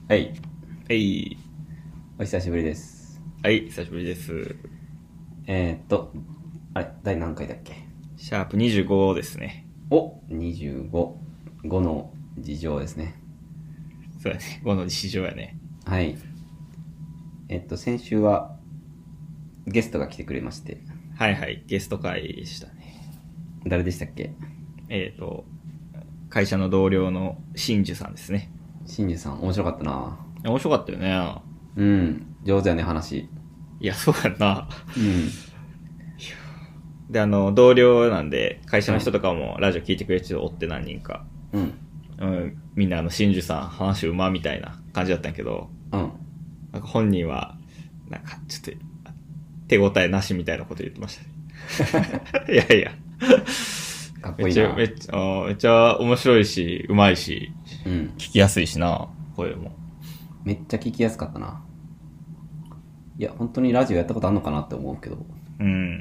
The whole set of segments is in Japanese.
はい。 はい。 お久しぶりです。 はい、久しぶりです。 えーっと、あれ、第何回だっけ？ シャープ25ですね。 お !25。5の事情ですね。 そうやね。5の日常やね。 はい。先週はゲストが来てくれまして、 はいはい、ゲスト会でしたね。 誰でしたっけ？ えっ、と、会社の同僚の真珠さんですね。 しんじさん、面白かったな。 面白かったよね。 うん、上手やね、話。 いや、そうやな。 うん。 で、同僚なんで、会社うん。 の人とかもラジオ聞いてくれる人おって何人か。 うん。 うん、みんな真珠さん話うまみたいな感じだったんやけど、 うん。 なんか本人は、なんかちょっと手応えなしみたいなこと言ってましたね。いやいや。 かっめっちゃ、 こいいな。 めっちゃ面白いし、うまいし、 うん。 聞きやすいしな、声も。 めっちゃ聞きやすかったな。いや、本当にラジオやったことあんのかなって思うけど、 うん。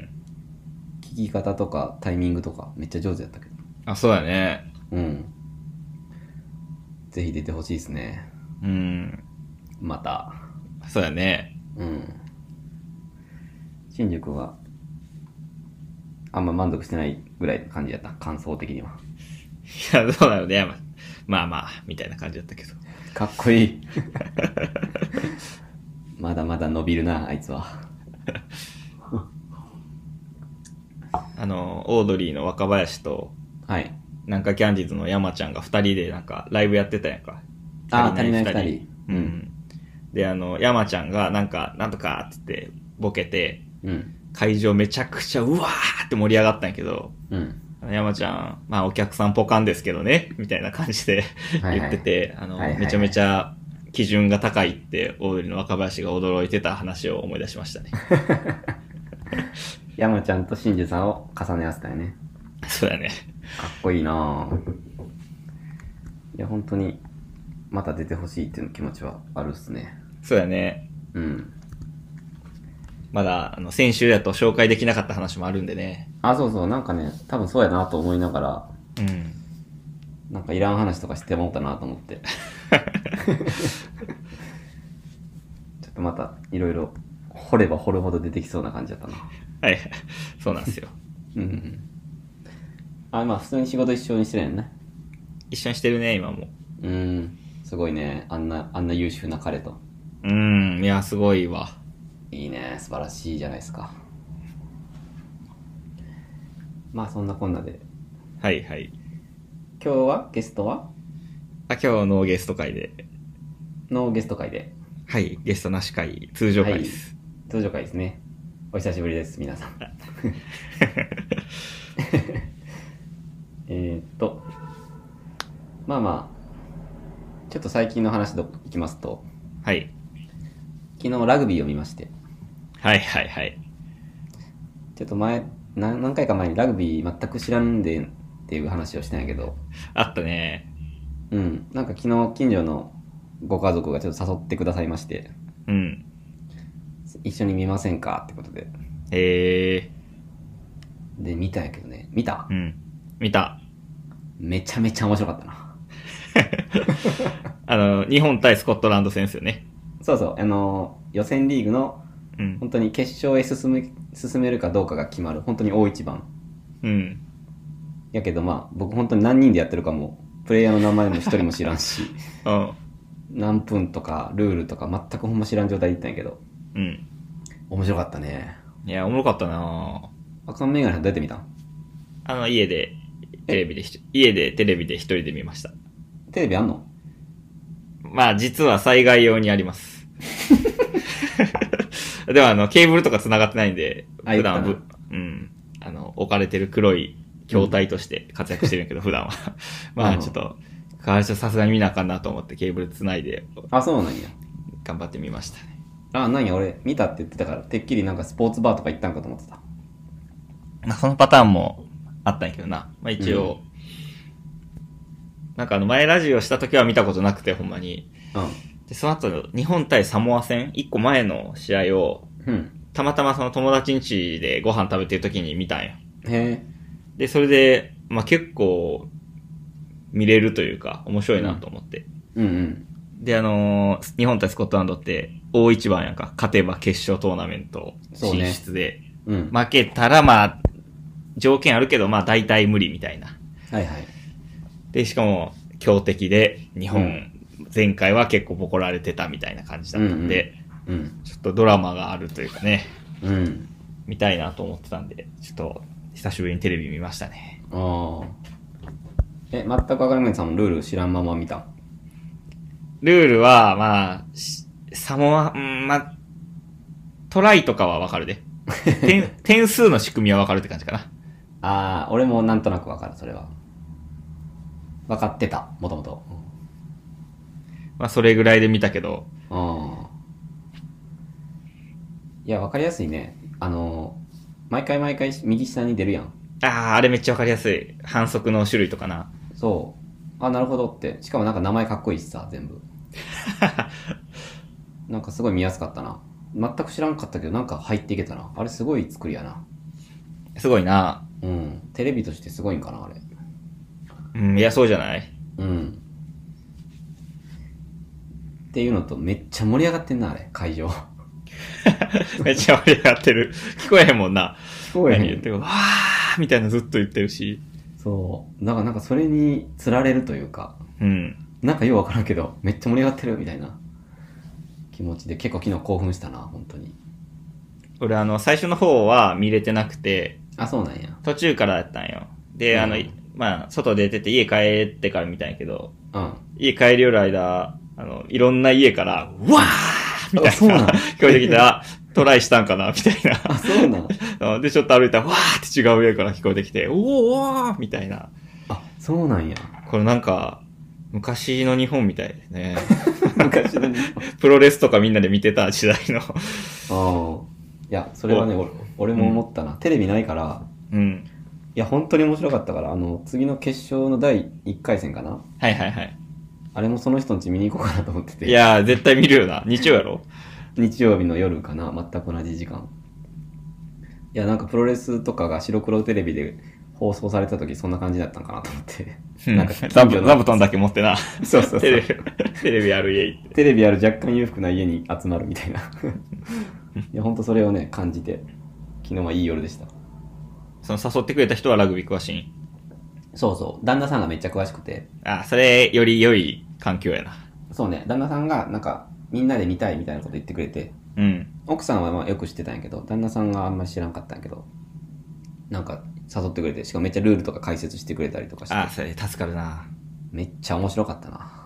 聞き方とかタイミングとかめっちゃ上手やったけど。 あ、そうだね。 うん。ぜひ出てほしいですね。 うん。 また。 そうだね。 うん。新宿はあんま満足してないぐらいの感じやった。感想的には。 いや、そうだよね。まあまあ、みたいな感じだったけど。 かっこいい。まだまだ伸びるな、あいつは。 オードリーの若林と、 はい。 なんかキャンディーズの山ちゃんが二人でなんかライブやってたやんか。 あー、足りない二人。 ううん。 ん。で、山ちゃんがなんか、なんとかって言ってボケて、 うん。 会場めちゃくちゃうわーって盛り上がったんやけど、 うん。 山ちゃん、まあお客さんポカンですけどね、みたいな感じではいはい。 言ってて、 はいはいはい。 めちゃめちゃ基準が高いってオードリーの若林が驚いてた話を思い出しましたね。 山ちゃんと真珠さんを重ね合わせたよね。 そうやね。 かっこいいなぁ。いや、本当に、また出てほしいっていう気持ちはあるっすね。 そうやね。 うん。 まだ、先週だと紹介できなかった話もあるんでね。 あ、そうそう、なんかね、多分そうやなと思いながら、 うん。 なんかいらん話とかしてもうたなと思って。ちょっとまた、いろいろ、掘れば掘るほど出てきそうな感じだったな。 はい。そうなんですよ。 うん。あ、まあ普通に仕事一緒にしてるやんね。 一緒にしてるね、今も。 すごいね。あんな優秀な彼と。 いや、すごいわ。 いいね。素晴らしいじゃないですか。まあそんなこんなで。 はいはい。 今日はゲストはあ、今日のゲスト会で。 のゲスト会で。 はい、ゲストなし会、通常はい。 会です。 通常会ですね。お久しぶりです、皆さん。えーっと、まあまあ、ちょっと最近の話でいきますと、 はい。 昨日ラグビーを見まして、 はいはいはい。 ちょっと何回か前にラグビー全く知らんでっていう話をしたんやけど、 あったね。 うん、なんか昨日近所のご家族がちょっと誘ってくださいまして、 うん。 一緒に見ませんかってことで。 えで、見たんやけどね。見た？ うん。見た。 めちゃめちゃ面白かったな。 日本対スコットランド戦ですよね。 そうそう、予選リーグのうん。 本当に決勝へ進めるかどうかが決まる、本当に大一番。 うん。 やけどまあ、僕本当に何人でやってるかも、プレイヤーの名前も一人も知らんし、 うん。 何分とかルールとか全くほんま知らん状態で行ったんやけど、 うん。 面白かったね。 いや、おもろかったな赤メガネどうやって見たん？ 家でテレビで一人で見ました。 テレビあんの？ まあ、実は災害用にあります。では、ケーブルとか繋がってないんで、 あ、言普ったな。 段置かれてる黒い筐体として活躍してるんやけど、普段は。まあ、ちょっと、会社さすがに見なあかんなと思ってケーブル繋いで、 あ、そうなんや。 頑張ってみましたね。 あ、なんや、俺、見たって言ってたから、てっきりなんかスポーツバーとか行ったんかと思ってた。 まあ、そのパターンもあったんやけどな。まあ、一応、なんか前ラジオした時は見たことなくて、ほんまに。 うで、その後、日本対サモア戦、一個前の試合を、 ん。うん。 たまたまその友達ん家でご飯食べてる時に見たんや。 へで、それで、まあ、結構、見れるというか、面白いえ。うなん。 と思って。 うんうん。 で、日本対スコットランドって大一番やんか。勝てば決勝トーナメント進出で。 うん。 負けたらまあ、条件あるけどまあ大体無理みたいな。 はいはい。 で、しかも強敵で日本、前回は結構ボコられてたみたいな感じだったんで、ちょっとドラマがあるというかね、見たいなと思ってたんで、ちょっと久しぶりにテレビ見ましたね。 ああ。全くわからないさんもルール知らんまま見た？ ルールは、まあ、サモア、まあ、トライとかはわかるで。点数の仕組みはわかるって感じかな。 ああ、俺もなんとなくわかる、それは。わかってた、もともと。 まあ、それぐらいで見たけど。 いや、わかりやすいね。毎回右下に出るやん。 ああ、あれめっちゃわかりやすい。反則の種類とかな。 そう。あ、なるほどって。しかもなんか名前かっこいいしさ、全部。なんかすごい見やすかったな。全く知らんかったけど、なんか入っていけたな。あれすごい作りやな。 すごいな。 うん。テレビとしてすごいんかな、あれ。 うん、いや、そうじゃない？ うん。っていうのと、めっちゃ盛り上がってんな、あれ、会場。 めっちゃ盛り上がってる。聞こえへんもんな。 聞こえへん。 何言ってるわーみたいなずっと言ってるし。 そう。なんかそれに釣られるというか。 うん。 なんかようわからんけど、めっちゃ盛り上がってるみたいな気持ちで結構昨日興奮したな、本当に。 俺最初の方は見れてなくて。 あ、そうなんや。 途中からやったんよ。で、まあ、外出てて家帰ってから見たんやけど。家帰りよる間、いろんな家から、うわーみたいな。聞こえてきたトライしたんかなみたいな。 あ、そうなんで、ちょっと歩いたら、わーって違う家から聞こえてきて、おーみたいな。 あ、そうなんや。 これなんか、昔の日本みたいですね。 昔の日本。 プロレスとかみんなで見てた時代の。 いや、それはね、俺も思ったな。テレビないから。 うん。 いや、本当に面白かったから、次の決勝の第1回戦かな。 はいはいはい。 あれもその人ん家見に行こうかなと思ってて。 いやー、絶対見るよな。日曜やろ？ 日曜日の夜かな。全く同じ時間。いや、なんかプロレスとかが白黒テレビで放送された時そんな感じだったんかなと思って。 なんか座布団だけ持ってな。 そうそうそう。 テレビある家行って。 テレビある若干裕福な家に集まるみたいな。いや、ほんとそれをね、感じて、昨日はいい夜でした。 その誘ってくれた人はラグビー詳しいん？ そうそう。旦那さんがめっちゃ詳しくて。 あ、それより良い環境やな。 そうね。旦那さんがなんか、みんなで見たいみたいなこと言ってくれて。 うん。 奥さんはまあよく知ってたんやけど、旦那さんがあんまり知らんかったんやけど、なんか誘ってくれて、しかもめっちゃルールとか解説してくれたりとかして。 あ、それ助かるな。 めっちゃ面白かったな。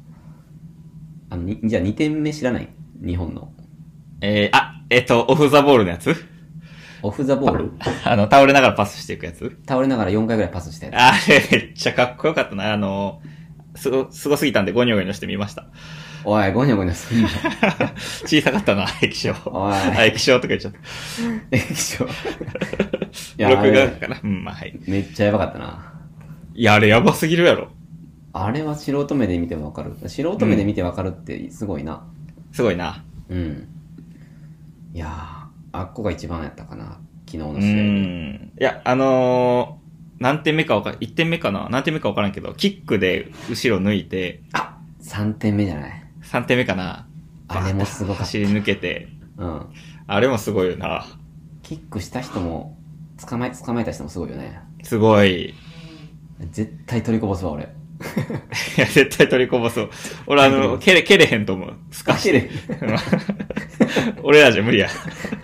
じゃあ2点目知らない？日本の。 オフザボールのやつ？ オフザボール倒れながらパスしていくやつ？ 倒れながら4回ぐらいパスしたやつ。 あれ、めっちゃかっこよかったな。すごすぎたんでゴニョゴニョしてみました。 おい、ゴニョゴニョすぎんの。 小さかったな、液晶。 おい。 液晶とか言っちゃった。 液晶。いや、録画かな。うん、まあはい。 めっちゃやばかったな。 いや、あれやばすぎるやろ。 あれは素人目で見てもわかる。素人目で見てわかるってすごいな。 すごいな。 うん。いやー、あっこが一番やったかな。昨日の試合で。 いや、何点目か1点目かな何点目かわからんけど、キックで後ろ抜いて。 あ、3点目じゃない。 3点目かな。 あれもすごかった。 走り抜けて。 うん。 あれもすごいよな。 キックした人も、捕まえた人もすごいよね。 すごい。 絶対取りこぼすわ、俺。 いや、絶対取りこぼそう。俺蹴れへんと思う。すかして。俺らじゃ無理や。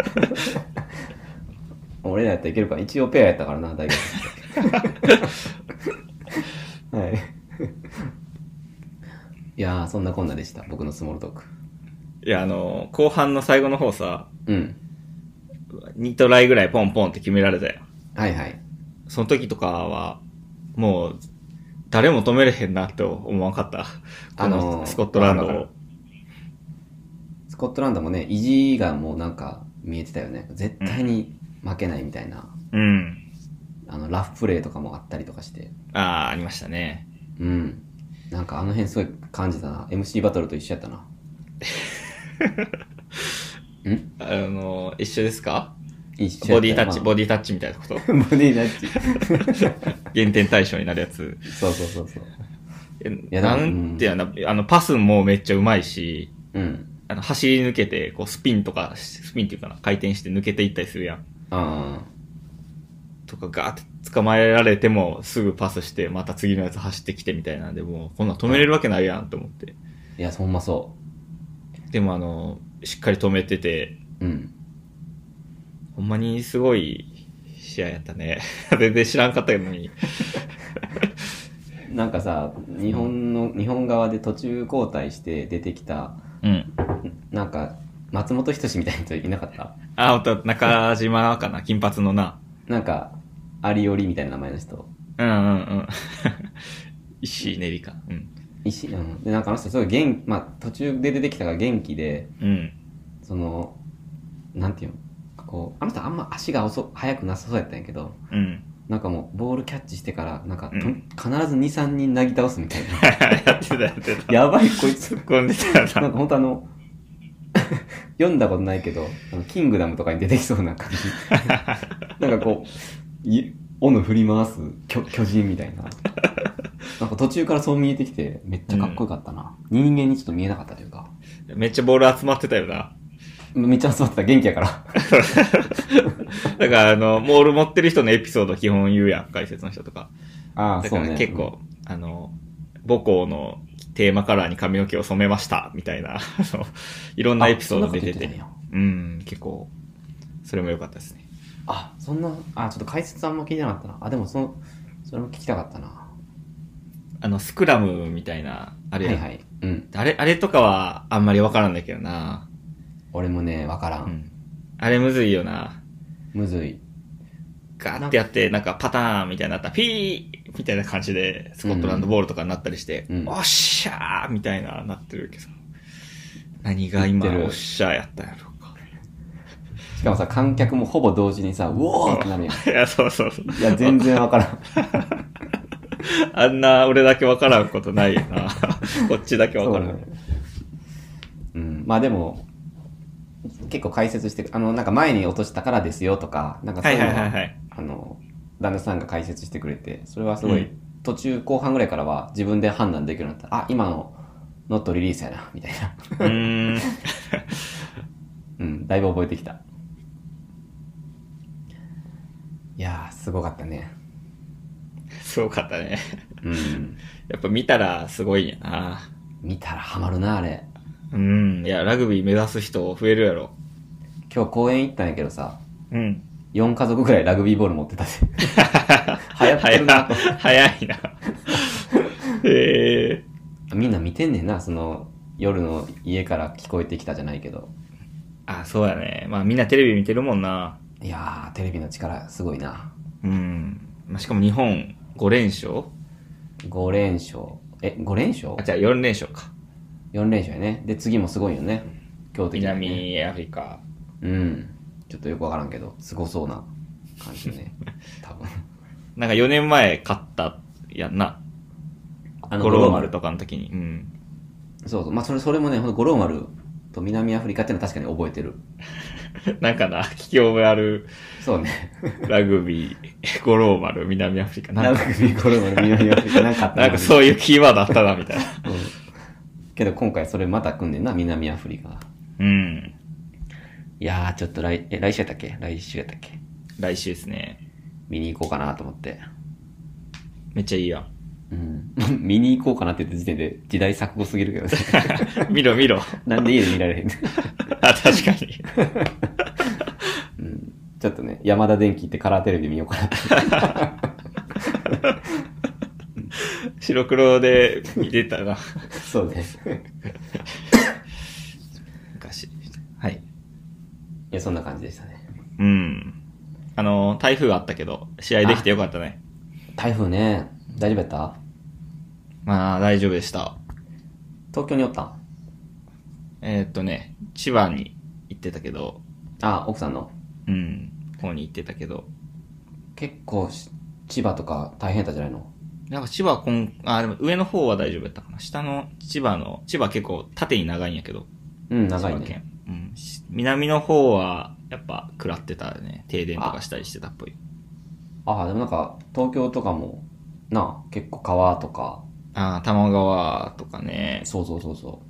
俺らやったらいけるか。一応ペアやったからな、大学。はい。いやー、そんなこんなでした。僕のスモールトーク。 いや、後半の最後の方さ、 うん。 2トライぐらいポンポンって決められたよ。 はいはい。 その時とかは、もう、誰も止めれへんなって思わんかった。スコットランドを。 スコットランドもね、意地がもうなんか見えてたよね。絶対に負けないみたいな。 うん。 ラフプレーとかもあったりとかして。 ありましたね。 うん。なんか辺すごい感じたな。MC バトルと一緒やったな。 一緒ですか？ 一緒ボディタッチ、ボディタッチみたいなことボディタッチ。 減点対象になるやつ。 そう。 なんていうの、パスもめっちゃうまいし、 うん。 走り抜けて、こう、スピンっていうかな、回転して抜けていったりするやん。 あとか、ガーって捕まえられても、すぐパスして、また次のやつ走ってきてみたいなんで、もう、こんなん止めれるわけないやんと思って。 いや、ほんまそでもしっかり止めてて、 う。うん。 ほんまにすごい試合やったね。全然知らんかったのに。 なんかさ、日本側で途中交代して出てきた、 うん。 なんか、松本人志みたいな人いなかった？ あ、ほんと、中島かな、金髪のな。 なんか、アリオリみたいな名前の人。 うんうんうん。石井練りか。うん。 うん。で、なんかあの人すごいまあ、途中で出てきたから元気で、 うん。 なんていうの、こう、あの人あんま足が速くなさそうやったんやけど、 うん。 なんかもう、ボールキャッチしてから、なんか、 うん必ず2、3人なぎ倒すみたいやってたやってた。 な。やばい、こいつ。 突っ込んでたよなんか本当読んだことないけど、キングダムとかに出てきそうな感じ。なんかこう、斧振り回す巨人みたいな。なんか途中からそう見えてきて、めっちゃかっこよかったな。人間にちょっと見えなかったというか。 めっちゃボール集まってたよな。 めっちゃ集まってた、元気やから。 だからモール持ってる人のエピソード基本言うやん、解説の人とか。 ああ、 だからそうね。 結構、母校のテーマカラーに髪の毛を染めました、みたいな、いろんなエピソード出てて。うん、結構、それも良かったですね。 あ、ちょっと解説あんま聞いてなかったな。あ、でもそれも聞きたかったな。 スクラムみたいな、あれ、 はいはい。うん。 あれとかはあんまりわからんだけどな。 俺もね、わからん。 うん。あれむずいよな。 むずい。 ガーってやって、なんかパターンみたいになったら、ピーみたいな感じで、スコットランドボールとかになったりして、おっしゃーみたいな、なってるけど。何が今、おっしゃーやったんやろうか。 しかもさ、観客もほぼ同時にさ、うおーってなるやん。 いや、そうそうそう。 いや、全然わからん。 あんな、俺だけわからんことないよな。こっちだけわからん。 ね、うん。まあでも、結構解説して、なんか前に落としたからですよとか、なんかそういうのは、はいはいはいはい、旦那さんが解説してくれて、それはすごい、途中後半ぐらいからは自分で判断できるようになった。あ、今のノットリリースやな、みたいな。うん、だいぶ覚えてきた。いやー、すごかったね。 すごかったね。 うん。 やっぱ見たらすごいんやな。 見たらハマるな、あれ。 うん。いや、ラグビー目指す人増えるやろ。 今日公園行ったんやけどさ。 うん。 4家族ぐらいラグビーボール持ってたで。流行ってるなと。 早いな。へえ。 みんな見てんねんな、夜の家から聞こえてきたじゃないけど。 あ、そうやね。まあみんなテレビ見てるもんな。 いやー、テレビの力すごいな。 うん。まあ、しかも日本5連勝 ?5 連勝。5連勝？ あ、じゃあ4連勝か。 4連勝やね。で、次もすごいよね。強敵だね。 南アフリカ。 うん。ちょっとよくわからんけど、すごそうな感じね。多分。 なんか4年前勝ったやんな。五郎丸とかの時に。うん。 そうそう。まあ、それもね、五郎丸と南アフリカっていうのは確かに覚えてる。 なんかな、聞き覚えある。 そうね。 ラグビー、五郎丸、南アフリカ。 ラグビー、五郎丸、南アフリカ。なんかそういうキーワードあったな、みたいな。うん。 けど今回それまた組んでんな、南アフリカ。 うん。 いやー、ちょっと来週やったっけ？来週やったっけ？ 来週ですね。 見に行こうかなと思って。 めっちゃいいやん。 うん。見に行こうかなって言った時点で時代錯誤すぎるけどね。 見ろ見ろ。 なんで家で見られへんあ、確かに。 うん。ちょっとね、山田電機ってカラーテレビ見ようかなって。 白黒で見てたな。 そうね。 昔。はい。いや、そんな感じでしたね。 うん。台風があったけど、試合できてよかったね。 台風ね、大丈夫やった？ まあ、大丈夫でした。 東京におったん？ 千葉に行ってたけど。 あ、奥さんの？ うん。方に行ってたけど。 結構、千葉とか大変だったじゃないの？ なんか千葉でも上の方は大丈夫やったかな。下の千葉結構縦に長いんやけど。 うん、長いね。 うん。南の方は、やっぱ食らってたね。停電とかしたりしてたっぽい。 ああ、でもなんか、東京とかも、結構川とか、 ああ、玉川とかね。 そうそうそうそう。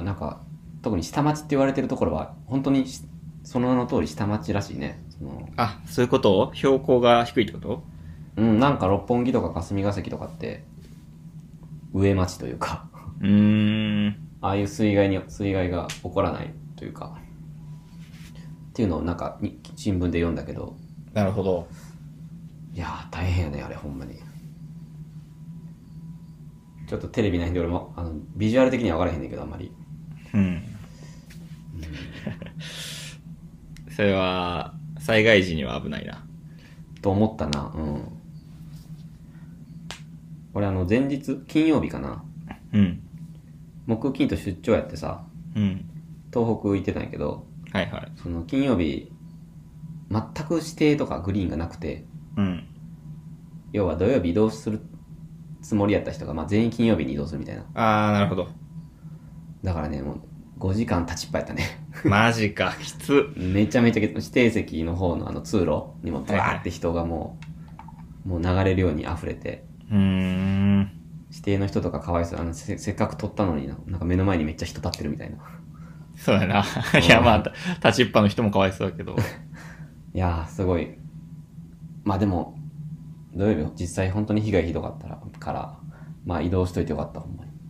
なんか、特に下町って言われてるところは、本当にその名の通り下町らしいね。 あ、そういうこと？標高が低いってこと？ うん、なんか六本木とか霞が関とかって、上町というかああいう水害が起こらないというか、っていうのをなんか新聞で読んだけど。 なるほど。 いやー、大変やね、あれ、ほんまに。ちょっとテレビないんで俺も、ビジュアル的には分からへんねんけど、あんまり。 それは、災害時には危ないな。 と思ったな、俺前日、金曜日かな。木金と出張やってさ、東北行ってたんやけど、 はいはい。 その金曜日、全く指定とかグリーンがなくて、要は土曜日移動するつもりやった人が、全員金曜日に移動するみたいな。 あー、なるほど。 だからね、もう5時間立ちっぱやったね。 マジか、きつ。 めちゃめちゃ指定席の方の通路にもバーって人がもう流れるように溢れて。指定の人とかかわいそう。せっかく取ったのになんか目の前にめっちゃ人立ってるみたいな。 そうやな。いや、立ちっぱの人もかわいそうだけど。 いやー、すごい。でも、土曜日実際本当に被害ひどかったから、移動しといてよかった、ほんまに。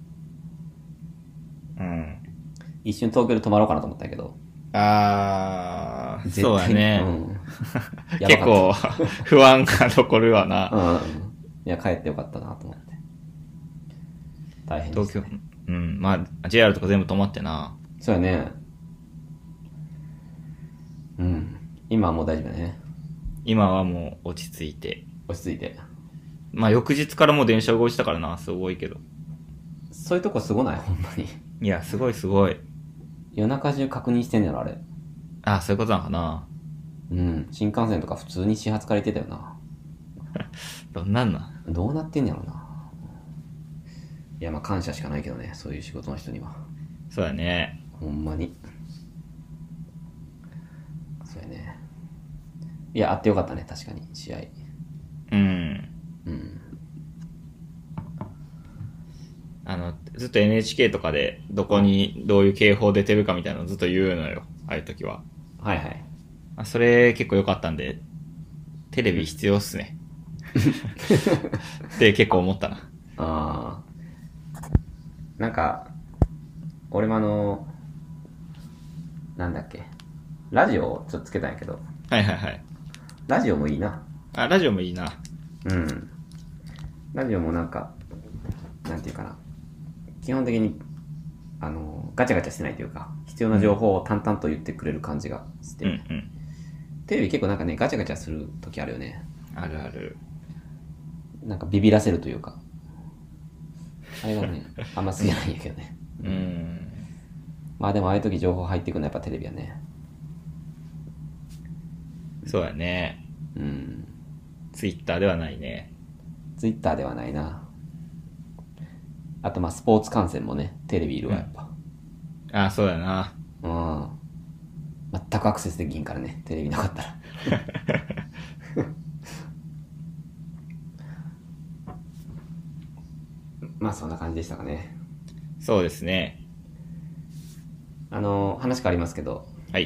一瞬東京で泊まろうかなと思ったけど。 そうだね。結構、不安が残るわな。 いや、帰ってよかったなと思って。大変ですね。 東京、JR とか全部止まってな。 そうやね。今はもう大丈夫だね。 今はもう落ち着いて。翌日からもう電車動いてたからな、すごいけど。 そういうとこすごない？ほんまに。 いや、すごいすごい。 夜中中確認してんねやろ、あれ。 あ、そういうことなのかな。 新幹線とか普通に始発から行ってたよな。 どうなってんねやろな。いや、感謝しかないけどね、そういう仕事の人には。 そうやね。 ほんまに。そうやね。いや、あってよかったね、確かに、試合。 ずっと NHK とかでどこにどういう警報出てるかみたいなのずっと言うのよ、ああいう時は。 はいはい。 それ結構良かったんで、テレビ必要っすね。って結構思ったな。 なんか、俺もなんだっけ、ラジオをちょっとつけたんやけど。 はいはいはい。 ラジオもいいな。 ラジオもいいな。 ラジオもなんていうかな。基本的に、ガチャガチャしてないというか、必要な情報を淡々と言ってくれる感じがして。テレビ結構なんかね、ガチャガチャする時あるよね。 あるある。 なんかビビらせるというか。あれがね、あんま好きじゃないんやけどね。でもああいう時情報入ってくるのはやっぱテレビやね。 そうやね。ツイッターではないね。 ツイッターではないな。あとスポーツ観戦もね、テレビいるわ、やっぱ。 そうやな。 全くアクセスできんからね、テレビなかったら。そんな感じでしたかね。 そうですね。 話変わりますけど。 はい。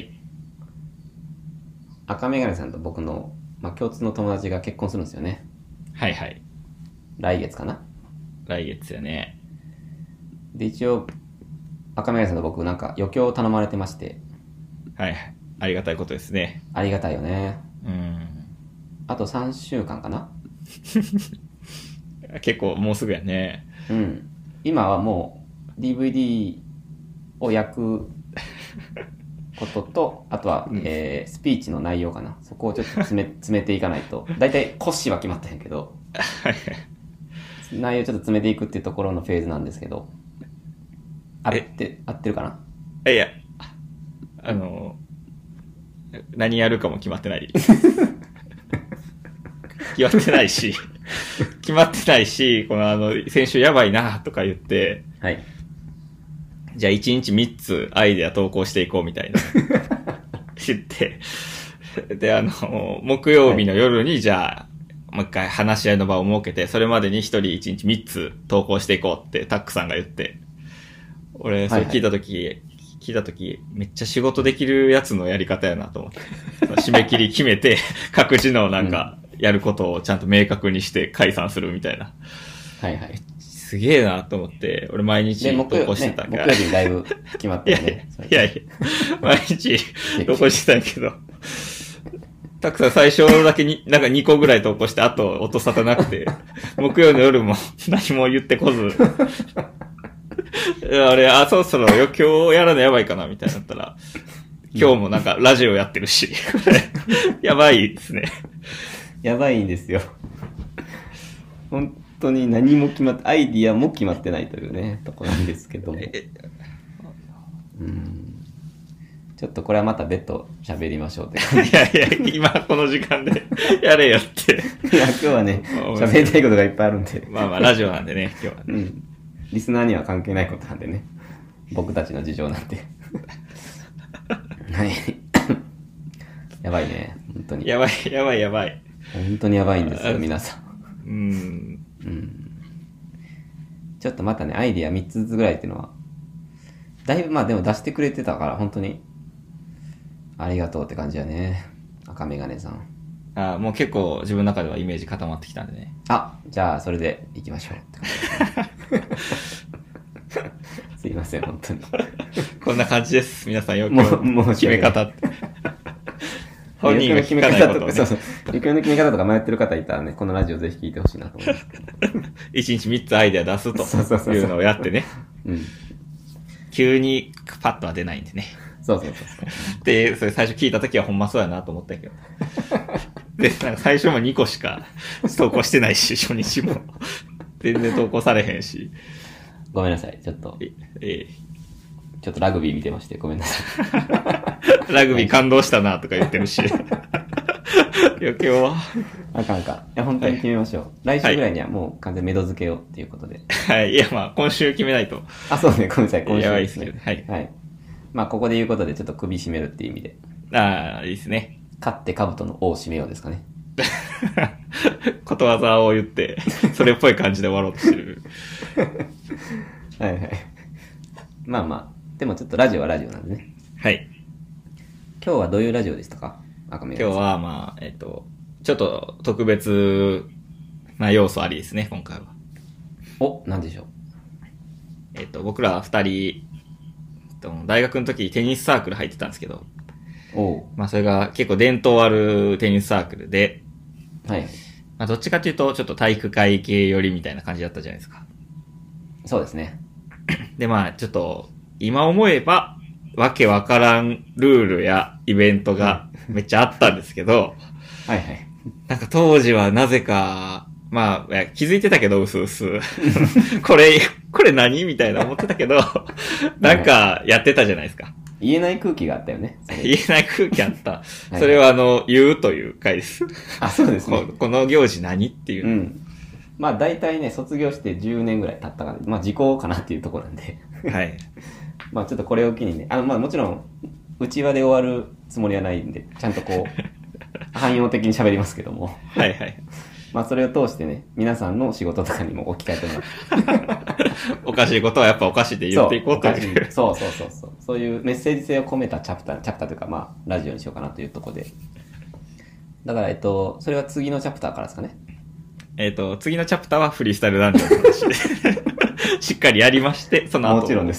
赤メガネさんと僕の、共通の友達が結婚するんですよね。 はいはい。 来月かな？ 来月やね。 で、一応、赤メガネさんと僕なんか余興を頼まれてまして。 はい。ありがたいことですね。 ありがたいよね。あと3週間かな？ 結構もうすぐやね。 今はもう DVD を焼くことと、あとは、スピーチの内容かな。そこをちょっと詰めていかないと。だいたい骨子は決まったんやけど、内容ちょっと詰めていくっていうところのフェーズなんですけど。合ってるかな？ いや、何やるかも決まってない。決まってないし、この先週やばいなとか言って、 はい。 じゃあ1日3つアイデア投稿していこうみたいな。言って、で、木曜日の夜にじゃあ、 もう一回話し合いの場を設けて、それまでに一人一日3つ投稿していこうってタックさんが言って、俺、それ聞いたとき、めっちゃ仕事できるやつのやり方やなと思って。締め切り決めて、各自のなんか、やることをちゃんと明確にして解散するみたいな。 はいはい。 すげえなと思って、俺毎日投稿してたから。 木曜日だいぶ決まったよね。 いや、毎日投稿してたんやけど。たくさん最初だけに、なんか2個ぐらい投稿して、あと音沙汰なくて、木曜の夜も何も言ってこず、あれ、そろそろ今日やらなやばいかなみたいになったら、今日もなんかラジオやってるし、やばいですね。 やばいんですよ。本当に何も決まって、アイディアも決まってないというね、とこなんですけども。ちょっとこれはまた別途喋りましょうって感じ。 いやいや、今この時間でやれよって。 いや、今日はね、喋りたいことがいっぱいあるんで。 まあまあ、ラジオなんでね、今日はね。 リスナーには関係ないことなんでね。僕たちの事情なんで。はい。やばいね、本当に。 やばい。 本当にやばいんですよ、皆さん。ちょっとまたね、アイディア3つずつぐらいっていうのは、だいぶまあでも出してくれてたから、本当に、ありがとうって感じやね。赤メガネさん。 もう結構自分の中ではイメージ固まってきたんでね。 じゃあそれで行きましょうって感じすいません、本当に。 こんな感じです。皆さんよく決め方って。本人が決め方とか、 そうそう。余興の決め方とか迷ってる方いたらね、このラジオぜひ聞いてほしいなと思いますけど。 1日3つアイデア出すというのをやってね。急にパッとは出ないんでね。 そう。 で、それ最初聞いたときはほんまそうやなと思ったけど。で、なんか最初も2個しか投稿してないし、初日も。全然投稿されへんし。 ごめんなさい、ちょっと。ちょっとラグビー見てまして、ごめんなさい。ラグビー感動したなとか言ってるし。余興は。 あかん。いや、本当に決めましょう。来週ぐらいにはもう完全に目処付けようっていうことで。 はい。いや、まあ、今週決めないと。 そうね、ごめんなさい、今週。 やばいですけど。はい。 まあ、ここで言うことでちょっと首絞めるっていう意味で。 いいですね。 勝って兜の尾を締めようですかね。 ことわざを言って、それっぽい感じで終わろうとしてる。 はい。まあ、でもちょっとラジオはラジオなんでね。 はい。 今日はどういうラジオでしたか？赤目。 今日は、まあ、ちょっと特別な要素ありですね、今回は。 なんでしょう。僕ら二人、大学の時テニスサークル入ってたんですけど、まあそれが結構伝統あるテニスサークルで、 はい。 まあどっちかというとちょっと体育会系寄りみたいな感じだったじゃないですか。 そうですね。 でまあちょっと今思えばわけわからんルールやイベントがめっちゃあったんですけど、 はい。 なんか当時はなぜか、まあ気づいてたけどうすうすこれ何みたいな思ってたけど、なんかやってたじゃないですか。 言えない空気があったよね。 言えない空気あった。それは言うという回です。 そうですね。 この行事何っていう。 まあ大体ね、卒業して10年ぐらい経ったから、まあ時効かなっていうところなんで。 はい。 まあちょっとこれを機にね、まあもちろん、内輪で終わるつもりはないんで、ちゃんとこう、汎用的に喋りますけども。 はい。 まあそれを通してね、皆さんの仕事とかにも置き換えてもらって。 おかしいことはやっぱおかしいって言っていこうという。 そう。そういうメッセージ性を込めたチャプターというか、まあ、ラジオにしようかなというところで。だから、それは次のチャプターからですかね。 次のチャプターはフリースタイルダンジョンの話で。しっかりやりまして、その後。 もちろんです。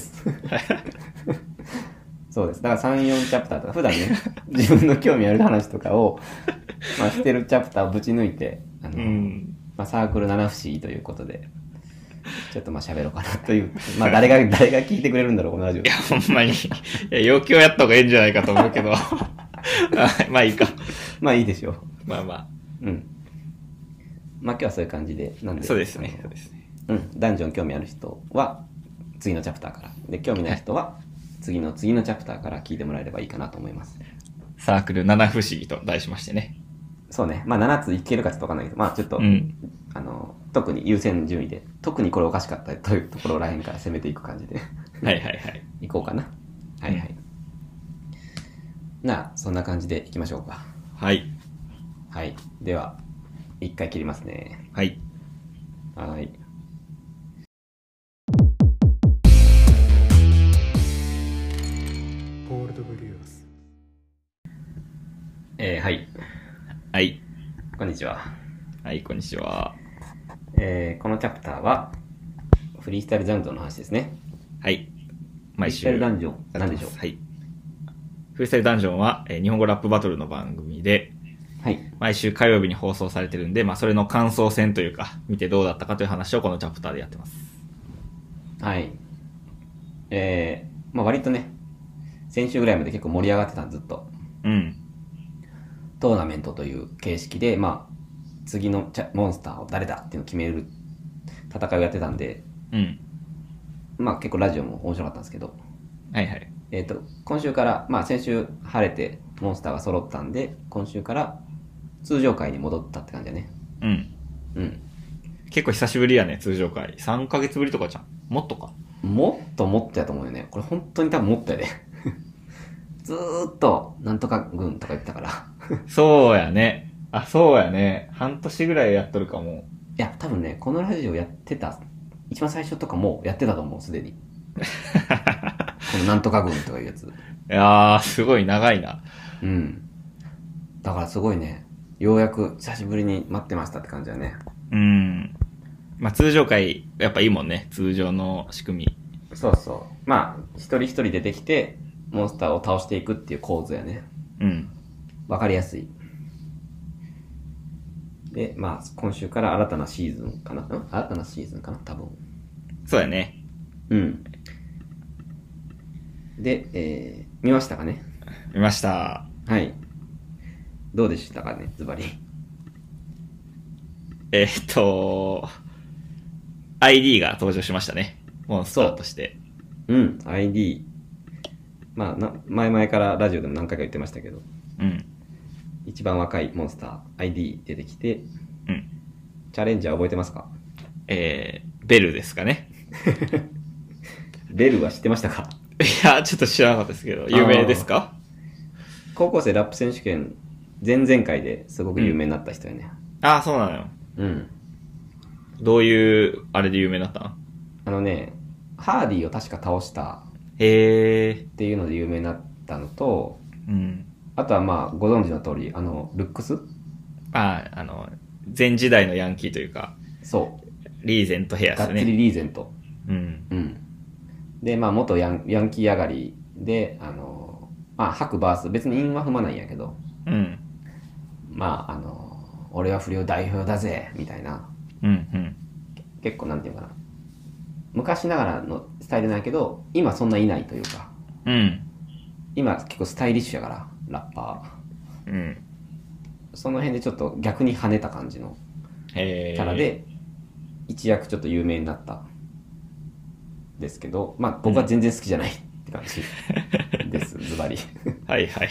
そうです。だから3、4チャプターとか、普段ね、自分の興味ある話とかを、まあ、してるチャプターをぶち抜いて、まあ、サークル七不思議ということで、ちょっとまあ喋ろうかなという。まあ誰が聞いてくれるんだろう、このラジオ。 いや、ほんまに。いや、要求やった方がいいんじゃないかと思うけど。まあいいか。 まあいいでしょう。 まあ。 まあ今日はそういう感じで、なんで。 そうですね。 ダンジョン興味ある人は、次のチャプターから。で、興味ない人は、次のチャプターから聞いてもらえればいいかなと思います。 サークル七不思議と題しましてね。 そうね。まあ7ついけるかちょっとわかんないけど、まあちょっと、特に優先順位で、特にこれおかしかったというところらへんから攻めていく感じで。 はい。 いこうかな。はい。そんな感じでいきましょうか。 はい。 では、 一回切りますね。 はい。 はい。 ポールドブリュース。 はい。 はい。 こんにちは。 はい、こんにちは。 このチャプターは、フリースタイルダンジョンの話ですね。 はい。毎週。 フリースタイルダンジョン、何でしょう。 はい。フリースタイルダンジョンは、日本語ラップバトルの番組で、 はい。毎週火曜日に放送されてるんで、それの感想戦というか、見てどうだったかという話をこのチャプターでやってます。 はい。割とね、先週ぐらいまで結構盛り上がってたずっと。 うん。 トーナメントという形式で、次のモンスターを誰だっていうのを決める戦いをやってたんで、 うん。 結構ラジオも面白かったんですけど、 はいはい。 今週から、先週晴れてモンスターが揃ったんで、今週から通常回に戻ったって感じだね。 うん。 うん。 結構久しぶりやね、通常回。3ヶ月ぶりとかじゃん。もっとか。 もっとやと思うよね。これ本当に多分もっとやで。ずーっと、なんとか軍とか言ってたから。 そうやね。そうやね。半年ぐらいやっとるかも。 いや、多分ね、このラジオやってた、一番最初とかもやってたと思う、すでに。このなんとか軍とかいうやつ。 いやー、すごい長いな。 うん。だからすごいね、ようやく久しぶりに待ってましたって感じだね。 通常回、やっぱいいもんね。通常の仕組み。 そうそう。一人一人出てきて、モンスターを倒していくっていう構図やね。 うん。 わかりやすい。で、今週から新たなシーズンかな？新たなシーズンかな多分。 そうやね。 うん。で、見ましたかね？ 見ました。 はい。どうでしたかね、ズバリ。 ID が登場しましたね。モンスターとして。 うん、ID。前々からラジオでも何回か言ってましたけど。 うん。 一番若いモンスター、ID 出てきて。 うん。 チャレンジャー覚えてますか？ ベルですかね。 ベルは知ってましたか？ いや、ちょっと知らなかったですけど、有名ですか？ 高校生ラップ選手権、前々回ですごく有名になった人やね。 そうなのよ。 うん。 どういう、あれで有名になったの？ ハーディを確か倒したへーっていうので有名になったのと、 うん。 あとはご存知の通り、ルックス？ 前時代のヤンキーというか、 そう。 リーゼントヘアですね。 がっつりリーゼント。 うん。 うん。で、元ヤンキー上がりで、吐くバース、別に韻は踏まないんやけど、 うん。 俺は不良代表だぜ、みたいな。 うん、うん。 結構なんていうかな。昔ながらのスタイルなんやけど、今そんないないというか。 うん。 今結構スタイリッシュやから、ラッパー。うん。 その辺でちょっと逆に跳ねた感じのキャラで、一躍ちょっと有名になったですけど、僕は全然好きじゃないって感じです、ズバリ。 はいはいはい。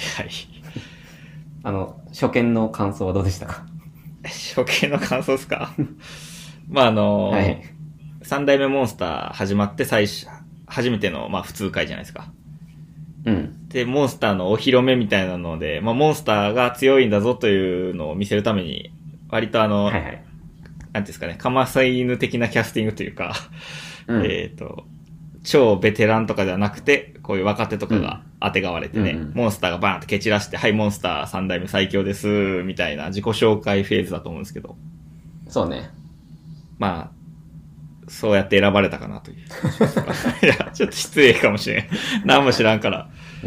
初見の感想はどうでしたか？ 初見の感想ですか？はい。3代目モンスター始まって初めての、普通回じゃないですか。 うん。 で、モンスターのお披露目みたいなので、モンスターが強いんだぞというのを見せるために、割となんていうんですかね、カマサイ犬的なキャスティングというか、うん、超ベテランとかではなくて、こういう若手とかが当てがわれてね、モンスターがバーンって蹴散らして、はい、モンスター3代目最強です、みたいな自己紹介フェーズだと思うんですけど。 そうね。 そうやって選ばれたかなという。いや、ちょっと失礼かもしれん。何も知らんから。 うん。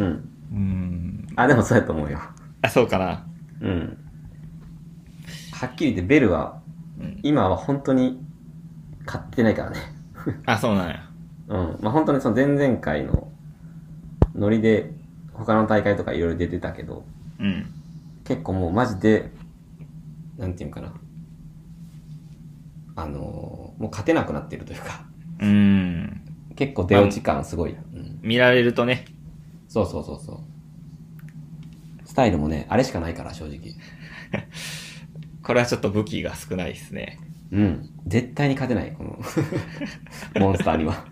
でもそうやと思うよ。 そうかな。 うん。はっきり言ってベルは、今は本当に買ってないからね。 そうなんや。 うん。本当にその前々回のノリで他の大会とかいろいろ出てたけど、 うん。 結構もうマジで、なんていうんかな。もう勝てなくなってるというか。結構出落ち感すごい。 見られるとね。 そう。スタイルもね、あれしかないから正直。 これはちょっと武器が少ないですね。 うん。絶対に勝てない、このモンスターには。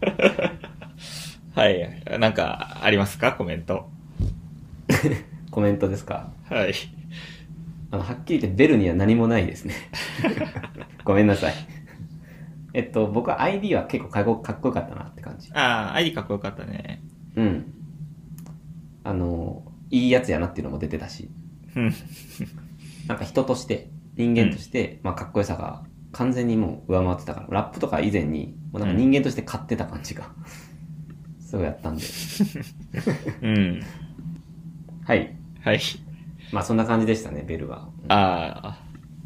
はい。なんか、ありますかコメント。 コメントですか？ はい。 はっきり言ってベルには何もないですね。ごめんなさい。僕は ID は結構かっこよかったなって感じ。 ああ、ID かっこよかったね。 うん。いいやつやなっていうのも出てたし。なんか人として、人間として、まあかっこよさが完全にもう上回ってたから、ラップとか以前に、もうなんか人間として勝ってた感じが、すごいやったんで。 うん。 はい。 はい。 まあそんな感じでしたね、ベルは。 ああ。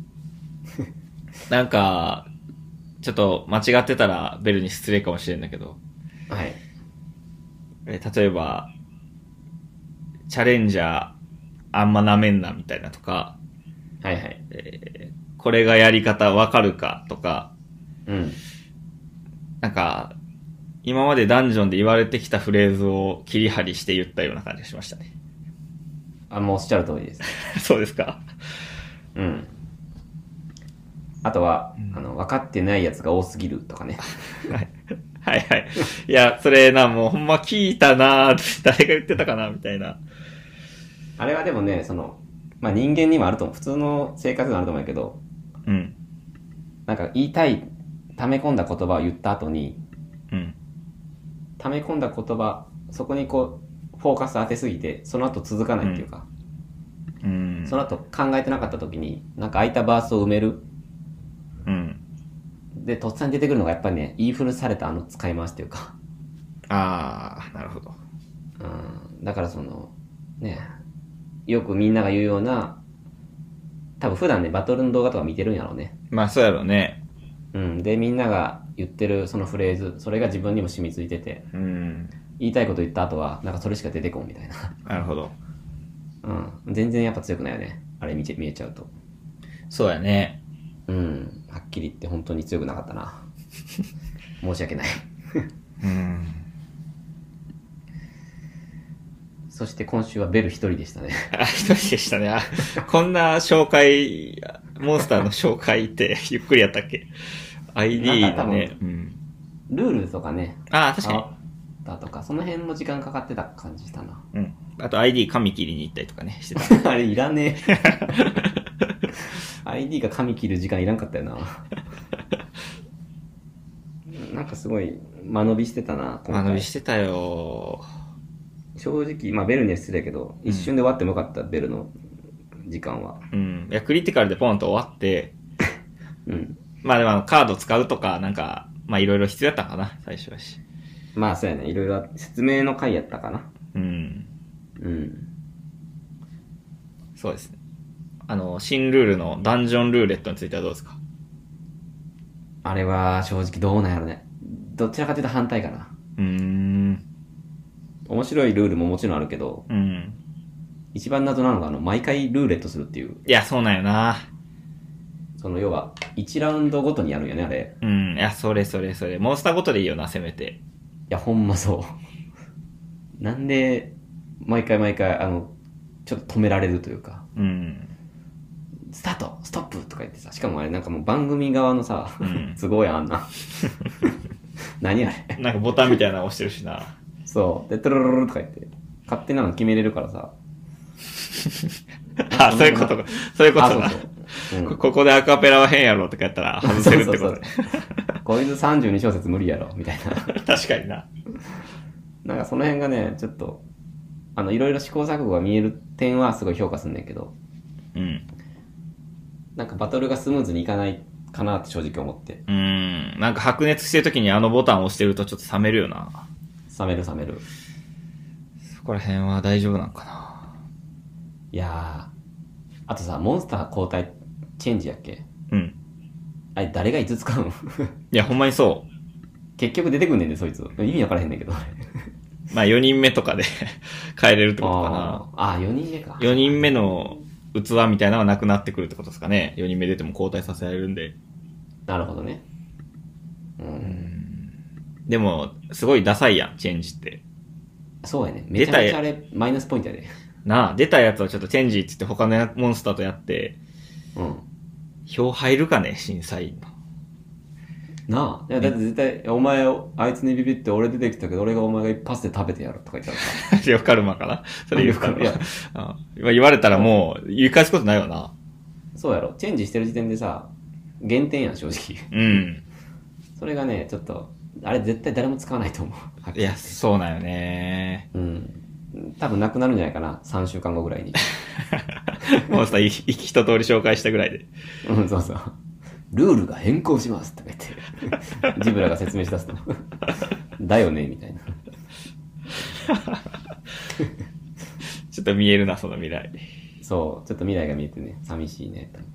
なんか、ちょっと間違ってたらベルに失礼かもしれんだけど。 はい。 例えば、チャレンジャーあんまなめんなみたいなとか、 はいはい。 これがやり方わかるかとか、 うん。 なんか、今までダンジョンで言われてきたフレーズを切り張りして言ったような感じがしましたね。 もうおっしゃる通りです。 そうですか。 うん。あとは、分かってないやつが多すぎるとかね。 はい。はいはい。いや、それな、もうほんま聞いたなー誰が言ってたかなみたいな。 あれはでもね、まあ、人間にもあると思う。普通の生活にもあると思うんやけど、 うん。 なんか言いたい、溜め込んだ言葉を言った後に、 うん。 溜め込んだ言葉、そこにこう、フォーカス当てすぎて、その後続かないっていうか、 うん。 その後考えてなかった時に、なんか空いたバースを埋める。 うん。 で、とっさに出てくるのがやっぱりね、言い古された使い回しっていうか。 あー、なるほど。 だからね、よくみんなが言うような、多分普段ね、バトルの動画とか見てるんやろうね。 まあそうやろうね。 うん。で、みんなが言ってるそのフレーズ、それが自分にも染みついてて、 うん。 言いたいこと言った後は、なんかそれしか出てこんみたいな。 なるほど。 うん。全然やっぱ強くないよね。あれ見えちゃうと。 そうやね。 うん。はっきり言って本当に強くなかったな。申し訳ない。 うん。 そして今週はベル一人でしたね。 一人でしたね。こんな紹介、モンスターの紹介ってゆっくりやったっけ？ ID だね。うん。 ルールとかね。 ああ、確かに。 だとか、その辺も時間かかってた感じしたな。 うん。あと ID 髪切りに行ったりとかね、してた。 あれいらねえ。ID が髪切る時間いらんかったよな。なんかすごい間延びしてたな。 間延びしてたよ。 正直、まあベルには失礼だけど、一瞬で終わってもよかった、ベルの時間は。 うん。いや、クリティカルでポンと終わって、 うん。 まあでもカード使うとか、なんか、まあいろいろ必要やったんかな、最初はし。 まあそうやね。いろいろ説明の回やったかな。 うん。 うん。 そうですね。新ルールのダンジョンルーレットについてはどうですか？ あれは正直どうなんやろね。どちらかというと反対かな。面白いルールももちろんあるけど、 うん。 一番謎なのが毎回ルーレットするっていう。 いや、そうなんよな。 要は、1ラウンドごとにやるんよね、あれ。 うん。いや、それ。モンスターごとでいいよな、せめて。 いや、ほんまそう。なんで、毎回、ちょっと止められるというか。 うん。 スタートストップとか言ってさ、しかもあれなんかもう番組側のさ、都合やんあんな。何あれ。 なんかボタンみたいなの押してるしな。 そう。で、トゥルルルルとか言って、勝手なの決めれるからさ。 あ、そういうことか。そういうことだ。 そう、 ここでアカペラは変やろとかやったら外せるってことそうこいつ32小節無理やろ、みたいな。 確かにな。 なんかその辺がね、ちょっと、いろいろ試行錯誤が見える点はすごい評価すんねんけど、 うん。 なんかバトルがスムーズにいかないかなって正直思って。 なんか白熱してる時にあのボタンを押してるとちょっと冷めるよな。 冷める。そこら辺は大丈夫なんかな。 いやー、あとさ、モンスター交代チェンジやっけ？ うん。 あれ誰がいつ使うの？ いや、ほんまにそう。 結局出てくんねんで、そいつ。意味わからへんねんけど。 まあ4人目とかで変えれるってことかな。 4人目か。 4人目の器みたいなのはなくなってくるってことですかね。4人目出ても交代させられるんで。 なるほどね。 でも、すごいダサいやん、チェンジって。 そうやね。めちゃめちゃあれ、マイナスポイントやで。 なあ、出たやつをちょっとチェンジって言って他のモンスターとやって、票入るかね、審査員の。 なあ。いや、だって絶対、お前、あいつにビビって俺出てきたけど、俺がお前が一発で食べてやるとか言ったらさ。 呂布カルマかなそれ言ったら。言われたらもう、言い返すことないよな。 そうやろ。チェンジしてる時点でさ、減点やん、正直。 うん。 それがね、ちょっと、あれ絶対誰も使わないと思う。 いや、そうなんよね。 うん。多分なくなるんじゃないかな。3週間後ぐらいに。 もうさ、一通り紹介したぐらいで。 うん、そうそう。ルールが変更しますとか言って、ジブラが説明しだすと。だよね、みたいな。 ちょっと見えるな、その未来。 そう、ちょっと未来が見えてね、寂しいね、と思って。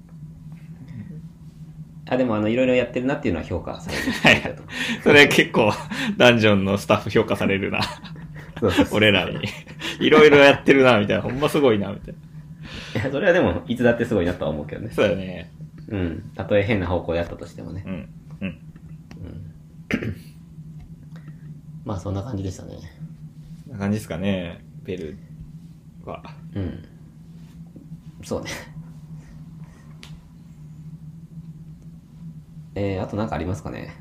あ、でもいろいろやってるなっていうのは評価される。 はい。それ結構、ダンジョンのスタッフ評価されるな。俺らに。いろいろやってるな、みたいな。ほんますごいな、みたいな。いや、それはでも、いつだってすごいなとは思うけどね。 そうだね。 うん。たとえ変な方向でやったとしてもね。 うん。うん。 まあ、そんな感じでしたね。 そんな感じですかね、ベルは。 うん。そうね。あとなんかありますかね。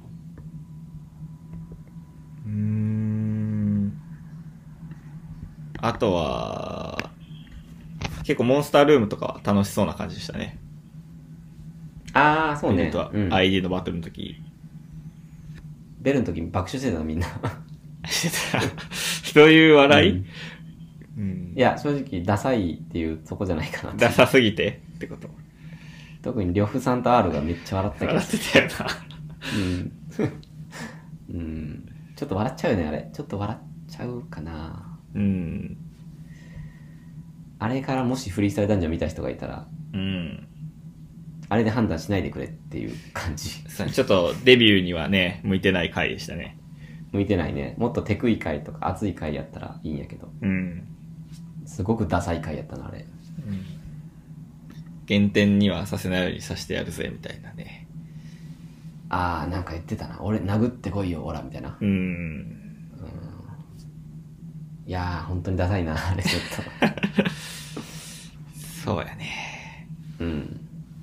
あとは、結構モンスタールームとかは楽しそうな感じでしたね。 ああ、そうね。 うん、ID のバトルの時。 ベルの時爆笑してたな、みんな。 してた。そういう笑い、 うん、いや、正直、ダサいっていうとこじゃないかな。 ダサすぎてってこと。 特に、呂布さんと R がめっちゃ笑ったけど。 笑ってたよな。 うん。うん。ちょっと笑っちゃうよね、あれ。ちょっと笑っちゃうかな。 うん。 あれからもしフリースタイルダンジョン見た人がいたら、 うん。 あれで判断しないでくれっていう感じ。 ちょっとデビューにはね、向いてない回でしたね。 向いてないね。もっとテクい回とか熱い回やったらいいんやけど。 うん。 すごくダサい回やったな、あれ。 うん。減点にはさせないようにさせてやるぜ、みたいなね。 あー、なんか言ってたな。俺、殴ってこいよ、オラ、みたいな。いやー、本当にダサいな、あれちょっと。 そうやね。 うん。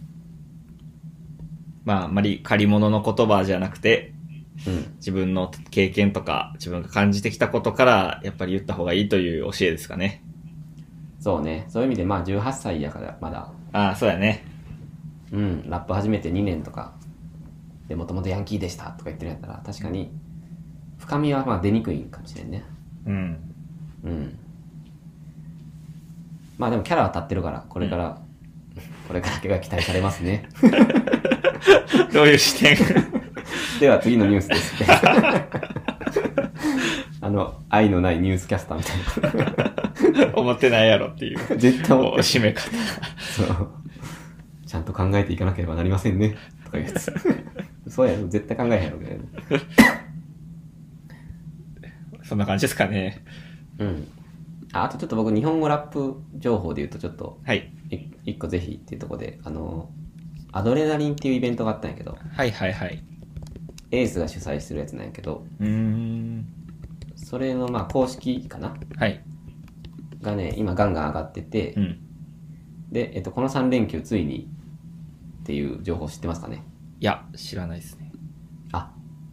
まあ、あんまり借り物の言葉じゃなくて、 うん、 自分の経験とか、自分が感じてきたことから、やっぱり言った方がいいという教えですかね。 そうね。そういう意味で、まあ、18歳やから、まだ。 ああ、そうやね。 うん、ラップ始めて2年とか、で、もともとヤンキーでしたとか言ってるんやったら、確かに、深みはまあ出にくいかもしれんね。 うん。 うん。まあでもキャラは立ってるから、これから、これからが期待されますね。 どういう視点では次のニュースです。愛のないニュースキャスターみたいな。 思ってないやろっていう。 絶対思って締め方。 そう。ちゃんと考えていかなければなりませんね。とか言うやつ。そうやろ、絶対考えへんやろけど。 そんな感じですかね。 うん。あとちょっと僕、日本語ラップ情報で言うとちょっと、 はい。 一個ぜひっていうところで、アドレナリンっていうイベントがあったんやけど、 はいはいはい。 エースが主催するやつなんやけど、それのまあ公式かな、 はい。 がね、今ガンガン上がってて、 うん、 で、この3連休ついにっていう情報知ってますかね？ いや、知らないですね。 あ、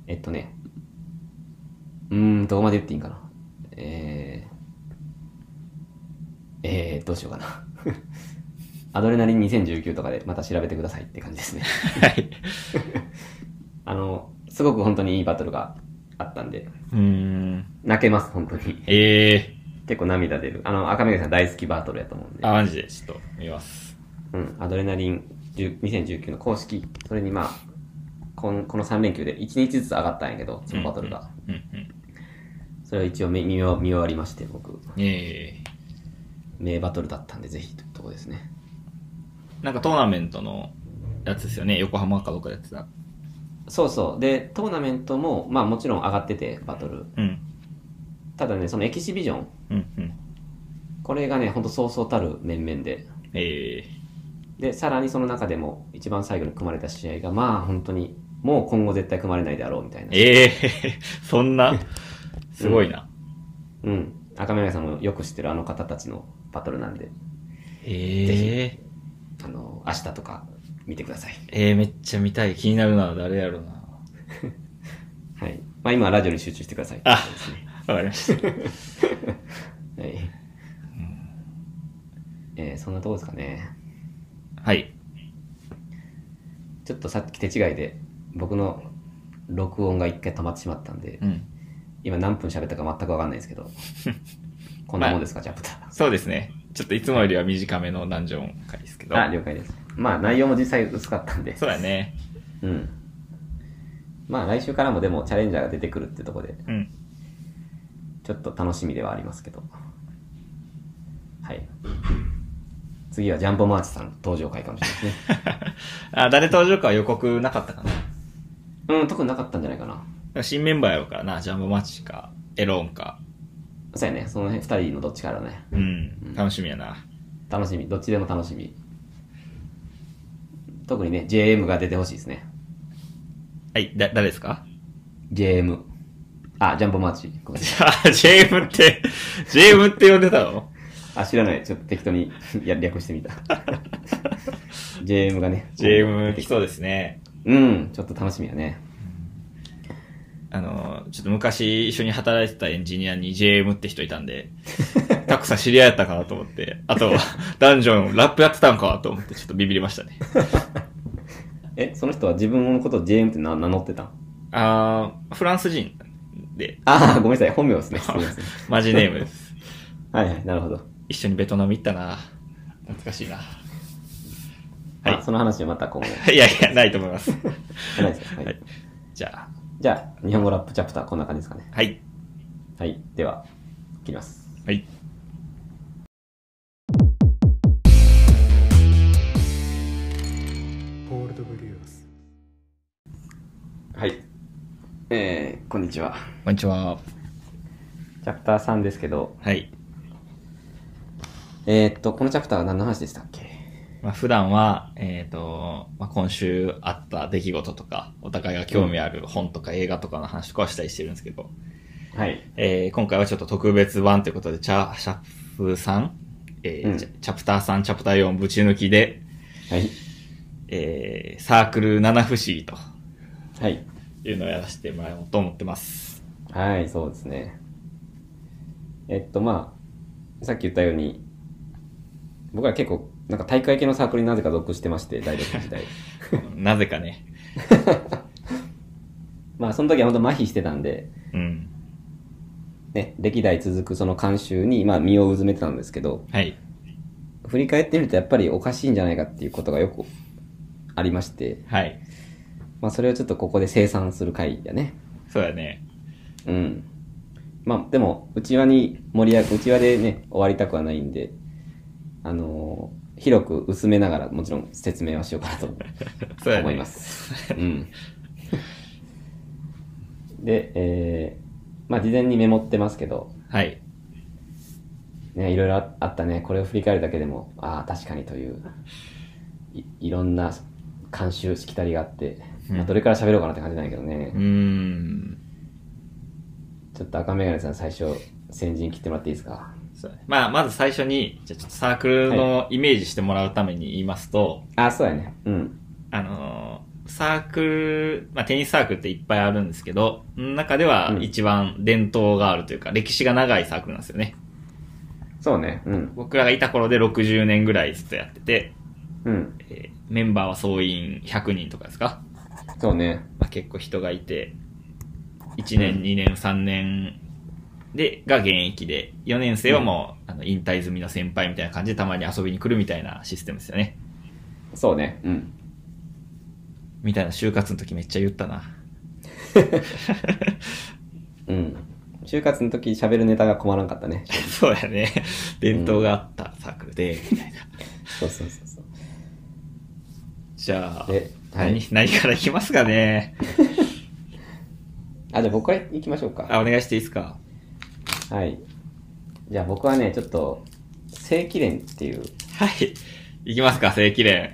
どこまで言っていいんかな。どうしようかな。アドレナリン2019とかでまた調べてくださいって感じですね。 はい。 すごく本当にいいバトルがあったんで、泣けます、本当に。結構涙出る。赤目さん大好きバトルやと思うんで。 あ、マジで、ちょっと見ます。 うん、アドレナリン2019の公式、それにまあ、この3連休で1日ずつ上がったんやけど、そのバトルが。それを一応見終わりまして、僕。名バトルだったんで、ぜひというところですね。 なんかトーナメントのやつですよね。横浜かどこかでやってた。 そうそう。で、トーナメントも、まあもちろん上がってて、バトル。 うん。 ただね、そのエキシビジョン。これがね、ほんとそうそうたる面々で。で、さらにその中でも、一番最後に組まれた試合が、まあ本当に、もう今後絶対組まれないであろうみたいな。 そんなすごいな。 うん。赤目さんもよく知ってるあの方たちのバトルなんで。 ぜひ、明日とか見てください。 めっちゃ見たい。気になるな。誰やろうな。 はい。まあ今はラジオに集中してください。 あ、わかりました。はい。 そんなとこですかね。 はい。 ちょっとさっき手違いで僕の録音が一回止まってしまったんで、今何分喋ったか全くわかんないですけど、こんなもんですか、チャプター。 そうですね。ちょっといつもよりは短めのダンジョン回ですけど。 あ、了解です。まあ内容も実際薄かったんで。 そうだね。 うん。まあ来週からもでもチャレンジャーが出てくるってとこで、ちょっと楽しみではありますけど。はい。次はジャンボマーチさん登場回かもしれないですね。 あ、誰登場かは予告なかったかな。特になかったんじゃないかな。 新メンバーやろうからな、ジャンボマーチか、エローンか。 そうやね、その辺二人のどっちかだね。 楽しみやな。 楽しみ、どっちでも楽しみ。特にね、JM が出てほしいですね。 はい、誰ですか？ JM。あ、ジャンボマーチ。 JM って呼んでたの？ あ、知らない。ちょっと適当に略してみた。JM がね。 JM 来そうですね。 ちょっと楽しみやね。 ちょっと昔一緒に働いてたエンジニアに JM って人いたんで、たくさん知り合いやったかなと思って、あと、ダンジョン、ラップやってたんかと思ってちょっとビビりましたね。 その人は自分のことを JM って名乗ってたん？ フランス人で。 ごめんなさい。本名ですね。すみません。 マジネームです。 はいはい、なるほど。 一緒にベトナム行ったな。懐かしいな。 はい。その話はまた今後。 いやいや、ないと思います。 ないですか。はい。 じゃあ、日本語ラップチャプターこんな感じですかね。 はい。 はい。では、切ります。 はい。 ポールドブリュース。はい。こんにちは。 こんにちは。 チャプター3ですけど。 はい。 このチャプターは何の話でしたっけ？ 普段は、今週あった出来事とか、お互いが興味ある本とか映画とかの話とかはしたりしてるんですけど、 はい。 今回はちょっと特別版ということで、シャープ3、チャプター3、チャプター4ぶち抜きで、 はい。 サークル七不思議と、 はい。 いうのをやらせてもらおうと思ってます。 はい、そうですね。さっき言ったように、僕は結構、なんか大会系のサークルになぜか属してまして、大学時代。 なぜかね。 その時は本当麻痺してたんで、ね、歴代続くその慣習に、身をうずめてたんですけど、 はい。 振り返ってみるとやっぱりおかしいんじゃないかっていうことがよくありまして、 はい。 それをちょっとここで清算する回だね。 そうだね。 でも、内輪でね、終わりたくはないんで、広く薄めながらもちろん説明はしようかなと思います。で、事前にメモってますけど、 はい。 ね、いろいろあったね。これを振り返るだけでも、確かにという、いろんな慣習、しきたりがあって、どれから喋ろうかなって感じなんだけどね。ちょっと赤メガネさん最初、先陣切ってもらっていいですか？ まず最初に、じゃあちょっとサークルのイメージしてもらうために言いますと、 そうやね。 サークル、テニスサークルっていっぱいあるんですけど、中では一番伝統があるというか、歴史が長いサークルなんですよね。 そうね。 僕らがいた頃で60年ぐらいずっとやってて、メンバーは総員100人とかですか？ そうね。 結構人がいて、1年、2年、3年が現役で、4年生はもう、引退済みの先輩みたいな感じでたまに遊びに来るみたいなシステムですよね。 そうね。 みたいな就活の時めっちゃ言ったな。 就活の時喋るネタが困らんかったね。 そうやね。伝統があったサークルで、みたいな。 そう。 じゃあ、何からいきますかね。 じゃあ僕から行きましょうか。 お願いしていいですか。 はい。じゃあ僕はね、ちょっと、正規連っていう。 はい。行きますか、正規連。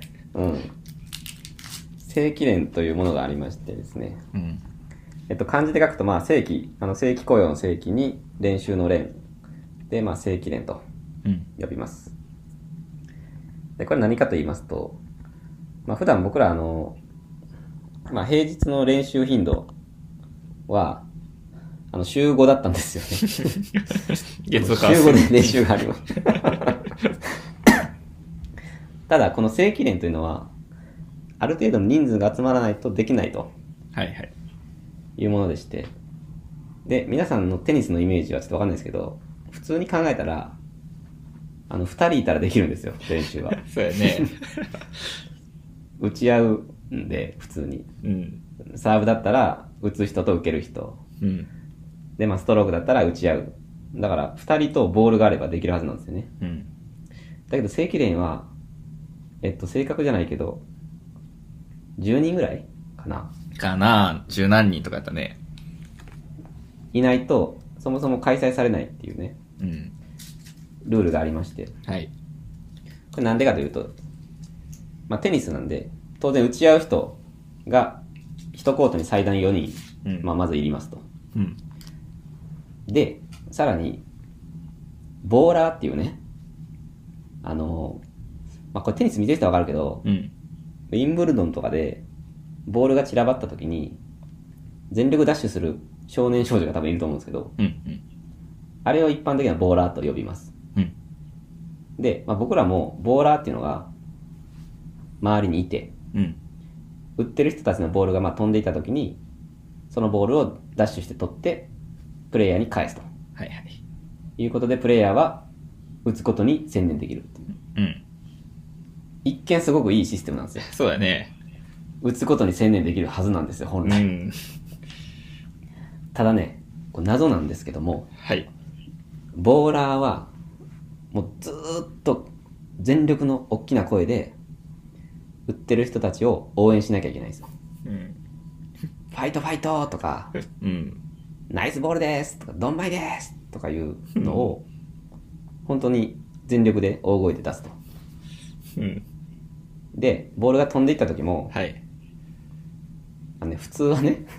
正規連というものがありましてですね。漢字で書くと、正規、正規雇用の正規に練習の連で、正規連と呼びます。で、これ何かと言いますと、普段僕ら平日の練習頻度は、週5だったんですよね。 月火週5で練習があります。 ただ、この正規練というのは、ある程度の人数が集まらないとできないと。 はいはい。 いうものでして。で、皆さんのテニスのイメージはちょっとわかんないですけど、普通に考えたら、二人いたらできるんですよ、練習は。 そうやね。 打ち合うんで、普通に。 うん。 サーブだったら、打つ人と受ける人。 うん。 で、ストロークだったら打ち合う。だから、二人とボールがあればできるはずなんですよね。 うん。 だけど、正規練は、正確じゃないけど、10人ぐらいかな。 かな、十何人とかやったね。 いないと、そもそも開催されないっていうね、 うん。 ルールがありまして。 はい。 これなんでかというと、テニスなんで、当然打ち合う人が、一コートに最大4人、 うん、 まずいりますと。 うん。 で、さらに、ボーラーっていうね、これテニス見てる人はわかるけど、 うん。 ウィンブルドンとかで、ボールが散らばった時に、全力ダッシュする少年少女が多分いると思うんですけど、 うん。うん。 あれを一般的なボーラーと呼びます。 うん。 で、僕らもボーラーっていうのが、周りにいて、 うん。 打ってる人たちのボールが飛んでいた時に、そのボールをダッシュして取って、プレイヤーに返すと。 はいはい。 いうことで、プレイヤーは打つことに専念できるっていう。 うん。 一見すごくいいシステムなんですよ。 そうだね。 打つことに専念できるはずなんですよ、本来。 うん。 ただね、これ謎なんですけども、 はい。 ボーラーは、もうずーっと全力の大きな声で、打ってる人たちを応援しなきゃいけないんですよ。 うん。 ファイトファイトとか、 うん。 ナイスボールですとか、ドンマイですとかいうのを、本当に全力で大声で出すと。 うん。 で、ボールが飛んでいった時も、 はい。 普通はね、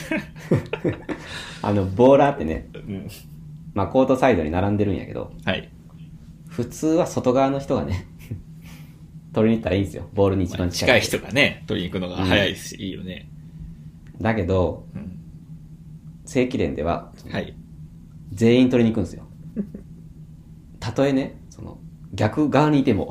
ボーラーってね、 うん。 コートサイドに並んでるんやけど、 はい。 普通は外側の人がね、取りに行ったらいいんですよ。ボールに一番近い。 近い人がね、取りに行くのが早いし、いいよね。 だけど、 うん。 正規練では、 はい。 全員取りに行くんですよ。たとえね、逆側にいても、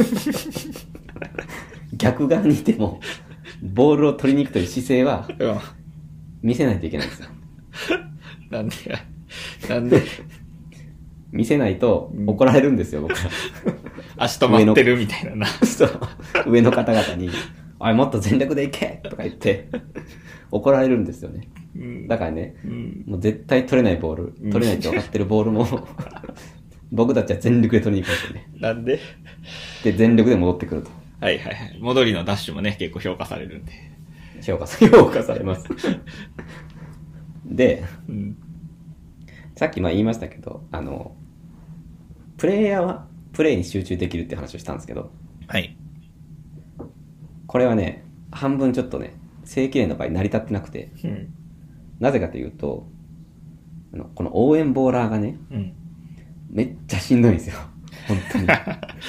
逆側にいても、ボールを取りに行くという姿勢は、見せないといけないんですよ。 なんでや。なんで見せないと怒られるんですよ、僕ら。 足止まってるみたいなな。 そう。上の方々に、おい、もっと全力で行けとか言って、怒られるんですよね。 うん、 だからね、 うん、 もう絶対取れないボール、取れないって分かってるボールも、僕たちは全力で取りに行くんですよね。 なんでで、全力で戻ってくると。 はいはいはい。戻りのダッシュもね、結構評価されるんで。 評価されます。で、 うん、 さっき言いましたけど、プレイヤーはプレイに集中できるって話をしたんですけど、 はい。 これはね、半分ちょっとね、正規練の場合成り立ってなくて、 うん、 なぜかというと、この応援ボーラーがね、 うん、 めっちゃしんどいんですよ。本当に。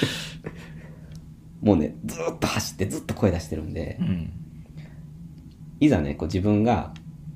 もうね、ずーっと走ってずっと声出してるんで、 うん、 いざね、自分が、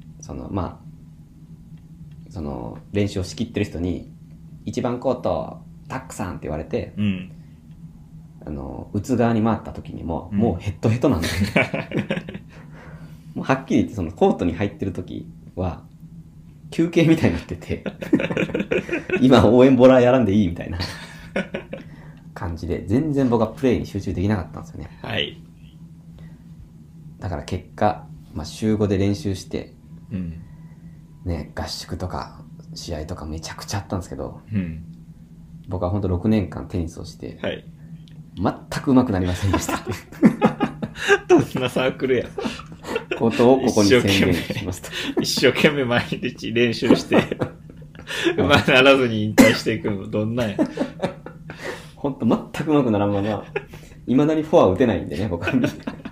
練習を仕切ってる人に、一番コート、タックさんって言われて、 うん、 打つ側に回った時にも、 うん、 もうヘッドヘッドなんだよ。もうはっきり言ってコートに入ってる時は、休憩みたいになってて、今応援ボラーやらんでいいみたいな感じで、全然僕はプレイに集中できなかったんですよね。 はい。 だから結果、週5で練習して、 うん、 ね、合宿とか試合とかめちゃくちゃあったんですけど、 うん、 僕は本当6年間テニスをして、 はい、 全く上手くなりませんでした。 どんなサークルや。 ことをここに宣言しますと。 一生懸命毎日練習して、上手くならずに引退していくの、どんなんや。 本当全く上手くならんまま、未だにフォア打てないんでね、僕は。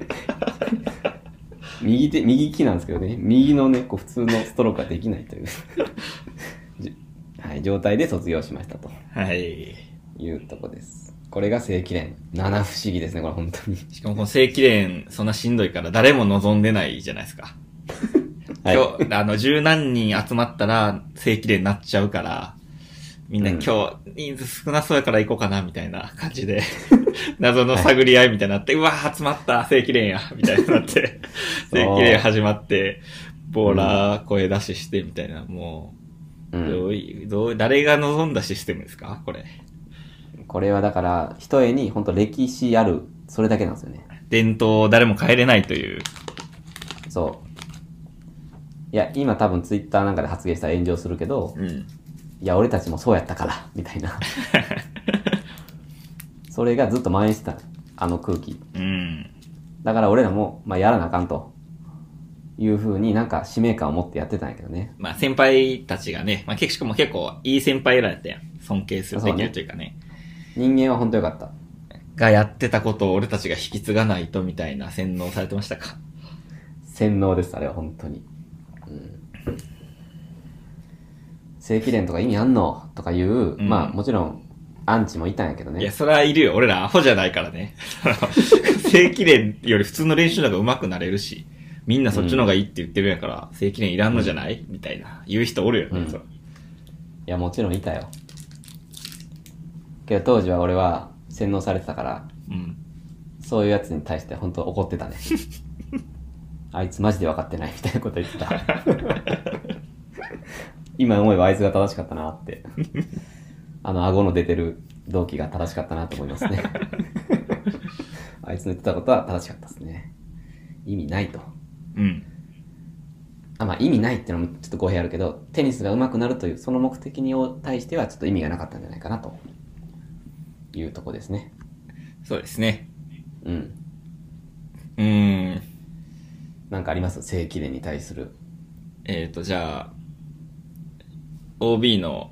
右利きなんですけどね、右のね、普通のストロークができないという、はい、状態で卒業しましたと。 はい。 いうとこです。これが正規練。七不思議ですね、これ本当に。 しかもこの正規練、そんなしんどいから誰も望んでないじゃないですか。はい、今日、十何人集まったら正規練になっちゃうから、 みんな今日人数少なそうやから行こうかな、みたいな感じで、謎の探り合いみたいになって、うわ集まった正規連や、みたいになって、正規連始まって、ボーラー声出しして、みたいな、もう、誰が望んだシステムですかこれ。 これはだから、一重に本当歴史ある、それだけなんですよね。 伝統を誰も変えれないという。 そう。いや、今多分ツイッターなんかで発言したら炎上するけど、いや、俺たちもそうやったから、みたいな。それがずっと蔓延してた、あの空気。だから俺らも、やらなあかんと。いう風になんか使命感を持ってやってたんやけどね。 先輩たちがね、しかも結構いい先輩らやったやん。尊敬するべきるというかね。 人間は本当よかった。 がやってたことを俺たちが引き継がないとみたいな洗脳されてましたか？ 洗脳です、あれは本当に。正規連とか意味あんのとかいう、もちろん、アンチもいたんやけどね。 いや、それはいるよ。俺らアホじゃないからね。正規連より普通の練習の方が上手くなれるし。みんなそっちの方がいいって言ってるんやから、正規連いらんのじゃない、みたいな。言う人おるよね、 いや、もちろんいたよ。けど当時は俺は洗脳されてたから、そういうやつに対して本当怒ってたね。あいつマジで分かってないみたいなこと言ってた。今思えばあいつが正しかったなって。顎の出てる動機が正しかったなと思いますね。あいつの言ってたことは正しかったですね。意味ないと。意味ないっていうのもちょっと語弊あるけど、テニスが上手くなるというその目的に対してはちょっと意味がなかったんじゃないかなというとこですね。 そうですね。 なんかあります？正規連に対する。 じゃあ、OB の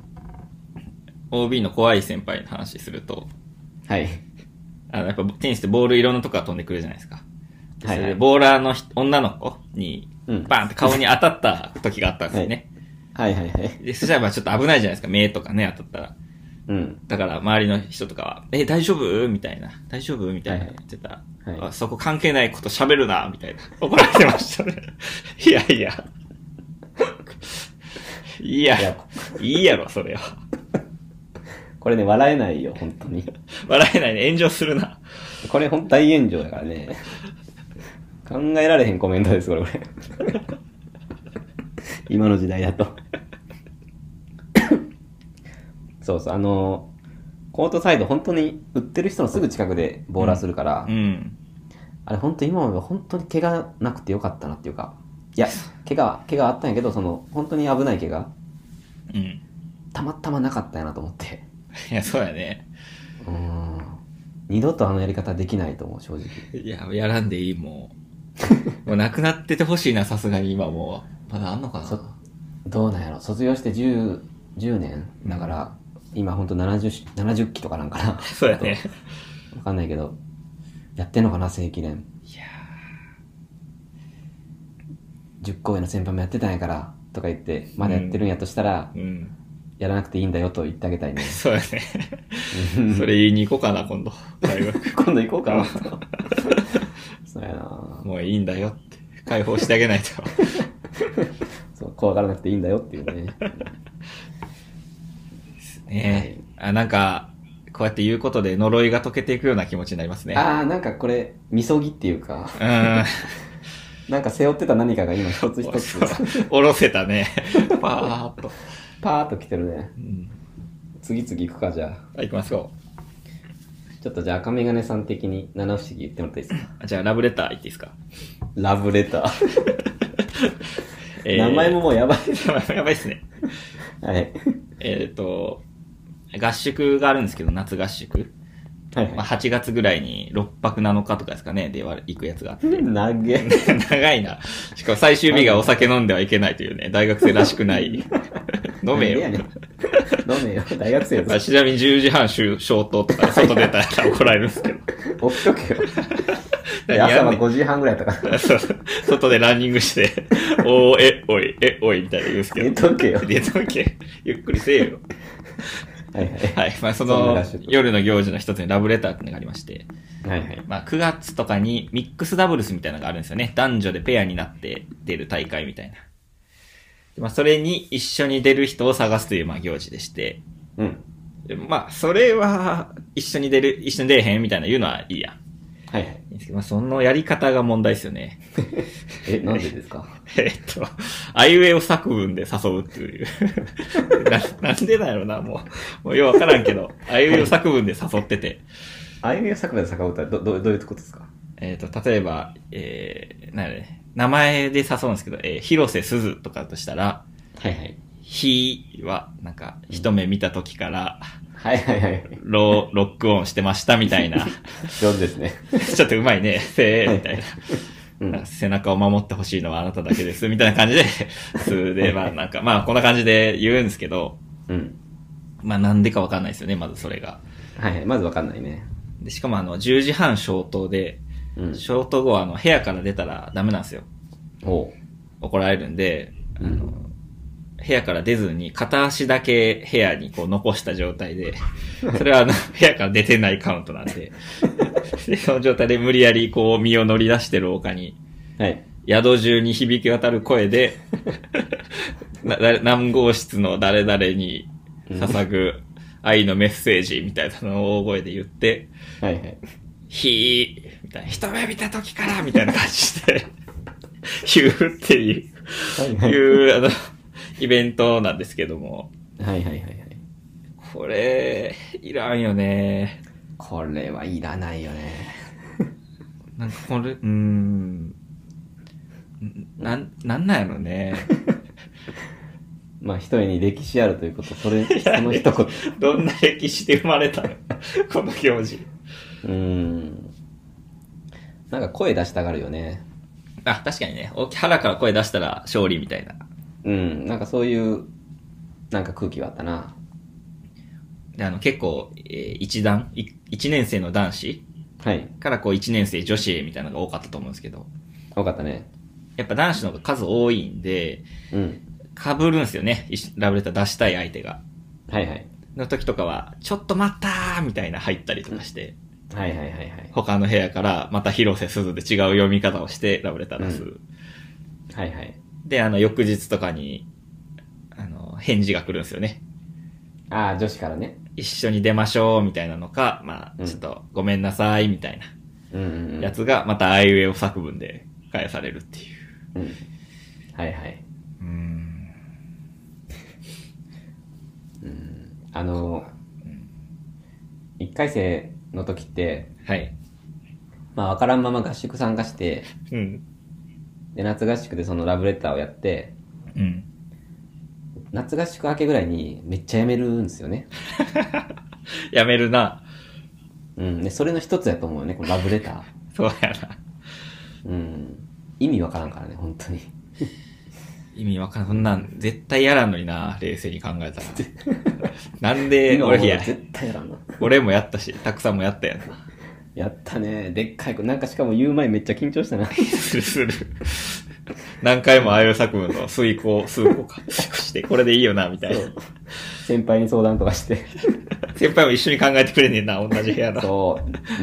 怖い先輩の話すると。 はい。 やっぱテニスってボールいろんなとこが飛んでくるじゃないですか。それでボーラーの女の子に、バーンって顔に当たった時があったんですよね。で、そしたらちょっと危ないじゃないですか。目とかね、当たったら。だから周りの人とかは、大丈夫みたいな。大丈夫みたいな言ってたら、そこ関係ないこと喋るな、みたいな。怒られてましたね。いや。いいやろ、それは。 これね、笑えないよ、本当に。 笑えないね、炎上するな。 これ本当大炎上だからね。考えられへんコメントです、これ。今の時代だと。そう、コートサイド本当に売ってる人のすぐ近くでボーラーするから、あれ本当今まで本当に怪我なくてよかったなっていうか、いや、怪我あったんやけど、本当に危ない怪我、たまたまなかったんやなと思って。 いや、そうやね。 二度とあのやり方できないと思う、正直。 いや、やらんでいい、もう。もうなくなっててほしいな、さすがに今もう。まだあんのかな？ どうなんやろ。卒業して10年だから、今ほんと70期とかなんかな。 そうやね。 わかんないけど、やってんのかな、正規連。 いや 10個上の先輩もやってたんやから、とか言って、まだやってるんやとしたら、やらなくていいんだよと言ってあげたいね。 そうやね。それ言いに行こうかな、今度。大学。 今度行こうかな。そうやな。 もういいんだよって。解放してあげないと。 そう、怖がらなくていいんだよっていうね。 ですね。なんか、こうやって言うことで呪いが解けていくような気持ちになりますね。 なんかこれ、みそぎっていうか。なんか背負ってた何かが今一つ一つ。 下ろせたね。パーっと来てるね。次々行くか、じゃあ。 行きますよ。 ちょっとじゃあ赤メガネさん的に七不思議言ってもらっていいですか？ じゃあラブレター言っていいですか？ ラブレター。名前ももうやばい。 やばいっすね。 はい。 合宿があるんですけど、夏合宿。8月ぐらいに6泊7日とかですかね、で行くやつがあって。 長いな。しかも最終日がお酒飲んではいけないというね、大学生らしくない。飲めよ。 飲めよ。大学生だ。 ちなみに10時半消灯とかで外出たら怒られるんですけど。 起きとけよ。朝は5時半ぐらいだったから。 外でランニングして、おい、みたいな言うんですけど。 寝とけよ。 寝とけ。ゆっくりせえよ。はい。その夜の行事の一つにラブレターっていうのがありまして。9月とかにミックスダブルスみたいなのがあるんですよね。男女でペアになって出る大会みたいな。 まあ、それに一緒に出る人を探すという、まあ、行事でして、 うん。 まあ、それは、一緒に出れへんみたいな言うのはいいや。 はいはい。 いいんですけど、まあ、そのやり方が問題ですよね。 なんでですか？ あいうえお作文で誘うっていう。なんでだよな、もうようわからんけど、あいうえお作文で誘ってて。 あいうえお作文で誘うとはどういうことですか？ 例えば、なんやね、名前で誘うんですけど、広瀬すずとかとしたら、 はいはい。 ひは、なんか、一目見た時から、 はいはいはい。 ロックオンしてましたみたいな。 上手ですね。 ちょっとうまいね、せーみたいな。 うん、 背中を守ってほしいのはあなただけです、みたいな感じで、数で、まあなんか、まあこんな感じで言うんですけど、 うん。 まあなんでかわかんないですよね、まずそれが。 はいはい、まずわかんないね。 で、しかも10時半消灯で、 うん、 消灯後は部屋から出たらダメなんですよ。怒られるんで、部屋から出ずに片足だけ部屋にこう残した状態で、それは部屋から出てないカウントなんで、でその状態で無理やりこう身を乗り出してる丘に、 はい。 宿中に響き渡る声で、何号室の誰々に捧ぐ愛のメッセージみたいなのを大声で言って、 はいはい。 みたいな、一目見た時からみたいな感じで言うっていう、イベントなんですけども。 はいはいはいはい。 これ、いらんよね。 これはいらないよね。 なんかこれ、なんやろね。 まあ一重に歴史あるということ、その一言。 どんな歴史で生まれたのこの行事。 なんか声出したがるよね。 あ、確かにね。腹から声出したら勝利みたいな。 なんかそういう、なんか空気はあったな。 で、結構、一年生の男子はい。 からこう一年生女子みたいなのが多かったと思うんですけど。 多かったね。 やっぱ男子の方が数多いんで、被るんですよね。ラブレター出したい相手が。 はいはい。 の時とかは、ちょっと待ったーみたいな入ったりとかして。 はいはいはいはい。 他の部屋からまた広瀬すずで違う読み方をしてラブレター出す。 はいはい。 で、翌日とかに、返事が来るんですよね。 ああ、女子からね。 一緒に出ましょうみたいなのか、まあ、ちょっとごめんなさいみたいなやつが、またあいうえお作文で返されるっていう。 はいはい。1回生の時って、 はい。 まあわからんまま合宿参加して、で、夏合宿でそのラブレターをやって、夏合宿明けぐらいにめっちゃやめるんですよね。 やめるな。 で、それの一つやと思うよね、このラブレター。 そうやな。 意味わからんからね、本当に。 意味わからん。そんなん、絶対やらんのにな、冷静に考えたら。なんで、俺、 絶対やらんな。 俺もやったし、たくさんもやったやんな。 やったね。でっかい子。なんかしかも言う前めっちゃ緊張したな。 する。何回もああいう作文の数個か。して、これでいいよな、みたいな。 先輩に相談とかして。 先輩も一緒に考えてくれねえな、同じ部屋の。 そう。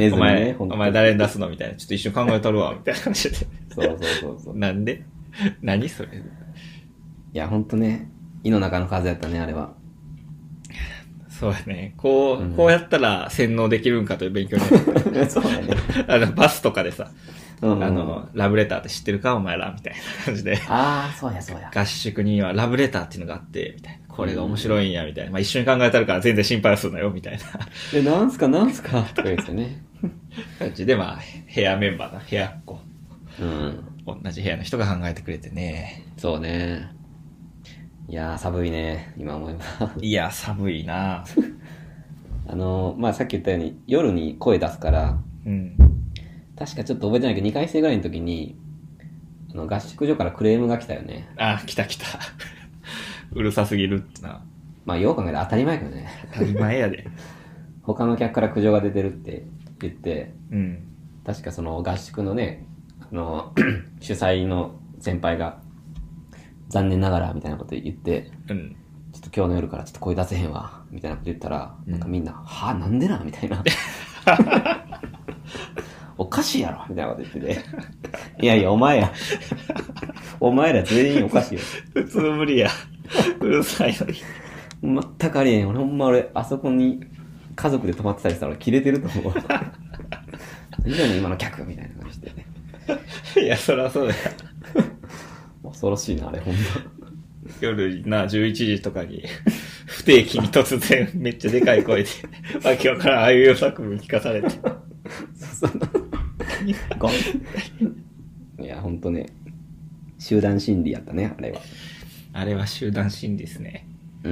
寝ずにね。 お前誰に出すのみたいな。ちょっと一緒に考えとるわ、みたいな感じで。 そう。 なんで何それ。 いや、ほんとね。胃の中の風やったね、あれは。 そうやね。こうやったら洗脳できるんかという勉強ね。 そうだね。 バスとかでさ、ラブレターって知ってるかお前らみたいな感じで。 ああ、そうや。 合宿にはラブレターっていうのがあって、みたいな。これが面白いんや、みたいな。まあ一緒に考えたるから全然心配するなよ、みたいな。 なんすかとか言ってね。 感じで、まあ、部屋メンバーな、部屋っ子。同じ部屋の人が考えてくれてね。 そうね。いやー、寒いね、今思えば。 いや、寒いなまあさっき言ったように、夜に声出すから、確かちょっと覚えてないけど、2回生ぐらいの時に、合宿所からクレームが来たよね。 あ、来た。うるさすぎるってな。 まあ、よう考えたら当たり前だよね。 当たり前やで。 他の客から苦情が出てるって言って、確かその合宿のね、主催の先輩が、残念ながらみたいなこと言って、ちょっと今日の夜からちょっと声出せへんわ、みたいなこと言ったら、なんかみんな、はぁ、なんでなみたいな。おかかしいやろみたいなこと言ってて。いやいや、お前や。お前ら全員おかしいよ。 普通無理や。うるさいのに。 全くありえん。俺、あそこに家族で泊まってたりしたらキレてると思う。何だよ今の客みたいな感じでね。 いや、そりゃそうだよ。 恐ろしいな、あれ、ほんま。 夜な、11時とかに、不定期に突然、めっちゃでかい声で、わけわからんあいうえお作文聞かされて。 いや、ほんとね、集団心理やったね、あれは。 あれは集団心理ですね。 うん。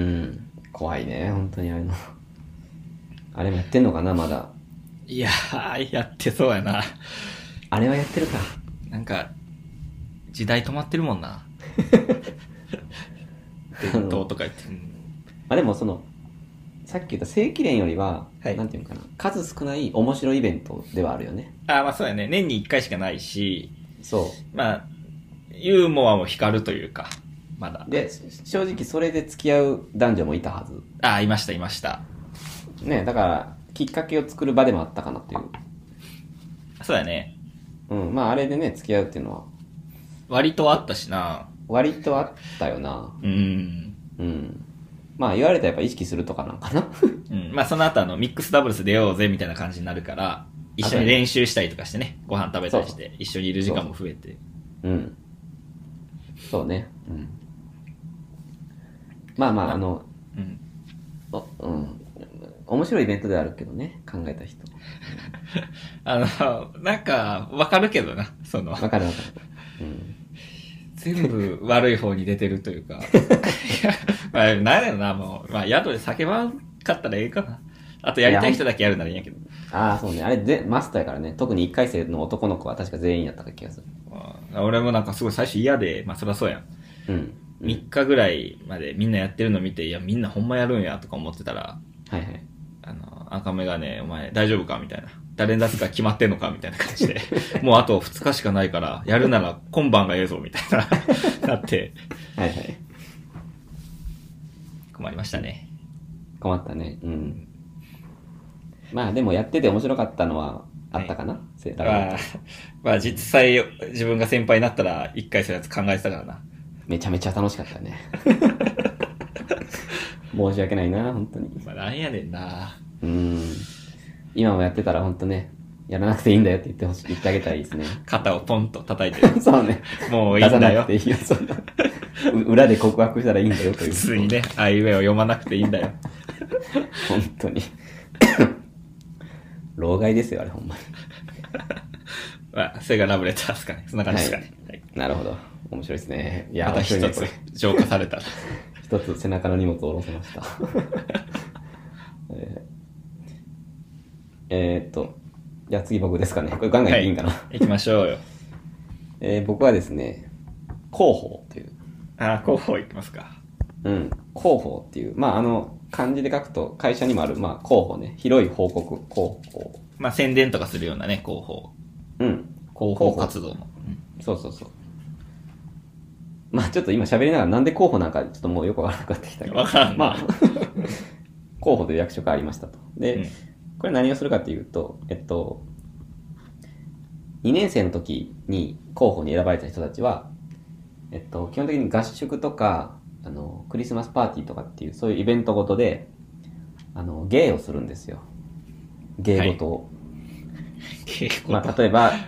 怖いね、ほんとにあれの。あれもやってんのかな、まだ。 いやー、やってそうやな。 あれはやってるか。 なんか、時代止まってるもんな。伝統とか言って。 でもさっき言った正規連よりは、 はい、 なんていうのかな、数少ない面白いイベントではあるよね。 まあそうやね。年に1回しかないし、 そう。 まあ、ユーモアも光るというか、まだ。 で、正直それで付き合う男女もいたはず。 いました、いました。 ね、だから、きっかけを作る場でもあったかなっていう。 そうやね。 うん、まああれでね、付き合うっていうのは。 割とあったしな。 割とあったよな。 うん。 まあ言われたらやっぱ意識するとかなんかな。 うん。まあその後ミックスダブルス出ようぜみたいな感じになるから、一緒に練習したりとかしてね、ご飯食べたりして、一緒にいる時間も増えて。 うん。そうね。うん。まあ、面白いイベントではあるけどね、考えた人。 なんか、わかるけどな、 わかる。 全部悪い方に出てるというか。いや、まあ、なんやろな、もう。まあ、宿で酒ばんかったらええかな。あとやりたい人だけやるならいいんやけど。 そうね。あれマストやからね。特に1回生の男の子は確か全員やった気がする。 俺もなんかすごい最初嫌で、まあそりゃそうやん。3日ぐらいまでみんなやってるの見て、いや、みんなほんまやるんやとか思ってたら、 はいはい。 赤目がね、お前大丈夫かみたいな。誰に出すか決まってんのかみたいな感じで。もうあと2日しかないから、やるなら今晩がええぞみたいな、なって。 はいはい。 困りましたね。 困ったね。うん。まあでもやってて面白かったのはあったかな、 まあ実際自分が先輩になったら1回そういうやつ考えてたからな。 めちゃめちゃ楽しかったね。申し訳ないな、本当に。 まあなんやねんな。 今もやってたら本当ね、やらなくていいんだよって言ってあげたいですね。 肩をポンと叩いて。 そうね。 もういいんだよ。 出さなくていいよ、そんな。裏で告白したらいいんだよという。 普通にね、あいうえを読まなくていいんだよ。 本当に。老害ですよ、あれほんまに。 まあ、それがラブレターですかね。そんな感じですかね。 はい。なるほど。面白いですね。いや、 また一つ浄化されたら。 一つ背中の荷物を下ろせました。じゃあ次僕ですかね。これガンガン言っていいんかな。 行きましょうよ。 僕はですね、広報っていう。 広報行きますか。 広報っていう。まあ、漢字で書くと会社にもある、まあ、広報ね。広い報告、広報。 まあ、宣伝とかするようなね、広報。広報活動の。 そうそうそう。まあ、ちょっと今喋りながらなんで広報なんかちょっともうよくわからなくなってきたけど。 わからん。 まあ、広報という役職ありましたと。で、これ何をするかっていうと、2年生の時に候補に選ばれた人たちは、基本的に合宿とか、クリスマスパーティーとかっていう、そういうイベントごとで、芸をするんですよ。芸事を。まあ、例えば、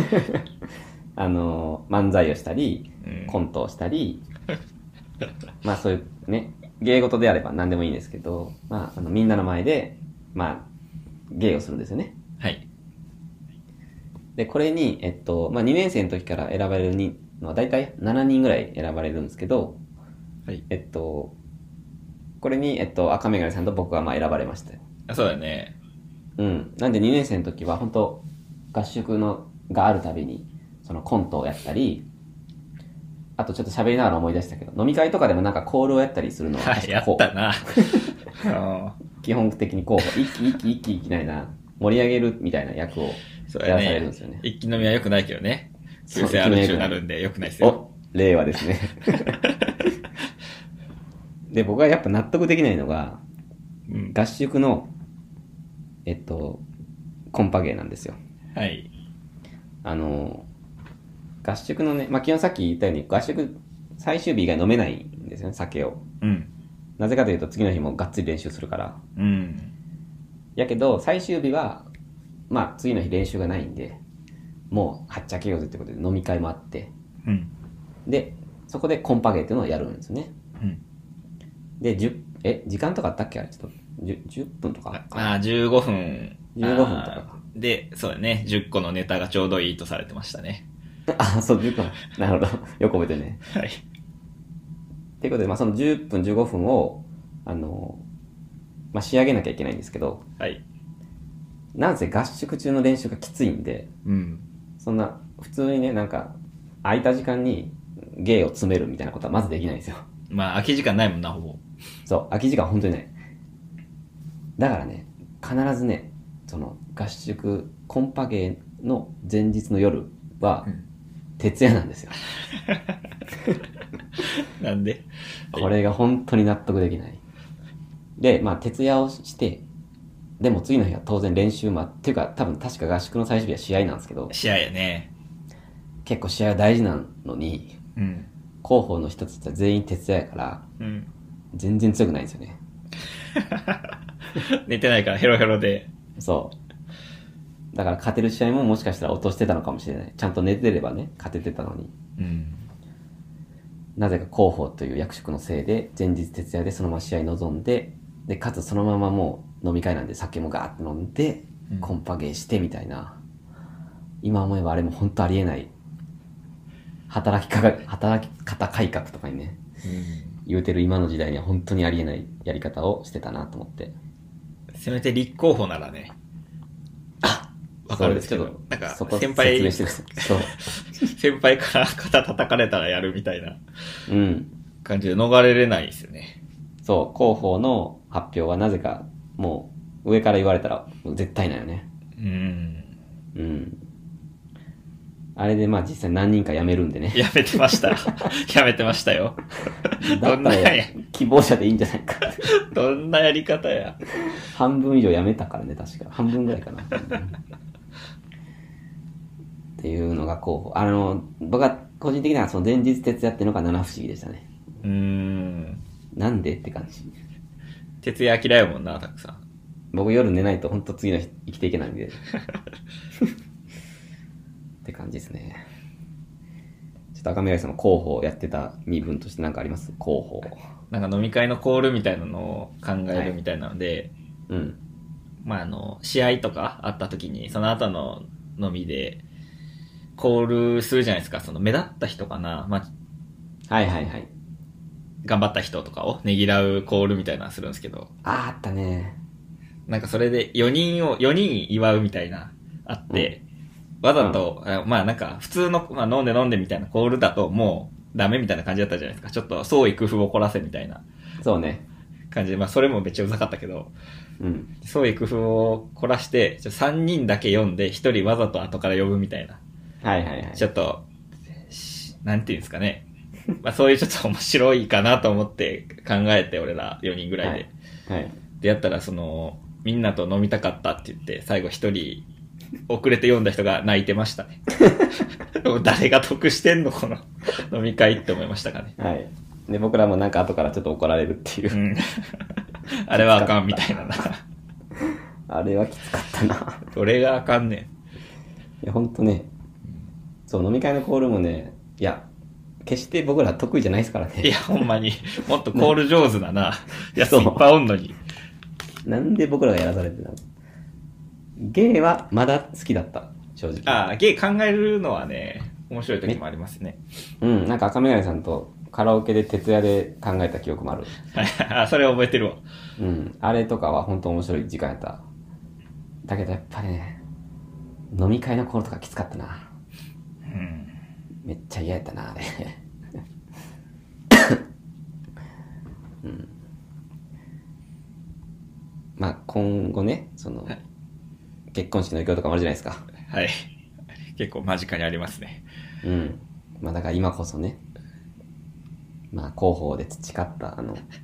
漫才をしたり、コントをしたり、まあそういうね、芸事であれば何でもいいんですけど、まあ、みんなの前で、まあ、芸をするんですよね。 はい。 で、これに、まあ2年生の時から選ばれるのは大体7人ぐらい選ばれるんですけど、 はい。 これに、赤メガネさんと僕がまあ選ばれましたよ。 そうだね。 なんで2年生の時は本当合宿があるたびに、そのコントをやったり、あとちょっと喋りながら思い出したけど、飲み会とかでもなんかコールをやったりするのは、 やったな。 基本的に候補、一気いきないな、盛り上げるみたいな役をやらされるんですよね。 一気飲みは良くないけどね。急性アル中になるんで良くないですよ。 令和ですね。で、僕はやっぱ納得できないのが、合宿の、コンパ芸なんですよ。 はい。 合宿のね、まあ、基本さっき言ったように、合宿最終日以外飲めないんですよね、酒を。 うん。 なぜかというと、次の日もがっつり練習するから。 うん。 やけど、最終日は、まあ、次の日練習がないんで、もう、はっちゃけようぜってことで飲み会もあって、 うん。 で、そこでコンパゲーっていうのをやるんですよね。 うん。 で、時間とかあったっけあれ、ちょっと、10分とか。 ああ、15分。 15分とか。 で、そうだね。10個のネタがちょうどいいとされてましたね。 あ、そう、10分。なるほど。よく覚えてるね。 はい。 ということで、まあ、その10分、15分を、まあ、仕上げなきゃいけないんですけど、 はい。 なんせ合宿中の練習がきついんで、 うん。 そんな、普通にね、なんか、空いた時間に芸を詰めるみたいなことはまずできないんですよ。 まあ、空き時間ないもんな、ほぼ。 そう、空き時間本当にない。だからね、必ずね、その合宿、コンパ芸の前日の夜は、徹夜なんですよ。 なんでこれが本当に納得できない。で、まあ、徹夜をして、でも次の日は当然練習もっていうか、多分確か合宿の最終日は試合なんですけど、 試合やね。 結構試合は大事なのに、 うん。 広報の一つって全員徹夜やから、 うん。 全然強くないんですよね。 寝てないからヘロヘロで。 そう。だから勝てる試合ももしかしたら落としてたのかもしれない。ちゃんと寝てればね、勝ててたのに。 うん。 なぜか広報という役職のせいで、前日徹夜でそのまま試合に臨んで、で、かつそのままもう飲み会なんで酒もガーッと飲んで、コンパゲーしてみたいな。今思えばあれも本当ありえない。働き方改革とかにね、言うてる今の時代には本当にありえないやり方をしてたなと思って。 せめて立候補ならね。わかるんですけど、なんか、先輩、 そう。 先輩から肩叩かれたらやるみたいなうん。 感じで逃れれないですよね。 そう、広報の発表はなぜか、もう、上から言われたら絶対なんよね。うん。あれでまあ実際何人か辞めるんでね。 やめてました。やめてましたよ。 どんな希望者でいいんじゃないか。 どんなやり方や。 半分以上辞めたからね、確か。半分ぐらいかな。っていうのが候補。僕は個人的にはその前日徹夜っていうのが七不思議でしたね。なんでって感じ。 徹夜嫌いもんな、たくさん。 僕夜寝ないと本当次の日生きていけないんで。って感じですね。ちょっと赤目さんの広報やってた身分として何かあります？広報。 なんか飲み会のコールみたいなのを考えるみたいなので、 はい、うん。 まあ試合とかあった時に、その後の飲みで、コールするじゃないですか。その目立った人かな。まあ、 はいはいはい。 頑張った人とかをねぎらうコールみたいなのするんですけど。 あったね。 なんかそれで4人祝うみたいな、あって、わざと、まあなんか普通の、まあ飲んでみたいなコールだともうダメみたいな感じだったじゃないですか。ちょっと創意工夫を凝らせみたいな。 そうね。 感じで、まあそれもめっちゃうざかったけど、 うん。 創意工夫を凝らして、3人だけ読んで1人わざと後から呼ぶみたいな。 はいはいはい。 ちょっと、なんていうんですかね。まあそういうちょっと面白いかなと思って考えて、俺ら4人ぐらいで。 はい。はい、 で、やったらみんなと飲みたかったって言って、最後1人、遅れて読んだ人が泣いてましたね。誰が得してんのこの飲み会って思いましたかね。 はい。で、僕らもなんか後からちょっと怒られるっていう。 うん、あれはあかんみたいなな。 あれはきつかったな。 どれがあかんねん。 いや、ほんとね。そう、飲み会のコールもね、いや、決して僕ら得意じゃないですからね。 いや、ほんまに、もっとコール上手だな。やついっぱいおんのに。 なんで僕らがやらされてたの？ゲイはまだ好きだった、正直。 ああ、ゲイ考えるのはね、面白い時もありますね。 うん、なんか赤メガネさんとカラオケで徹夜で考えた記憶もある。 あ、それ覚えてるわ。 うん、あれとかは本当面白い時間やった。だけどやっぱりね、飲み会の頃とかきつかったな。 うん。 めっちゃ嫌やったな、あれ。うん。まあ今後ね、はい、結婚式の影響とかもあるじゃないですか。 はい。結構間近にありますね。 うん。まあだから今こそね、まあ広報で培った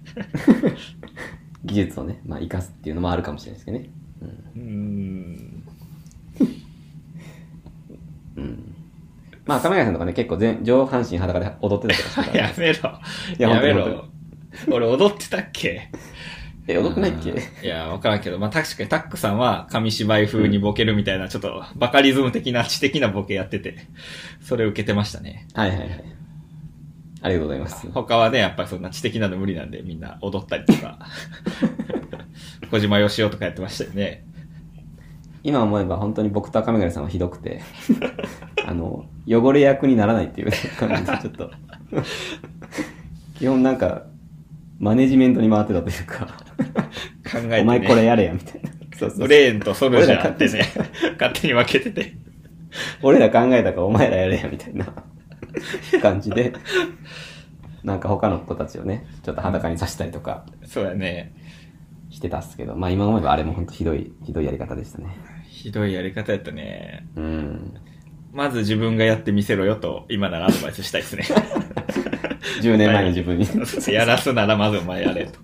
技術をね、まあ活かすっていうのもあるかもしれないですけどね。うん。 まあ、亀谷さんとかね、結構上半身裸で踊ってたりとかしたから、 やめろ。 いややめ本当にろ。俺踊ってたっけ？ 踊ってないっけ？ いや、わからんけど、まあ確かにタックさんは紙芝居風にボケるみたいな、ちょっとバカリズム的な知的なボケやってて、それを受けてましたね。 はいはいはい。ありがとうございます。 他はね、やっぱりそんな知的なの無理なんでみんな踊ったりとか、小島よしおとかやってましたよね。 今思えば本当に僕と亀谷さんはひどくて、汚れ役にならないっていう感じで、ちょっと、基本なんか、マネジメントに回ってたというか、 考えてね。 お前これやれや、みたいな。そうそうそう。 レーンとソルジャーってね、勝手に分けてて。 俺ら考えたからお前らやれや、みたいな感じで、なんか他の子たちをね、ちょっと裸にさせたりとかそうやね。 してたっすけど、まあ今思えばあれも本当ひどいやり方でしたね。 ひどいやり方やったね。 うん。 まず自分がやってみせろよと、今ならアドバイスしたいですね。 10年前の自分に。 やらすならまずお前やれと。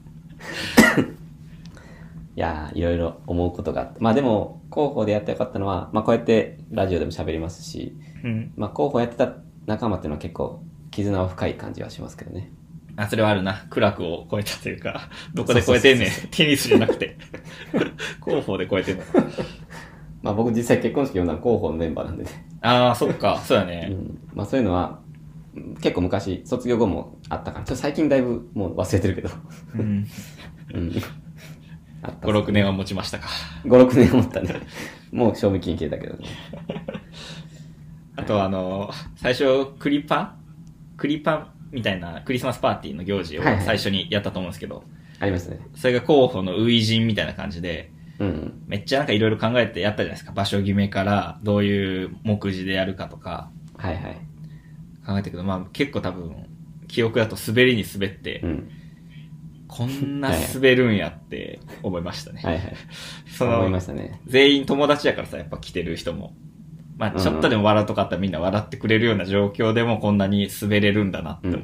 いやー、いろいろ思うことがあって。まあでも、広報でやってよかったのは、まあこうやってラジオでも喋りますし、 うん。 まあ広報やってた仲間っていうのは結構絆は深い感じはしますけどね。 あ、それはあるな。苦楽を超えたというか、どこで超えてんねん。テニスじゃなくて。広報で超えてんの。 まあ僕実際結婚式呼んだの広報のメンバーなんでね。 ああ、そっか。そうやね。 うん。まあそういうのは、結構昔、卒業後もあったから、ちょっと最近だいぶもう忘れてるけど。 うん。 うん。あった 5、6年は持ちましたか。 5、6年思ったね。もう賞味期限切れたけどね。 あと最初、クリパみたいなクリスマスパーティーの行事を最初にやったと思うんですけど。 ありますね。 それが候補の初陣みたいな感じで、 うん。 めっちゃなんかいろいろ考えてやったじゃないですか。場所決めからどういう目次でやるかとか。 はいはい。 考えたけど、まあ結構多分、記憶だと滑りに滑って、 うん。 こんな滑るんやって思いましたね。 はいはい。 その思いましたね。 全員友達やからさ、やっぱ来てる人も。まあちょっとでも笑うとかあったらみんな笑ってくれるような状況でもこんなに滑れるんだなって思って。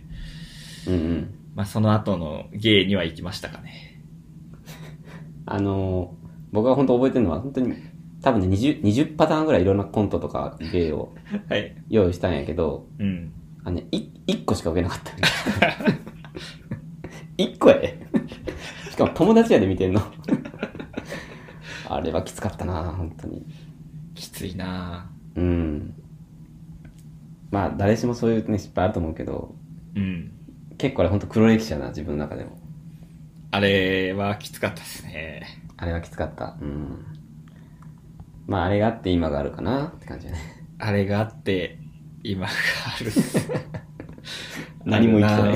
うんうん。 まあその後の芸には行きましたかね。 僕が本当覚えてるのは、本当に、多分ね、20パターンぐらいいろんなコントとか芸をはい。 用意したんやけど、 うん。 1個しか受けなかった。1個やで。しかも友達やで見てんの。あれはきつかったな、本当に。 きついなうん。まあ、誰しもそういうね、失敗あると思うけど、 うん。 結構あれ本当黒歴史やな、自分の中でも。 あれはきつかったですね。 あれはきつかった。うん。まあ、あれがあって今があるかなって感じだね。 あれがあって、今がある。 何も言ってない。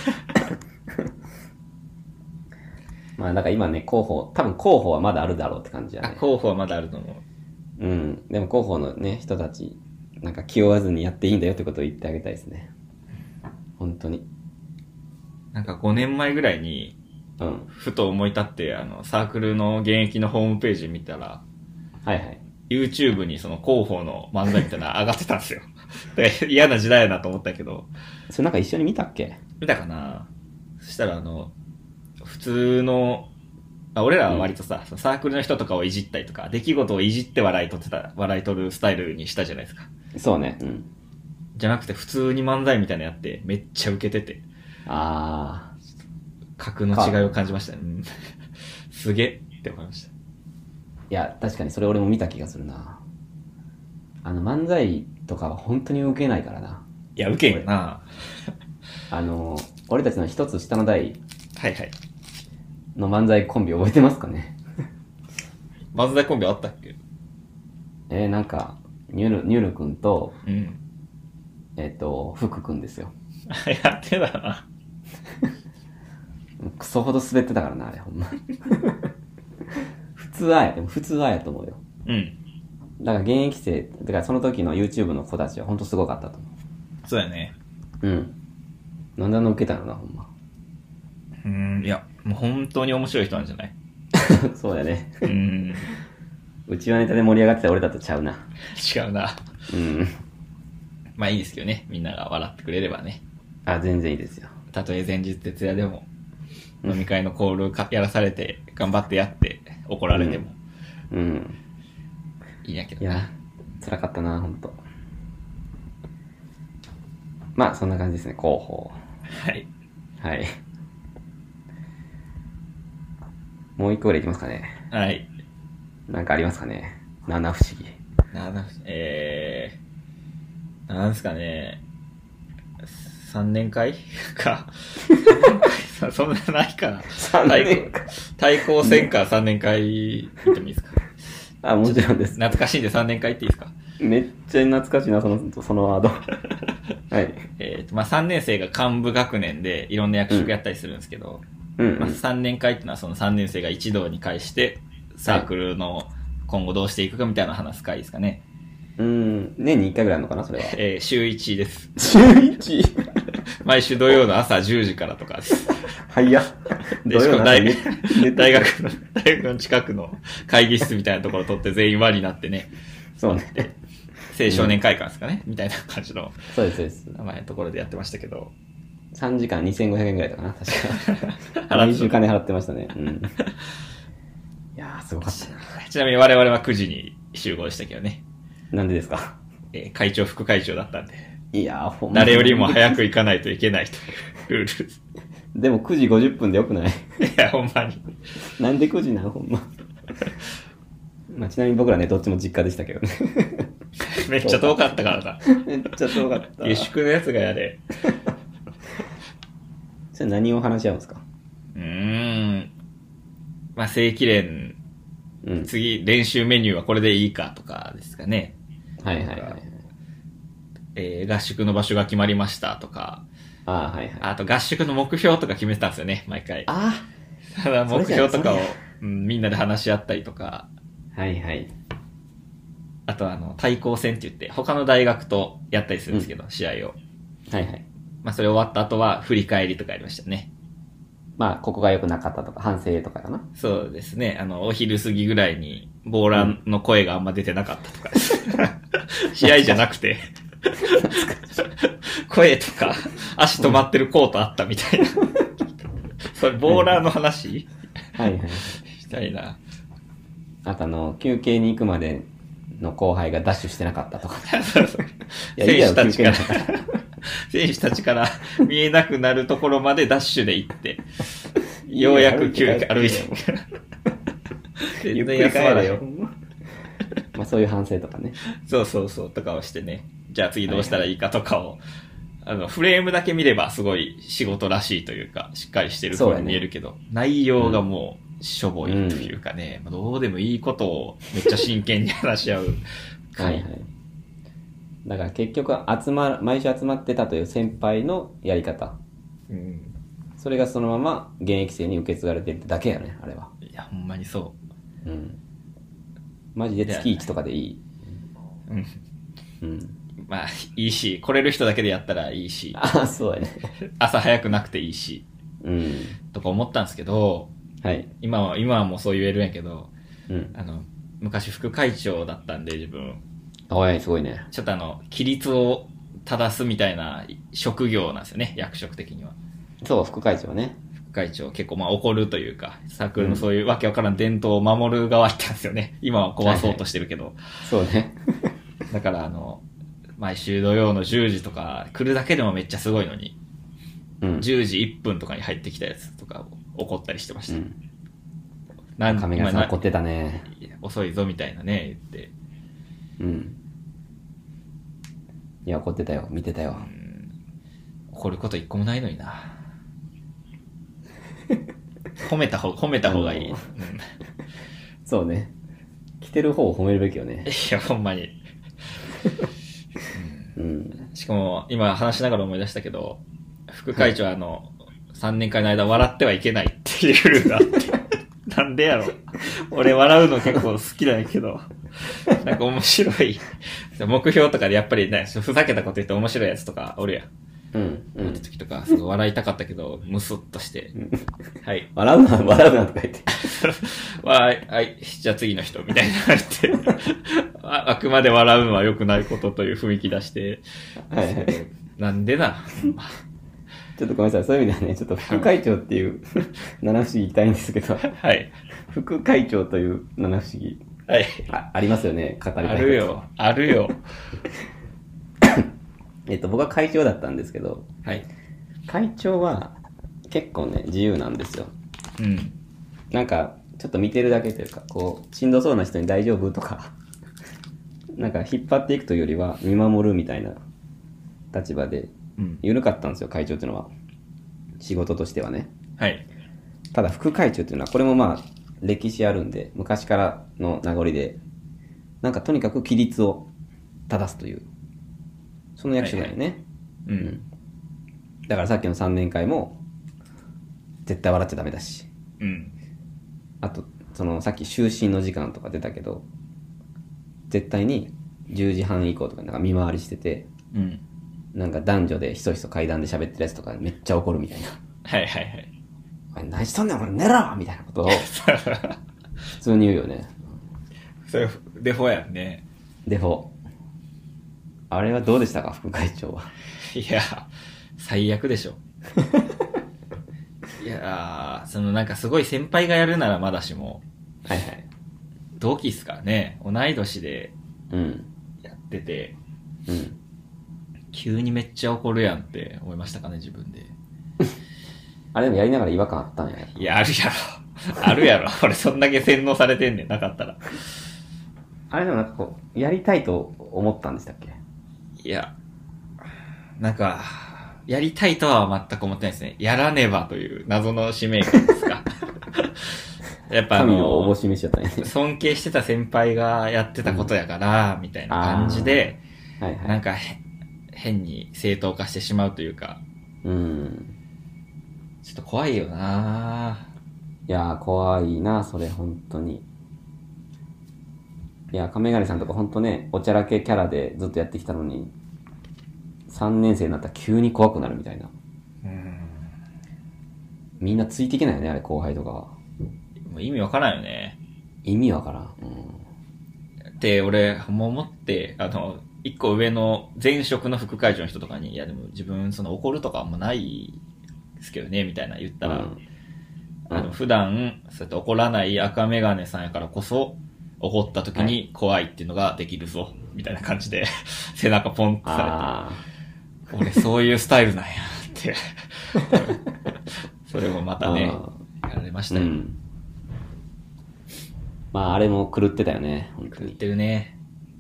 まあ、だから今ね、多分候補はまだあるだろうって感じやね。 候補はまだあると思う。うん。でも候補のね、人たち、なんか気負わずにやっていいんだよってことを言ってあげたいですね。本当に。 なんか5年前ぐらいに、 うん。 ふと思い立って、サークルの現役のホームページ見たら、 はいはい。 YouTube にその広報の漫才みたいなの上がってたんですよ。で嫌な時代やなと思ったけど。 それなんか一緒に見たっけ？ 見たかな？そしたら普通の、俺らは割とさ、サークルの人とかをいじったりとか、出来事をいじって笑い取るスタイルにしたじゃないですか。 そうね。うん。 じゃなくて普通に漫才みたいなのやって、めっちゃウケてて。 あ格の違いを感じましたね。うん、すげえって思いました。 いや、確かにそれ俺も見た気がするな。漫才とかは本当に受けないからな。 いや、受けんよな。 俺たちの一つ下の代はいはい。 の漫才コンビ覚えてますかね？ 漫才コンビあったっけ？ なんか、ニュルくんと、 うん。 福くんですよ。 やってたな。 クソほど滑ってたからな、あれ、ほんま。普通はやと思うよ。 うん。 だから現役生、だからその時の YouTube の子たちはほんとすごかったと思う。 そうやね。 うん。なんで受けたのな、ほんま。 いや、もう本当に面白い人なんじゃない？ そうやね。 うちはネタで盛り上がってた俺だとちゃうな。 違うな。 うん。 まあいいですけどね。みんなが笑ってくれればね。 あ、全然いいですよ。 たとえ前日徹夜でも、飲み会のコールやらされて、頑張ってやって、怒られても。 うん。 いいんやけどな。 いや、辛かったな、ほんと。 まあ、そんな感じですね、広報。 はい。 はい。もう一個ぐらいいきますかね。 はい。 なんかありますかね。七不思議。 なんすかね。3年会か。そんなないかな。 3年会。 対抗戦か3年会見てもいいですか？ あ、もちろんです。 懐かしいんで3年会っていいですか？ めっちゃ懐かしいな、そのワード。はい。 まあ3年生が幹部学年でいろんな役職やったりするんですけど、まあ3年会っていうのはその3年生が一堂に会してサークルの今後どうしていくかみたいな話す会ですかね。 年に1回ぐらいあるのかな、それは。 週1です。 週 1？ 毎週土曜の朝10時からとかです。 早っ。 で、しかも大学の近くの会議室みたいなところを取って全員輪になってね。 そうね。 青少年会館ですかね、みたいな感じの。 そうです、そうです。 前のところでやってましたけど。 3時間2500円ぐらいだかな、確か。毎週金払ってましたね。いやー、すごかったな。 ちなみに我々は9時に集合でしたけどね。 なんでですか？ 会長、副会長だったんで。 いやー、ほんまに。 誰よりも早く行かないといけないというルール。 でも9時50分でよくない？いや、ほんまに。 なんで9時なんほんま。まあ、ちなみに僕らね、どっちも実家でしたけどね。 めっちゃ遠かったからな。 めっちゃ遠かった。 下宿のやつがやれ。 それ何を話し合うんですか？ まあ、正規練、次、練習メニューはこれでいいかとかですかね。 はいはいはい。 合宿の場所が決まりましたとか。 はいはい。 あと合宿の目標とか決めてたんですよね、毎回。ただ目標とかを、みんなで話し合ったりとか。 はいはい。 あと対抗戦って言って、他の大学とやったりするんですけど、試合を。 はいはい。 まあそれ終わった後は振り返りとかやりましたね。 まあ、ここが良くなかったとか、反省とかかな。 そうですね。お昼過ぎぐらいに、ボーラーの声があんま出てなかったとかです。試合じゃなくて、声とか、足止まってるコートあったみたいな。それ、ボーラーの話はいはい。 したいな。 あと休憩に行くまでの後輩がダッシュしてなかったとか。 選手たちから見えなくなるところまでダッシュで行って、ようやく休憩歩いて。 ゆっくり帰れよ。まあそういう反省とかね。 そうとかをしてね。じゃあ次どうしたらいいかとかを、フレームだけ見ればすごい仕事らしいというか、しっかりしてる風に見えるけど、内容がもうしょぼいというかね、どうでもいいことをめっちゃ真剣に話し合う。 はいはい。だから結局毎週集まってたという先輩のやり方。それがそのまま現役生に受け継がれてるだけやね、あれは。 いや、ほんまにそう。 マジで月1とかでいい。 まあ、いいし、来れる人だけでやったらいいし。 そうやね。 朝早くなくていいし。とか思ったんですけど、 はい。 今はもうそう言えるんやけど、昔副会長だったんで自分。 すごいね。 ちょっと規律を正すみたいな職業なんですよね、役職的には。 そう、副会長ね。 副会長結構怒るというか、サークルのそういうわけわからん伝統を守る側だったんですよね。今は壊そうとしてるけど。 そうね。 だから毎週土曜の10時とか来るだけでもめっちゃすごいのに、10時1分とかに入ってきたやつとか怒ったりしてました。 亀谷さん怒ってたね。 遅いぞみたいなね、言って。 いや、怒ってたよ。見てたよ。 怒ること一個もないのにな。褒めた方がいい。 そうね。来てる方を褒めるべきよね。 いや、ほんまに。しかも、今話しながら思い出したけど、副会長は3年間の間笑ってはいけないっていうルールがあって。なんでやろ。俺笑うの結構好きなんやけど。なんか面白い。目標とかでやっぱりね、ふざけたこと言って面白いやつとかおるやん。って時とか、すごい笑いたかったけど、ムスッとして。はい。 笑うなとか言って。 はい、じゃあ次の人、みたいになって。あくまで笑うのは良くないことという雰囲気出して。なんでだ。 ちょっとごめんなさい。そういう意味ではね、ちょっと副会長っていう七不思議言いたいんですけど。 はい。 副会長という七不思議。 はい。 ありますよね、語りたい。 あるよ。 僕は会長だったんですけど、 はい。 会長は結構ね、自由なんですよ。 うん。 なんか、ちょっと見てるだけというか、こう、しんどそうな人に大丈夫とか、なんか引っ張っていくというよりは見守るみたいな立場で、緩かったんですよ、会長っていうのは。仕事としてはね。 はい。 ただ副会長っていうのは、これもまあ、歴史あるんで、昔からの名残で、なんかとにかく規律を正すという、その役所だよね。 はいはい、うん。 だからさっきの3年会も、絶対笑っちゃダメだし。 うん。 あと、そのさっき就寝の時間とか出たけど、絶対に10時半以降とかなんか見回りしてて、 うん。 なんか男女でひそひそ階段で喋ってるやつとかめっちゃ怒るみたいな。 はいはいはい。 お前何しとんねん俺寝ろみたいなことを普通に言うよね。 それデフォやんね。 デフォ。あれはどうでしたか副会長は。 いや、最悪でしょ。いやー、そのなんかすごい先輩がやるならまだしも、 はいはい。 同期っすからね、同い年でうん。 やってて、 うん。 急にめっちゃ怒るやんって思いましたかね、自分で。 あれでもやりながら違和感あったんや。 いや、あるやろ。あるやろ。俺そんだけ洗脳されてんねん、なかったら。 あれでもなんかこう、やりたいと思ったんでしたっけ？ いや、なんか、やりたいとは全く思ってないですね。やらねばという謎の使命感ですか。やっぱ神のおぼし召しちゃったね。 尊敬してた先輩がやってたことやから、みたいな感じで、 はいはい。 なんか変に正当化してしまうというか、 ちょっと怖いよないやー、怖いな、それ、本当に。いや、亀谷さんとか本当ね、おちゃらけキャラでずっとやってきたのに、3年生になったら急に怖くなるみたいな。みんなついていけないよね、あれ、後輩とかは。 もう意味わからんよね。 意味わからん。 って俺も思って、一個上の前職の副会長の人とかに、いやでも自分その怒るとかあんまないですけどね、みたいな言ったら、普段、そうやって怒らない赤メガネさんやからこそ、怒った時に怖いっていうのができるぞ、みたいな感じで、背中ポンってされて、俺そういうスタイルなんや、って。それもまたね、やられましたよ。 まあ、あれも狂ってたよね、本当に。 狂ってるね。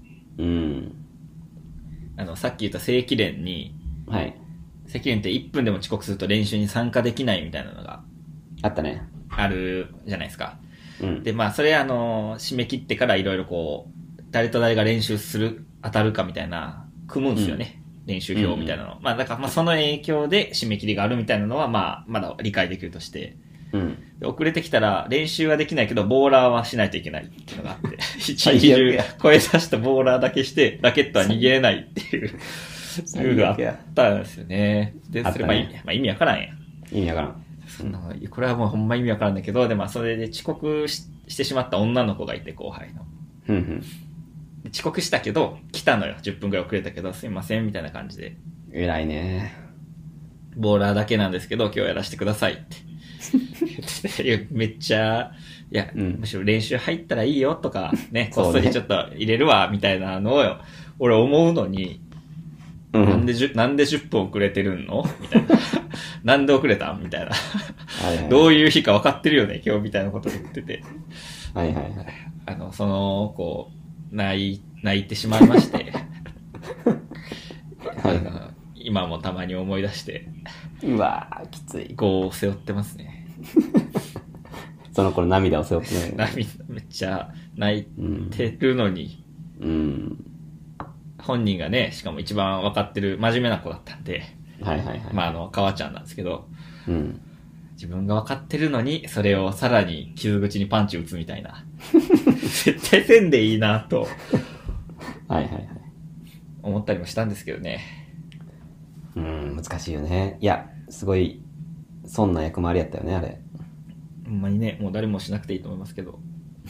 さっき言った正規練に、 はい。 正規練って1分でも遅刻すると練習に参加できないみたいなのが、 あったね。 あるじゃないですか。で、まあ、それ締め切ってからいろいろこう、誰と誰が練習する、当たるかみたいな、組むんすよね。練習表みたいなの。まあ、だからまあ、その影響で締め切りがあるみたいなのは、まあ、まだ理解できるとして。遅れてきたら練習はできないけど、ボーラーはしないといけないっていうのがあって、一日中声出したボーラーだけして、ラケットは逃げれないっていうルールがあったんですよね。で、それ、まあ意味わからんやん。 意味わからん。 これはもうほんま意味わからんだけど、で、まあそれで遅刻してしまった女の子がいて、後輩の。遅刻したけど、来たのよ。10分くらい遅れたけど、すいません、みたいな感じで。 偉いね。 ボーラーだけなんですけど、今日やらせてくださいって。めっちゃ、いや、むしろ練習入ったらいいよとか、ね、こっそりちょっと入れるわ、みたいなのを、俺思うのに、なんで10分遅れてるのみたいな。なんで遅れたみたいな。どういう日か分かってるよね、今日みたいなこと言ってて。その子、泣いてしまいまして。今もたまに思い出して。 うわー、きつい。 こう背負ってますね。 その子の涙を背負ってない。涙、めっちゃ泣いてるのに。本人がね、しかも一番分かってる真面目な子だったんで。まあ川ちゃんなんですけど。自分が分かってるのに、それをさらに傷口にパンチ打つみたいな。絶対せんでいいなと。思ったりもしたんですけどね。 難しいよね。いや、すごい、そんな役回りやったよね、あれ。 ほんまにね、もう誰もしなくていいと思いますけど。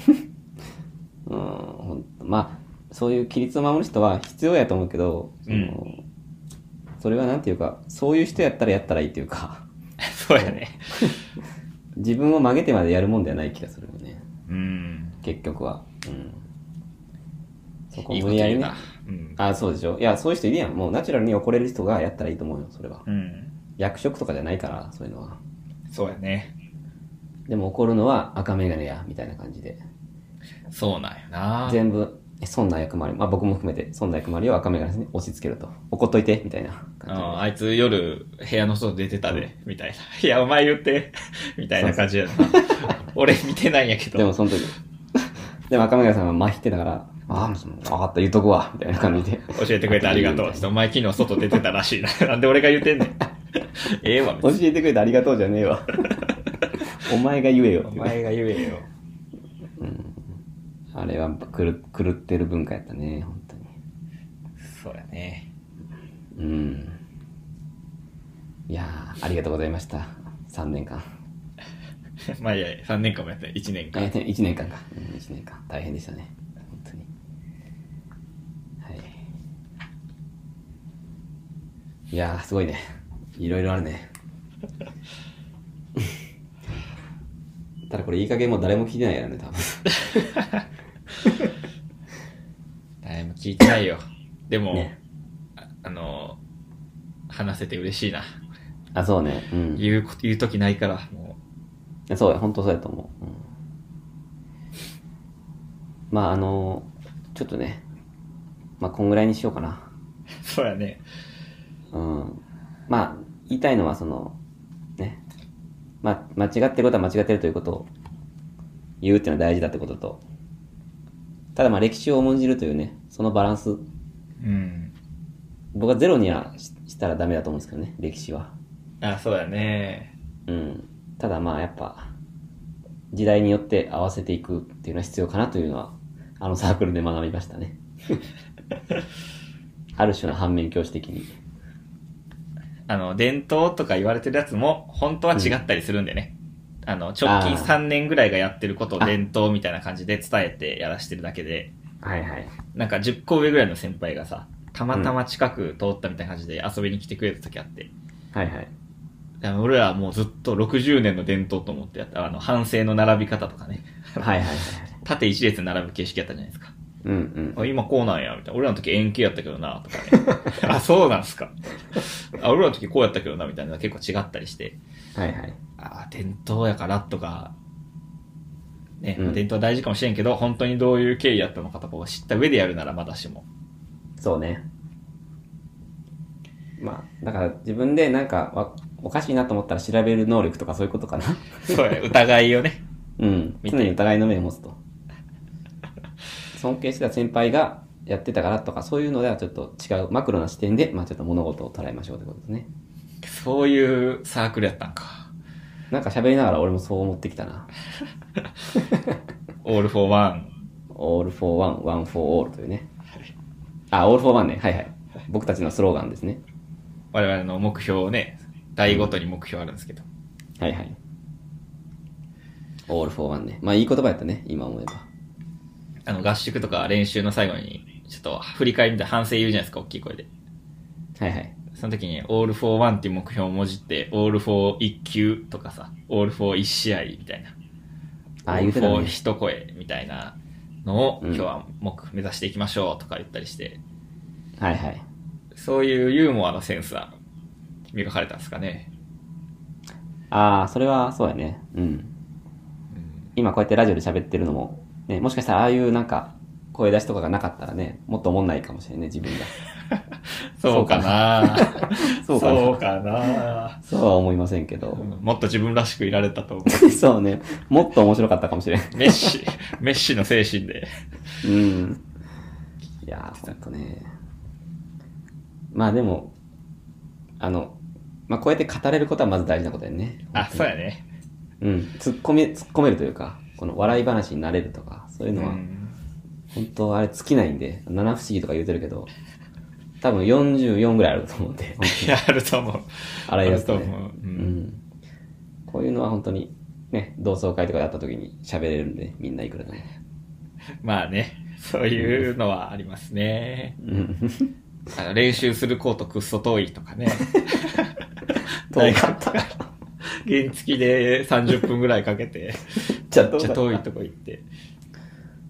まあ、そういう規律を守る人は必要やと思うけど、それはなんていうか、そういう人やったらやったらいいっていうか。 そうやね。 自分を曲げてまでやるもんではない気がするよね。結局は。そこ無理やりね。 うん。 あ、そうでしょ。いや、そういう人いるやん。もうナチュラルに怒れる人がやったらいいと思うよ、それは。 うん。 役職とかじゃないから、そういうのは。 そうやね。 でも怒るのは赤メガネや、みたいな感じで。 そうなんやな。 全部、そんな役回り、まあ僕も含めて、そんな役回りを赤メガネに押し付けると。怒っといて、みたいな感じで。 あいつ夜部屋の外出てたで、みたいな。いや、お前言って、みたいな感じやな。俺見てないんやけど。 でもその時。でも赤メガネさんは麻痺ってたから、ああ、分かった、言うとくわ、みたいな感じで。 教えてくれてありがとう。お前昨日外出てたらしいな。なんで俺が言うてんねん。ええわ、 教えてくれてありがとうじゃねえわ。お前が言えよ。 お前が言えよ。 あれは狂ってる文化やったね、本当に。 そうやね。 うん。いやー、ありがとうございました。3年間。 まあいや、3年間もやったね。1年間。 1年間か。1年間。大変でしたね。本当に。はい。いやー、すごいね。いろいろあるね。ただこれいい加減もう誰も聞いてないやろね、多分。 誰も聞いてないよ。でも、 ね、 話せて嬉しいな。 あ、そうね。うん。 言うときないから、もう。そうや、本当そうやと思う。うん、まあちょっとね、まあこんぐらいにしようかな。 そうやね。 うん。まあ、言いたいのはね。まあ、間違ってることは間違ってるということを言うっていうのは大事だってことと、ただまあ歴史を重んじるというね、そのバランス。 うん。 僕はゼロにはしたらダメだと思うんですけどね、歴史は。 あ、そうやね。 うん。ただまあやっぱ、時代によって合わせていくっていうのは必要かなというのは、あのサークルで学びましたね。ある種の反面教師的に。 伝統とか言われてるやつも、本当は違ったりするんでね。直近3年ぐらいがやってることを伝統みたいな感じで伝えてやらしてるだけで、 はいはい。 なんか10個上ぐらいの先輩がさ、たまたま近く通ったみたいな感じで遊びに来てくれた時あって。 はいはい。 俺らはもうずっと60年の伝統と思ってやった、反省の並び方とかね。 はいはいはい。 縦一列並ぶ形式やったじゃないですか。 うんうん。 今こうなんや、みたいな。俺らの時円形やったけどな、とかね。あ、そうなんすか。俺らの時こうやったけどな、みたいなのが結構違ったりして。 はいはい。 伝統やからとか、ね、 うん、 伝統は大事かもしれんけど、本当にどういう経緯やったのかとかを知った上でやるならまだしも。 そうね。まあ、だから自分でなんかおかしいなと思ったら調べる能力とかそういうことかな。 そうや、疑いをね。 うん。常に疑いの目を持つと。尊敬してた先輩がやってたからとか、そういうのではちょっと違う、マクロな視点で、まあちょっと物事を捉えましょうということですね。 そういうサークルやったんか。 なんか喋りながら俺もそう思ってきたな。 all for one. all for one, one for all というね。あ、all for one ね。はいはい。僕たちのスローガンですね。 我々の目標をね、代ごとに目標あるんですけど。 はいはい。all for one ね。まあいい言葉やったね、今思えば。 合宿とか練習の最後に、ちょっと振り返りみたいな反省言うじゃないですか、大きい声で。 はいはい。 その時に、all for one っていう目標をもじって、all for 1球とかさ、all for 1試合みたいな。 あ、言うてたね。 all for 一声みたいなのを、今日は目指していきましょうとか言ったりして。 はいはい。 そういうユーモアのセンスは磨かれたんですかね。 ああ、それはそうやね。うん。今こうやってラジオで喋ってるのも、ね、もしかしたらああいうなんか声出しとかがなかったらね、もっと思んないかもしれんね、自分が。 そうかなそうかな。 そうかなそうは思いませんけど。 もっと自分らしくいられたと思う。 そうね。もっと面白かったかもしれん。 メッシの精神で。 うん。いやー、ほんとね。まあでも、まあこうやって語れることはまず大事なことやね。 あ、そうやね。 うん。突っ込めるというか、この笑い話になれるとか、そういうのは、本当あれ尽きないんで、七不思議とか言うてるけど、多分44ぐらいあると思うんで。 いや、あると思う。 洗い出すとね。 あると思う。 うん。こういうのは本当に、ね、同窓会とかで会った時に喋れるんで、みんないくらでも。 まあね、そういうのはありますね。 うん。 練習するコートくっそ遠いとかね。 遠かった。 原付で30分ぐらいかけて、 じゃあめっちゃ遠いとこ行って。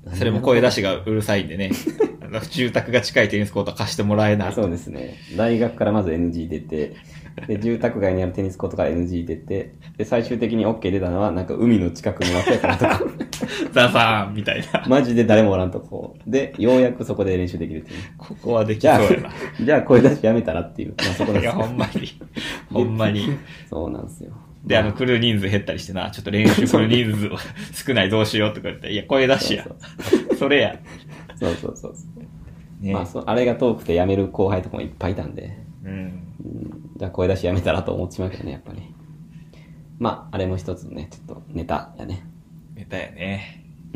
それも声出しがうるさいんでね。住宅が近いテニスコート貸してもらえない。 そうですね。大学からまず NG 出て、で、住宅街にあるテニスコートから NG 出て、で、最終的に OK 出たのは、なんか海の近くの脇やからとか。 ザザーンみたいな。 マジで誰もおらんとこ。で、ようやくそこで練習できるっていう。 ここはできそうやな。 じゃあ声出しやめたらっていう。まあそこです。 いや、ほんまに。ほんまに。 そうなんですよ。 で、来る人数減ったりしてな、ちょっと練習来る人数少ないどうしようとか言って、いや、声出しや。それや。 そうそうそう。ね、まああれが遠くて辞める後輩とかもいっぱいいたんで、じゃあ声出しやめたらと思ってしまうけどね、やっぱり。まあ、あれも一つね、ちょっとネタやね。 ネタやね。 うん。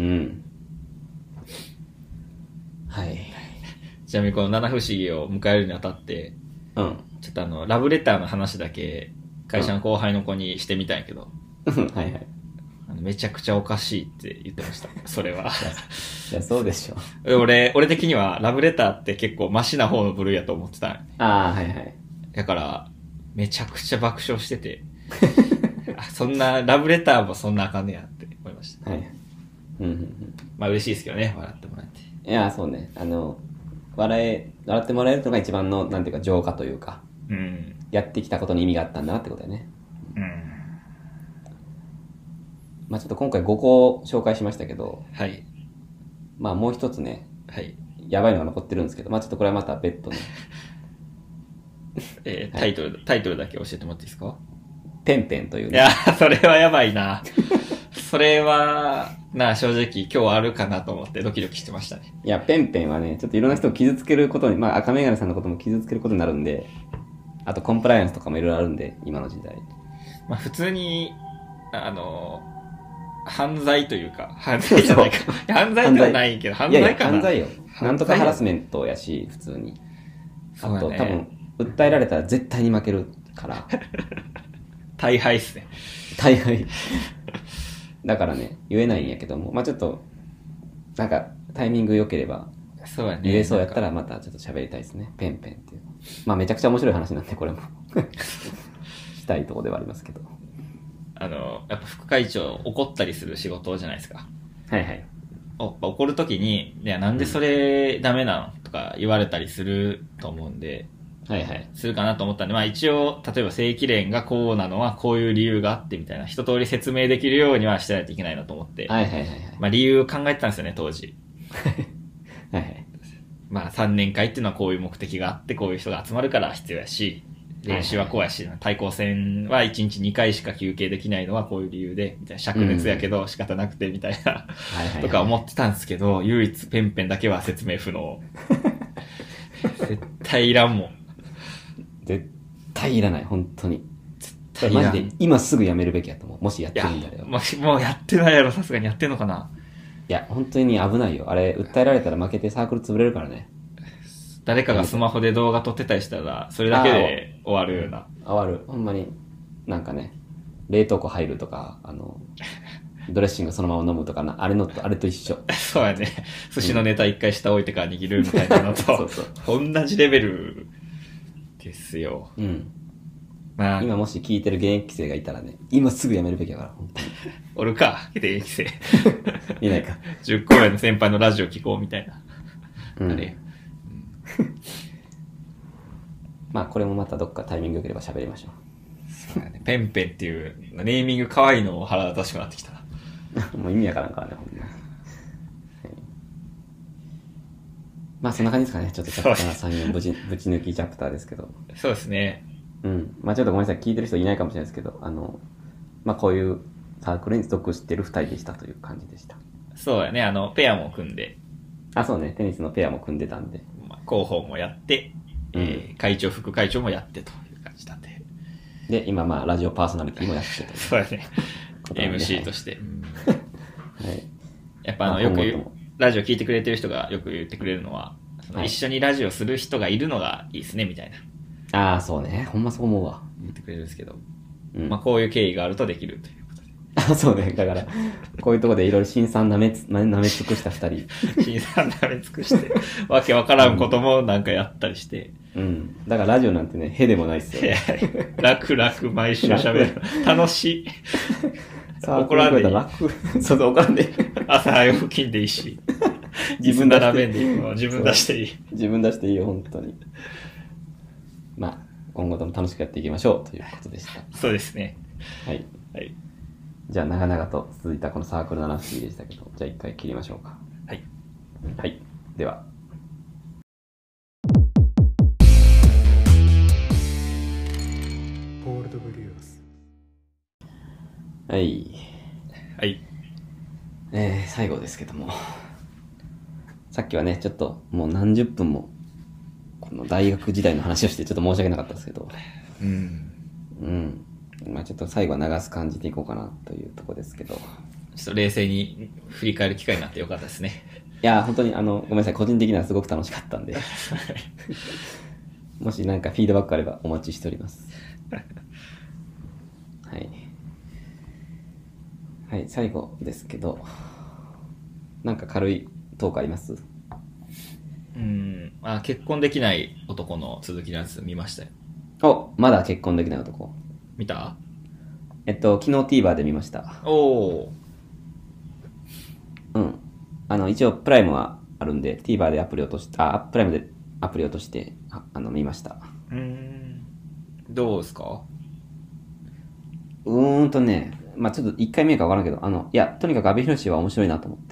はい。 ちなみにこの七不思議を迎えるにあたって、ちょっとラブレターの話だけ会社の後輩の子にしてみたんやけど、 はいはい。 めちゃくちゃおかしいって言ってました。それは。 いや、そうでしょ。 俺的にはラブレターって結構マシな方の部類やと思ってたんよね。 ああ、はいはい。 だから、めちゃくちゃ爆笑してて、そんな、ラブレターもそんなあかんねやって思いました。はい。まあ嬉しいですけどね、笑ってもらって。 いや、そうね。笑ってもらえるのが一番の、なんていうか、浄化というか、やってきたことに意味があったんだなってことだよね。まあちょっと今回5個紹介しましたけど、 はい。 まあもう一つね、 はい。 やばいのが残ってるんですけど、まあちょっとこれはまた別途ね。 タイトルだけ教えてもらっていいですか？ ペンペンというね。いや、それはやばいな。それは、正直今日あるかなと思ってドキドキしてましたね。 いや、ペンペンはね、ちょっといろんな人を傷つけることに、まあ赤メガネさんのことも傷つけることになるんで、あとコンプライアンスとかもいろいろあるんで、今の時代。 まあ普通に、犯罪というか、犯罪じゃないか。犯罪ではないけど、犯罪かな。いやいや犯罪よ。なんとかハラスメントやし、普通に。あと、多分、訴えられたら絶対に負けるから。 大敗っすね。 大敗。だからね、言えないんやけども、まあちょっと、なんか、タイミング良ければ、 そうやね。 言えそうやったらまたちょっと喋りたいですね。ペンペンっていう。まあめちゃくちゃ面白い話なんで、これも。したいところではありますけど。 やっぱ副会長怒ったりする仕事じゃないですか。 はいはい。 怒るときに、いや、なんでそれダメなのとか言われたりすると思うんで、 はいはい。 するかなと思ったんで、まあ一応、例えば正規連がこうなのはこういう理由があってみたいな、一通り説明できるようにはしてないといけないなと思って、 はいはいはい、はい。 まあ理由を考えてたんですよね、当時。 はいはい。 まあ3年会っていうのはこういう目的があって、こういう人が集まるから必要やし、練習はこうやし、対抗戦は1日2回しか休憩できないのはこういう理由で、みたいな、灼熱やけど仕方なくて、みたいな、とか思ってたんですけど、唯一ペンペンだけは説明不能。絶対いらんもん。 絶対いらない、本当に。マジで今すぐやめるべきやと思う。もしやってるんだよ。 もうやってないやろ、さすがにやってんのかな。 いや、本当に危ないよ。あれ、訴えられたら負けてサークル潰れるからね。 誰かがスマホで動画撮ってたりしたら、それだけで終わるような。 終わる。ほんまに、なんかね、冷凍庫入るとか、ドレッシングそのまま飲むとかな、あれと一緒。 そうやね。寿司のネタ一回下置いてから握るみたいなのと、そうそう。同じレベルですよ。 うん。まあ、今もし聞いてる現役生がいたらね、今すぐ辞めるべきだから、本当に。 おるか、現役生。 いないか。 10個ぐらいの先輩のラジオ聞こうみたいな。 うん、あれ。まあこれもまたどっかタイミング良ければ喋りましょう。そうだね。ペンペンっていうネーミング可愛いのを腹立たしくなってきた。 もう意味わからんからね、ほんまに。まあそんな感じですかね。ちょっとチャプター3、4ぶち抜きチャプターですけど。 そうですね。 うん。まあちょっとごめんなさい。聞いてる人いないかもしれないですけど、まあこういうサークルに属してる2人でしたという感じでした。 そうやね。ペアも組んで。 あ、そうね。テニスのペアも組んでたんで。 まあ、広報もやって、会長、副会長もやってという感じなんで。 で、今まあラジオパーソナリティもやってと。 そうやね。MC として。 はい。 やっぱよくラジオ聞いてくれてる人がよく言ってくれるのは、一緒にラジオする人がいるのがいいですね、みたいな。 ああ、そうね。ほんまそう思うわ。 言ってくれるんですけど。まあこういう経緯があるとできるということで。 あ、そうね。だから、こういうところでいろいろ辛酸舐め尽くした2人。 辛酸舐め尽くして、わけわからんこともなんかやったりして。 うん。だからラジオなんてね、へでもないっすよ、 ね。楽々毎週喋る。楽しい。 怒らんでいい。そうそう、怒らんでいい。 朝早起きんでいいし。 自分並べんでいいの自分出していい。 自分出していいよ、本当に。まあ、今後とも楽しくやっていきましょうということでした。 そうですね。 はい。 はい。 じゃあ、長々と続いたこのサークル七不思議でしたけど、じゃあ一回切りましょうか。 はい。 はい。では。 ポールドブリュース。 はい。 はい。 最後ですけども。さっきはね、ちょっともう何十分も、この大学時代の話をしてちょっと申し訳なかったですけど。 うん。 うん。まあちょっと最後は流す感じでいこうかなというところですけど。ちょっと冷静に振り返る機会になってよかったですね。 いや、本当にごめんなさい。個人的にはすごく楽しかったんで。もしなんかフィードバックあればお待ちしております。はい。はい、最後ですけど、なんか軽いトークあります？ 結婚できない男の続きのやつ見ましたよ。 お、まだ結婚できない男。 見た？ 昨日 TVer で見ました。 おー。 うん。一応プライムはあるんで、TVer でアプリ落として、プライムでアプリ落として、見ました。 どうですか？ ね、まあちょっと1回目かわからんけど、いや、とにかく阿部寛は面白いなと思って、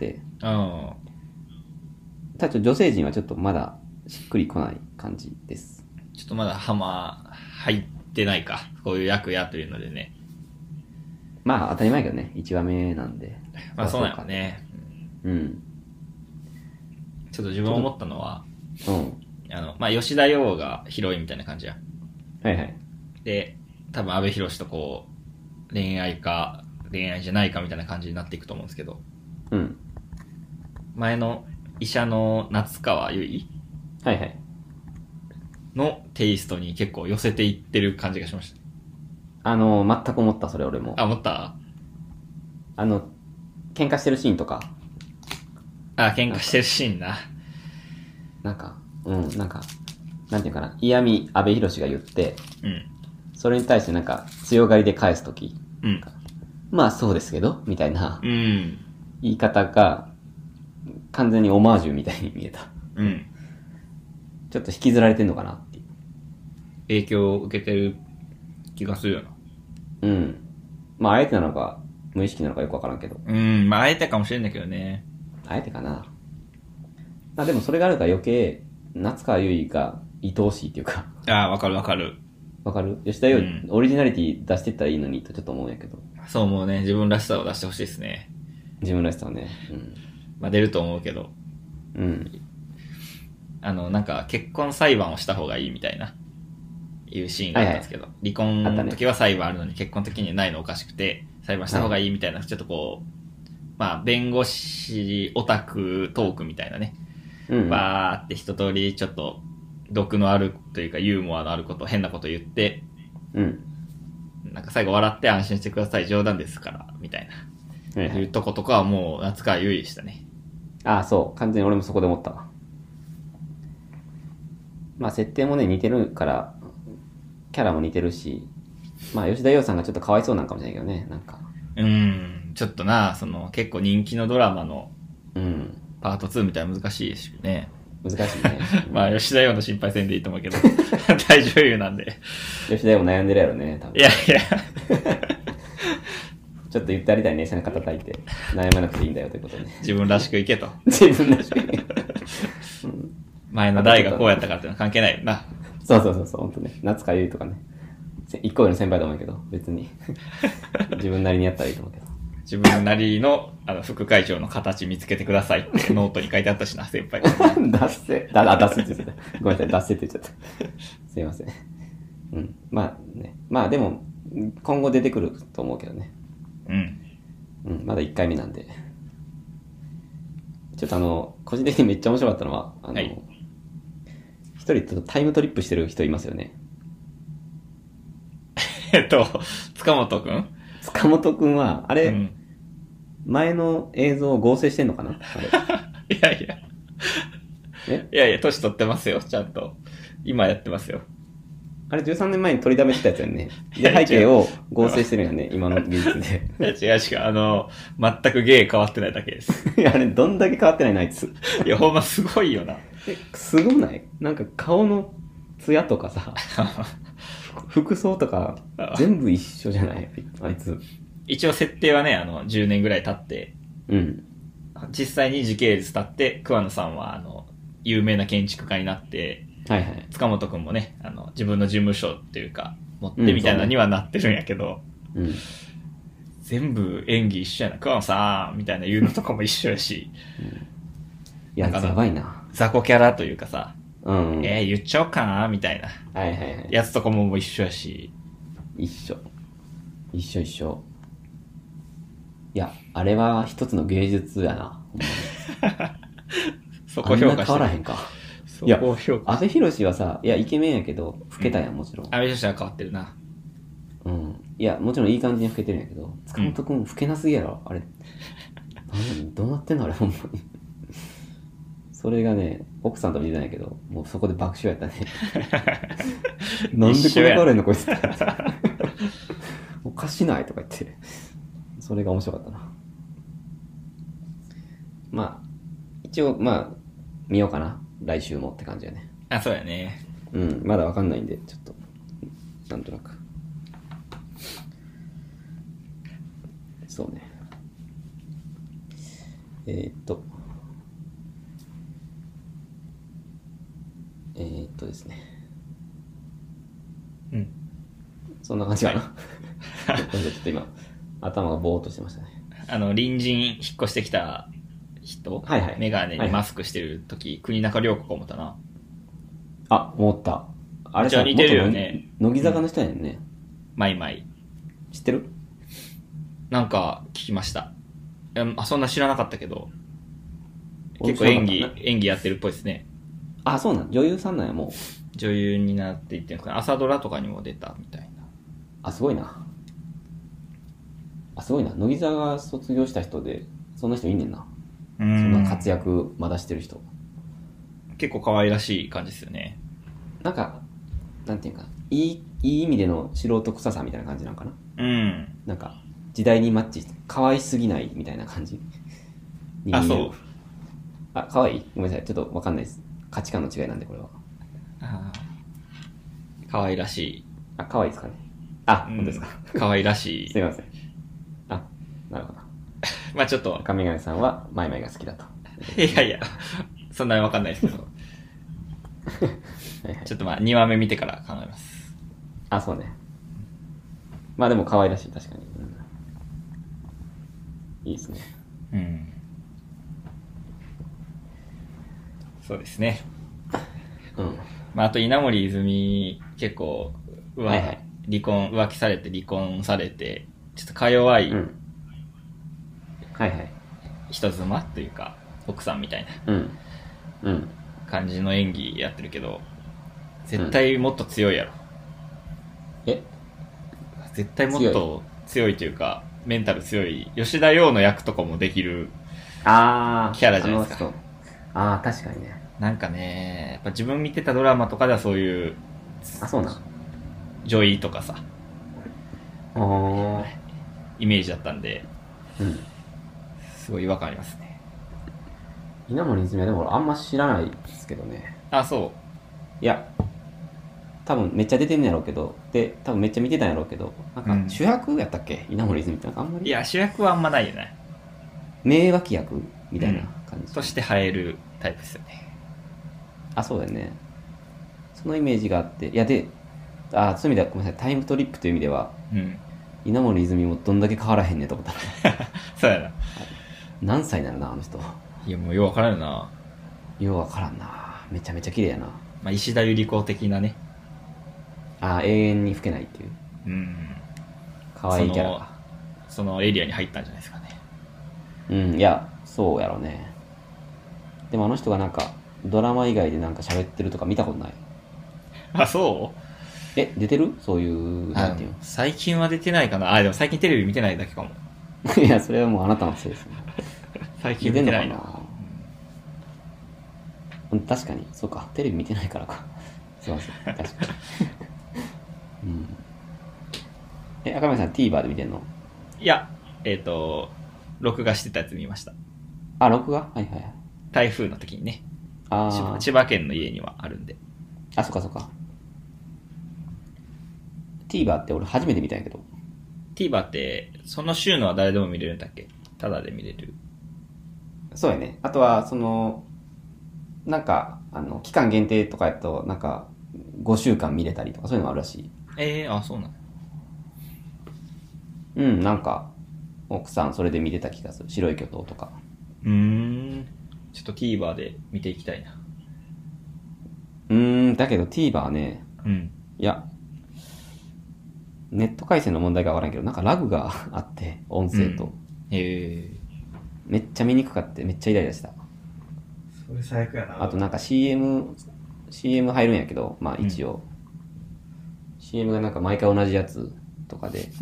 ただ女性陣はちょっとまだしっくりこない感じです。 ちょっとまだ入ってないか。こういう役やというのでね。 まあ当たり前けどね、1話目なんで。 まあそうなのね。 うん。 ちょっと自分思ったのは、 うん。 まあ吉田羊がヒロインみたいな感じや。 はいはい。 で、多分阿部寛とこう、恋愛じゃないかみたいな感じになっていくと思うんですけど。 うん。 前の医者の夏川由衣はいはい。 のテイストに結構寄せていってる感じがしました。 全く思った、それ俺も。 思った？ 喧嘩してるシーンとか。 喧嘩してるシーンな。 なんか、なんていうかな、嫌味阿部寛が言って、 うん。 それに対してなんか強がりで返すとき、 うん。 まあそうですけど、みたいな、 うん。 言い方が、完全にオマージュみたいに見えた。 うん。 ちょっと引きずられてんのかなっていう。 影響を受けてる気がするよな。 うん。まああえてなのか、無意識なのかよくわからんけど。 まああえてかもしれんだけどね。 あえてかな。まあでもそれがあるから余計、夏川由衣が愛おしいっていうか。 わかるわかる。 わかる？吉田よりオリジナリティ出してったらいいのにとちょっと思うんやけど。 そう思うね。自分らしさを出してほしいですね。 自分らしさをね。うん。 まあ出ると思うけど。 うん。 なんか結婚裁判をした方がいいみたいな、いうシーンがあったんですけど、離婚の時は裁判あるのに結婚の時にないのおかしくて、裁判した方がいいみたいな、ちょっとこう、まあ弁護士オタクトークみたいなね。バーって一通りちょっと毒のあるというかユーモアのあること、変なこと言って、なんか最後笑って安心してください、冗談ですから、みたいな。いうとことかはもう夏川由衣でしたね。 そう。完全に俺もそこで思ったわ。まあ設定もね、似てるから、キャラも似てるし、まあ吉田羊さんがちょっとかわいそうなんかもしれないけどね、なんか。 ちょっとな、結構人気のドラマの、パート2みたいな難しいですよね。 難しいね。 まあ吉田羊の心配せんでいいと思うけど、大女優なんで。 吉田羊も悩んでるやろね、多分。 いや。 ちょっと言ってやりたいね、背中叩いて。悩まなくていいんだよということで、ね。 自分らしくいけと。 自分らしくいけ。 前の代がこうやったからってのは関係ないよな。 そう、ほんとね。夏川由衣とかね。一個上の先輩だと思うけど、別に。自分なりにやったらいいと思うけど。 自分なりの、副会長の形見つけてくださいってノートに書いてあったしな、先輩。 脱せって言っちゃった。ごめんなさい、脱せって言っちゃった。すいません。まあね。まあでも、今後出てくると思うけどね。まだ1回目なんで。ちょっと個人的にめっちゃ面白かったのは、一人ちょっとタイムトリップしてる人いますよね。 塚本くん？ 塚本くんは、あれ、前の映像を合成してんのかな？あれ。いや、年取ってますよ、ちゃんと。今やってますよ。 あれ13年前に取りだめてたやつやんね。で、背景を合成してるんやね、今の技術で。 違う。全く芸変わってないだけです。 いや、あれどんだけ変わってないな、あいつ。 いや、ほんますごいよな。 すごない？なんか顔のツヤとかさ、服装とか全部一緒じゃないあいつ。 一応設定はね、10年ぐらい経って、 うん。 実際に時系列経って、桑野さんは、有名な建築家になって、 はいはい。 塚本くんもね、自分の事務所っていうか、持ってみたいなにはなってるんやけど、 うん。 全部演技一緒やな。桑野さんみたいな言うのとかも一緒やし、 いや、やばいな。 雑魚キャラというかさ、 うん。 言っちゃおうかなみたいな。 はいはいはい。 やつとかも一緒やし。 一緒。いや、あれは一つの芸術やな。 そこ評価して。 あんな変わらへんか。 そこを評価阿部寛はさ、いや、イケメンやけど、老けたやん、もちろん。 阿部寛は変わってるな。 うん。いや、もちろんいい感じに老けてるんやけど、塚本くん老けなすぎやろ、あれ。どうなってんのあれ、ほんまに。それがね、奥さんと見てたんやけど、もうそこで爆笑やったね。なんでこれ変われんのこいつって。おかしないとか言って。それが面白かったな。まあ、一応、見ようかな。来週もって感じやね。 あ、そうやね。 うん、まだわかんないんで、ちょっと、なんとなく。そうね。ですね。 うん。 そんな感じかな。ちょっと今、頭がぼーっとしてましたね。 隣人引っ越してきた人、 はいはい。 メガネにマスクしてる時、国中涼子か思ったな。 あ、思った。あれじゃあ似てるよね。 乃木坂の人やねんね。 マイマイ。 知ってる？ なんか聞きました。そんな知らなかったけど、結構演技やってるっぽいですね。 あ、そうなん。女優さんなんや、もう。 女優になっていってるんですかね。朝ドラとかにも出たみたいな。 あ、すごいな。乃木坂卒業した人で、そんな人いんねんな。そんな活躍まだしてる人。 結構可愛らしい感じですよね。 なんか、なんていうか、いい意味での素人臭さみたいな感じなんかな。 うん。 なんか、時代にマッチして、可愛すぎないみたいな感じ。 あ、そう。 あ、可愛い？ごめんなさい。ちょっとわかんないです。価値観の違いなんで、これは。 可愛らしい。 あ、可愛いですかね。あ、本当ですか。 可愛らしい。 すいません。あ、なるほど。 まあちょっと。 赤メガネさんは、マイマイが好きだと。 いや、そんなにわかんないですけど。はいはい、ちょっと2話目見てから考えます。 あ、そうね。まあでも可愛らしい、確かに。いいですね。 うん。そうですね。 うん。 あと稲森泉結構、浮気されて離婚されて、ちょっとか弱い、人妻というか、奥さんみたいな、感じの演技やってるけど、絶対もっと強いやろ。絶対もっと強いというか、メンタル強い、吉田羊の役とかもできるキャラじゃないですか。 ああ、確かにね。 なんかね、やっぱ自分見てたドラマとかではそういう、 そうなん。 女医とかさ、イメージだったんで、すごい違和感ありますね。 稲森泉はでもあんま知らないですけどね。 あ、そう。 いや、多分めっちゃ出てんやろうけど、で、多分めっちゃ見てたんやろうけど、なんか主役やったっけ、稲森泉ってあんまり。 いや、主役はあんまないよね。 名脇役みたいな感じ。 として映えるタイプですよね。 あ、そうだよね。そのイメージがあって、いやで、そういう意味ではごめんなさい、タイムトリップという意味では、稲森泉もどんだけ変わらへんねんと思ったら。 そうやな。 何歳なのな、あの人。 いや、もうようわからんよな。 ようわからんな。めちゃめちゃ綺麗やな。 石田ゆり子的なね。 永遠に老けないっていう。可愛いキャラが。 そのエリアに入ったんじゃないですかね。 いや、そうやろね。でもあの人がなんか、ドラマ以外でなんか喋ってるとか見たことない。 あ、そう？ 出てる？そういう、なんていうの？ 最近は出てないかな。でも最近テレビ見てないだけかも。 いや、それはもうあなたのせいですね。 最近見てないな。 確かに、そうか。テレビ見てないからか。すいません。確かに。 うん。赤嶺さん TVer で見てんの？ いや、録画してたやつ見ました。 あ、録画？はいはいはい。 台風の時にね。 あ千葉県の家にはあるんで。 あ、そっかそっか。TVer って俺初めて見たんやけど。 TVer って、その週のは誰でも見れるんだっけ？タダで見れる。 そうやね。あとは、なんか、期間限定とかやと、なんか、5週間見れたりとか、そういうのもあるらしい。 そうなの？ うん、なんか、奥さんそれで見てた気がする。白い巨塔とか。 ちょっと TVer で見ていきたいな。 だけど TVer ね、いや、ネット回線の問題かわからんけど、なんかラグがあって、音声と。めっちゃ見にくかって、めっちゃイライラした。 それ最悪やな。 あとなんか CM 入るんやけど、まあ一応。CM がなんか毎回同じやつとかで、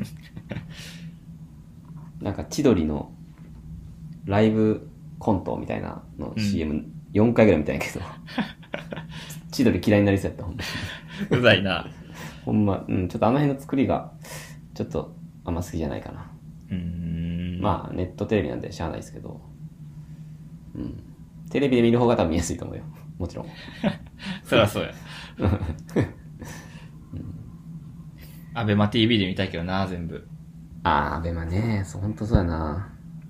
なんか千鳥のライブコントみたいなの CM4 回ぐらい見たんやけど、千鳥嫌いになりそうやった、ほんま。 うざいな。 ほんま、ちょっとあの辺の作りが、ちょっとあんま好きじゃないかな。まあネットテレビなんでしゃあないですけど、テレビで見る方が多分見やすいと思うよ。もちろん。 そりゃそうや。アベマ TV で見たいけどな、全部。 アベマね、ほんとそうやな。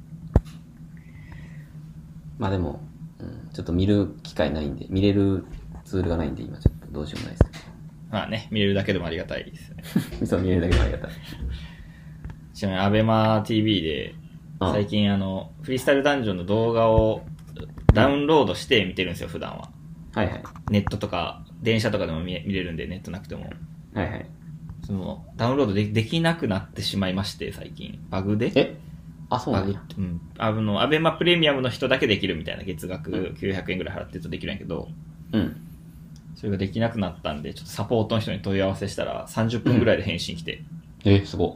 まあでも、ちょっと見る機会ないんで、見れるツールがないんで、今ちょっとどうしようもないですけど。 まあね、見れるだけでもありがたいですね。 そう、見れるだけでもありがたい。 ちなみにアベマ TV で、最近フリースタイルダンジョンの動画をダウンロードして見てるんですよ、普段は。 はいはい。 ネットとか、電車とかでも見れるんで、ネットなくても。 はいはい。 ダウンロードできなくなってしまいまして、最近。バグで？ そうなんや。 アベマプレミアムの人だけできるみたいな、月額900円ぐらい払ってるとできるんやけど、それができなくなったんで、ちょっとサポートの人に問い合わせしたら、30分ぐらいで返信来て。 すご。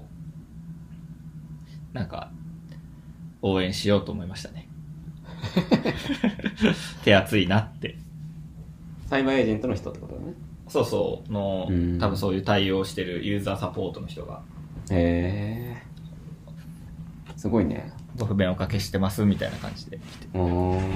なんか、応援しようと思いましたね。手厚いなって。 サイバーエージェントの人ってことだね。 そうそう。多分そういう対応してるユーザーサポートの人が。 すごいね。 ご不便おかけしてますみたいな感じで来て。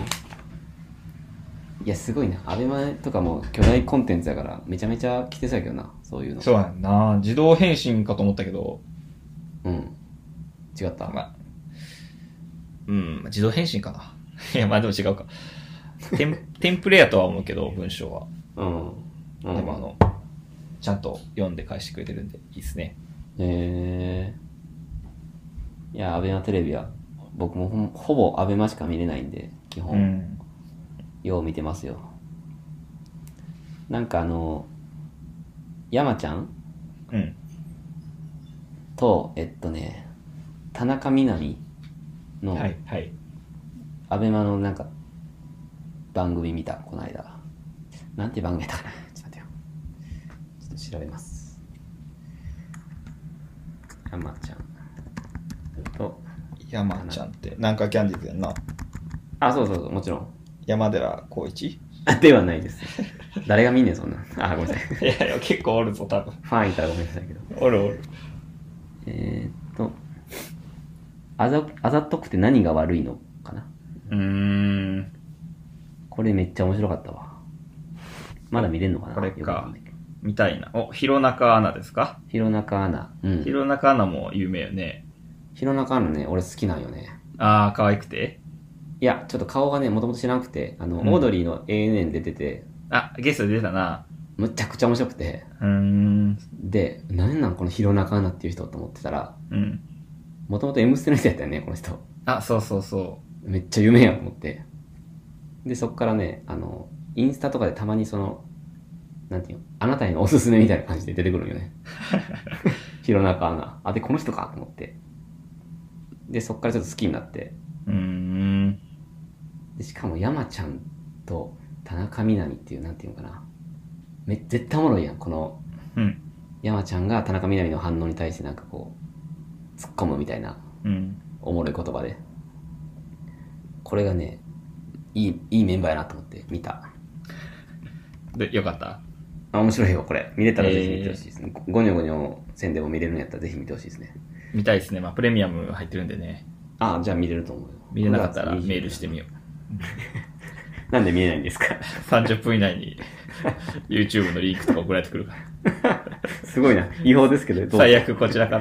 いや、すごいな。アベマとかも巨大コンテンツやから、めちゃめちゃ来てそうやけどな、そういうの。 そうやんな。自動返信かと思ったけど。 違った。 自動返信かな。いや、まあでも違うか。テンプレやとは思うけど、文章は。でもちゃんと読んで返してくれてるんで、いいっすね。 いや、アベマテレビは、僕もほぼアベマしか見れないんで、基本、よう見てますよ。なんか山ちゃんと、田中みな実の、アベマのなんか、番組見た、この間。なんていう番組やったかな。ちょっと待ってよ。ちょっと調べます。山ちゃんと、 山ちゃんって、なんかキャンディーズやんな。 そうそうそう、もちろん。 山寺宏一ではないです。誰が見んねん、そんな。ごめんなさい。 いや、結構おるぞ、多分。 ファンいたらごめんなさいけど。 おる。 あざとくて何が悪いのかな。これめっちゃ面白かったわ。まだ見れんのかな。 これか。見たいな。弘中アナですか？ 弘中アナ。 弘中アナも有名よね。 弘中アナね、俺好きなんよね。 可愛くて？ いや、ちょっと顔がね、もともと知らなくて、オードリーの ANN で出てて。 ゲストで出たな。 むちゃくちゃ面白くて。で、何なんこの弘中アナっていう人と思ってたら、もともと M ステの人やったよね、この人。 そうそうそう。めっちゃ有名やと思って。で、そっからね、インスタとかでたまになんていうの、あなたへのおすすめみたいな感じで出てくるんよね。弘中アナ。で、この人かと思って。で、そっからちょっと好きになって。で、しかも山ちゃんと田中みな実っていう、なんていうのかな。絶対おもろいやん、この、山ちゃんが田中みな実の反応に対してなんかこう、突っ込むみたいな、おもろい言葉で。これがね、いいメンバーやなと思って見た。 で、よかった？ あ、面白いよ、これ。見れたらぜひ見てほしいですね。ゴニョゴニョせんでも見れるんやったらぜひ見てほしいですね。 見たいですね。まあ、プレミアム入ってるんでね。 あ、じゃあ見れると思うよ。 見れなかったらメールしてみよう。なんで見れないんですか？ 30 分以内に YouTube のリンクとか送られてくるから。 すごいな。違法ですけど、どう最悪こちらから。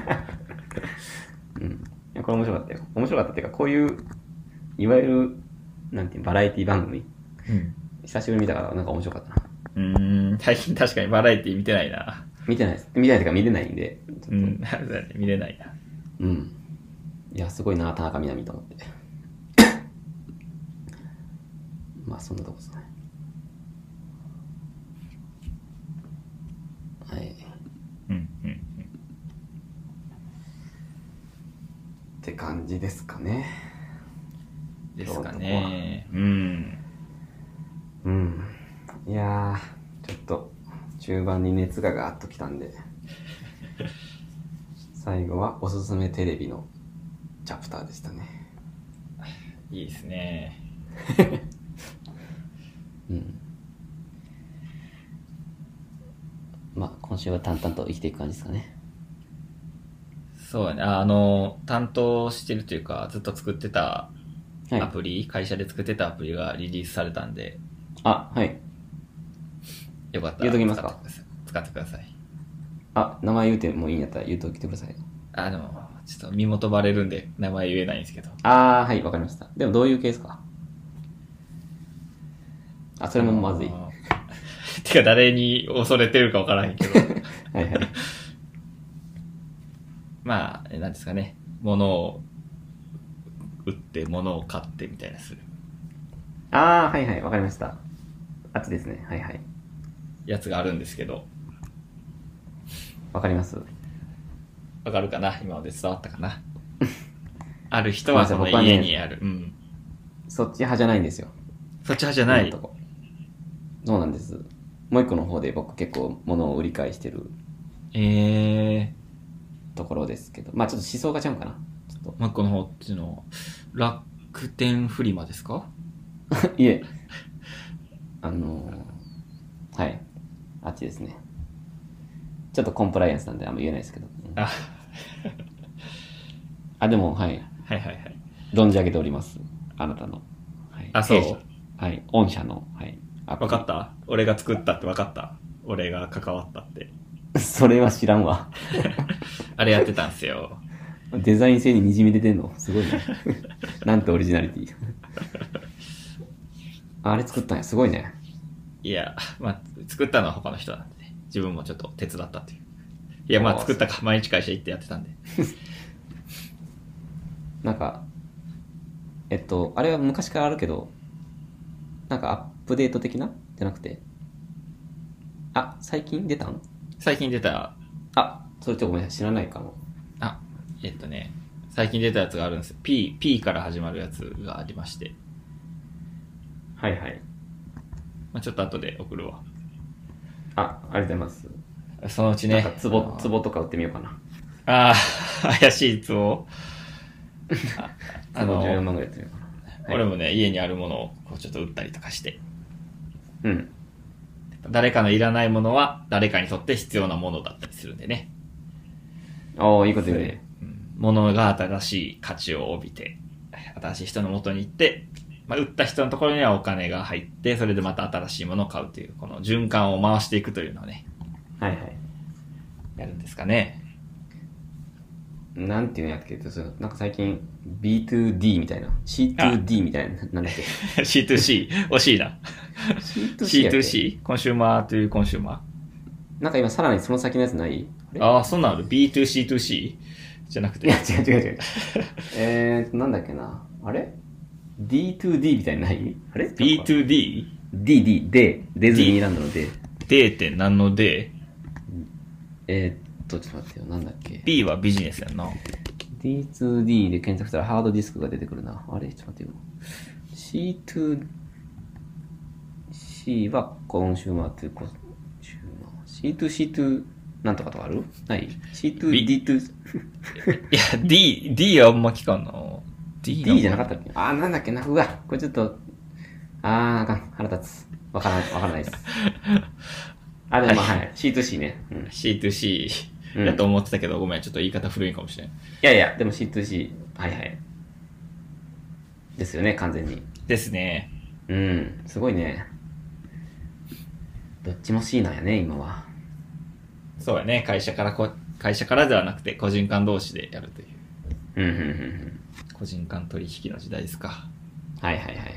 うん。いや、これ面白かったよ。面白かったっていうか、こういう、いわゆる、なんていうバラエティ番組。 うん。 久しぶりに見たからなんか面白かったな。 最近確かにバラエティ見てないな。 見てないです。見てないというか見れないんで。 うん、見れないな。 うん。いや、すごいな、田中みな実と思って。まあ、そんなとこですね。はい。って感じですかね。 ですかね。うん。 いやー、ちょっと、中盤に熱がガーッときたんで、最後はおすすめテレビのチャプターでしたね。 いいですね。 うん。まあ、今週は淡々と生きていく感じですかね。 そうだね。担当してるというか、ずっと作ってたアプリ、会社で作ってたアプリがリリースされたんで。 あ、はい。 よかったら言うときますか？ 使ってください。 あ、名前言うてもいいんやったら言うときてください。 でも、ちょっと身元バレるんで名前言えないんですけど。 はい、わかりました。でもどういうケースか？あ、それもまずい。 てか誰に恐れてるかわからへんけど。 はいはい。 まあ、なんですかね。物を売って物を買ってみたいなする。 はい、わかりました。あっちですね。はいはい。 やつがあるんですけど。 わかります。 わかるかな？今まで伝わったかな？ある人はその家にある。 そっち派じゃないんですよ。 そっち派じゃない。 そうなんです。もう一個の方で僕結構物を売り買いしてる。ところですけど。まあちょっと思想がちゃうかな。ちょっと。 もう一個の方っていうのは、楽天フリマですか？ いえ。はい。あっちですね。ちょっとコンプライアンスなんであんま言えないですけど。でも、はい。存じ上げております。あなたの。 はい、そう。 はい。御社の、はい。 分かった？俺が作ったって分かった？俺が関わったって。 それは知らんわ。 あれやってたんすよ。 デザイン性に滲み出てんのすごいね。なんてオリジナリティ。あれ作ったんや。すごいね。 いや、まあ、作ったのは他の人なんでね。自分もちょっと手伝ったっていう。いや、まあ作ったか、毎日会社行ってやってたんで。 なんか、あれは昔からあるけど、なんかアップデート的なじゃなくて。最近出たん？ 最近出た。 それちょっとごめんなさい。知らないかも。 最近出たやつがあるんですよ。P から始まるやつがありまして。 はいはい。 まあ、ちょっと後で送るわ。 ありがとうございます。 そのうちね。 なんか壺とか売ってみようかな。 怪しい壺。 14万ぐらい売ってみようかな。 俺もね、家にあるものをこうちょっと売ったりとかして。 うん。 誰かのいらないものは誰かにとって必要なものだったりするんでね。 いいこと言うね。 物が新しい価値を帯びて、新しい人の元に行って、まあ、売った人のところにはお金が入って、それでまた新しいものを買うという、この循環を回していくというのをね。 はいはい。 やるんですかね。 なんていうんやっけ？なんか最近 B2D みたいな C2D みたいな、なんだっけ？ C2C 惜しいな。C2C コンシューマーというコンシューマーなんか今さらにその先のやつない？ そんなのある？ B2C2C じゃなくて。 いや違う。なんだっけな、あれ D2D みたいなないあれ B2D？ DD でディズニーランドので D って何の D？ ちょっと待ってよ、なんだっけ。 B はビジネスやんな。 D2D で検索したらハードディスクが出てくるな。あれちょっと待ってよ。C2C はコンシューマーというコンシューマー。C2C2 なんとかとかある？ない？ C2D2 いや D はあんま聞かんな。 D じゃなかったっけ？なんだっけな。うわ、これちょっとあかん。腹立つ。わからないです。あ、でもまあ、はい。C2C ね。うん。 C2C だと思ってたけど、ごめん、ちょっと言い方古いかもしれん。 いやいや、でも C2C、はいはい。ですよね、完全に。 ですね。 うん、すごいね。どっちも C なんやね、今は。 そうやね、会社からではなくて個人間同士でやるという。 うん、うん、うん、うん。 個人間取引の時代ですか。 はいはいはいはい。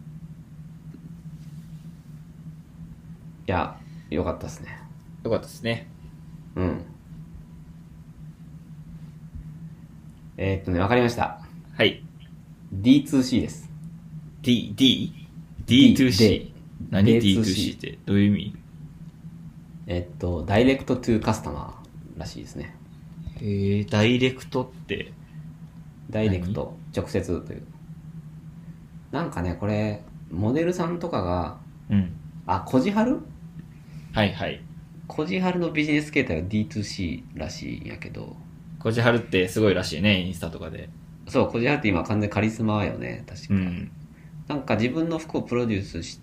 いや、よかったですね。 よかったですね。 うん。わかりました。 はい。 D2C です。 D2C? 何 D2C ってどういう意味？ ダイレクトトゥカスタマーらしいですね。 ダイレクトって。 ダイレクト、直接という。なんかね、これ、モデルさんとかが、 うん。 コジハルはいはい。 コジハルのビジネス形態は D2C らしいんやけど。 コジハルってすごいらしいね、インスタとかで。 そう、コジハルって今完全カリスマよね、確か。 うん。 なんか自分の服をプロデュースして、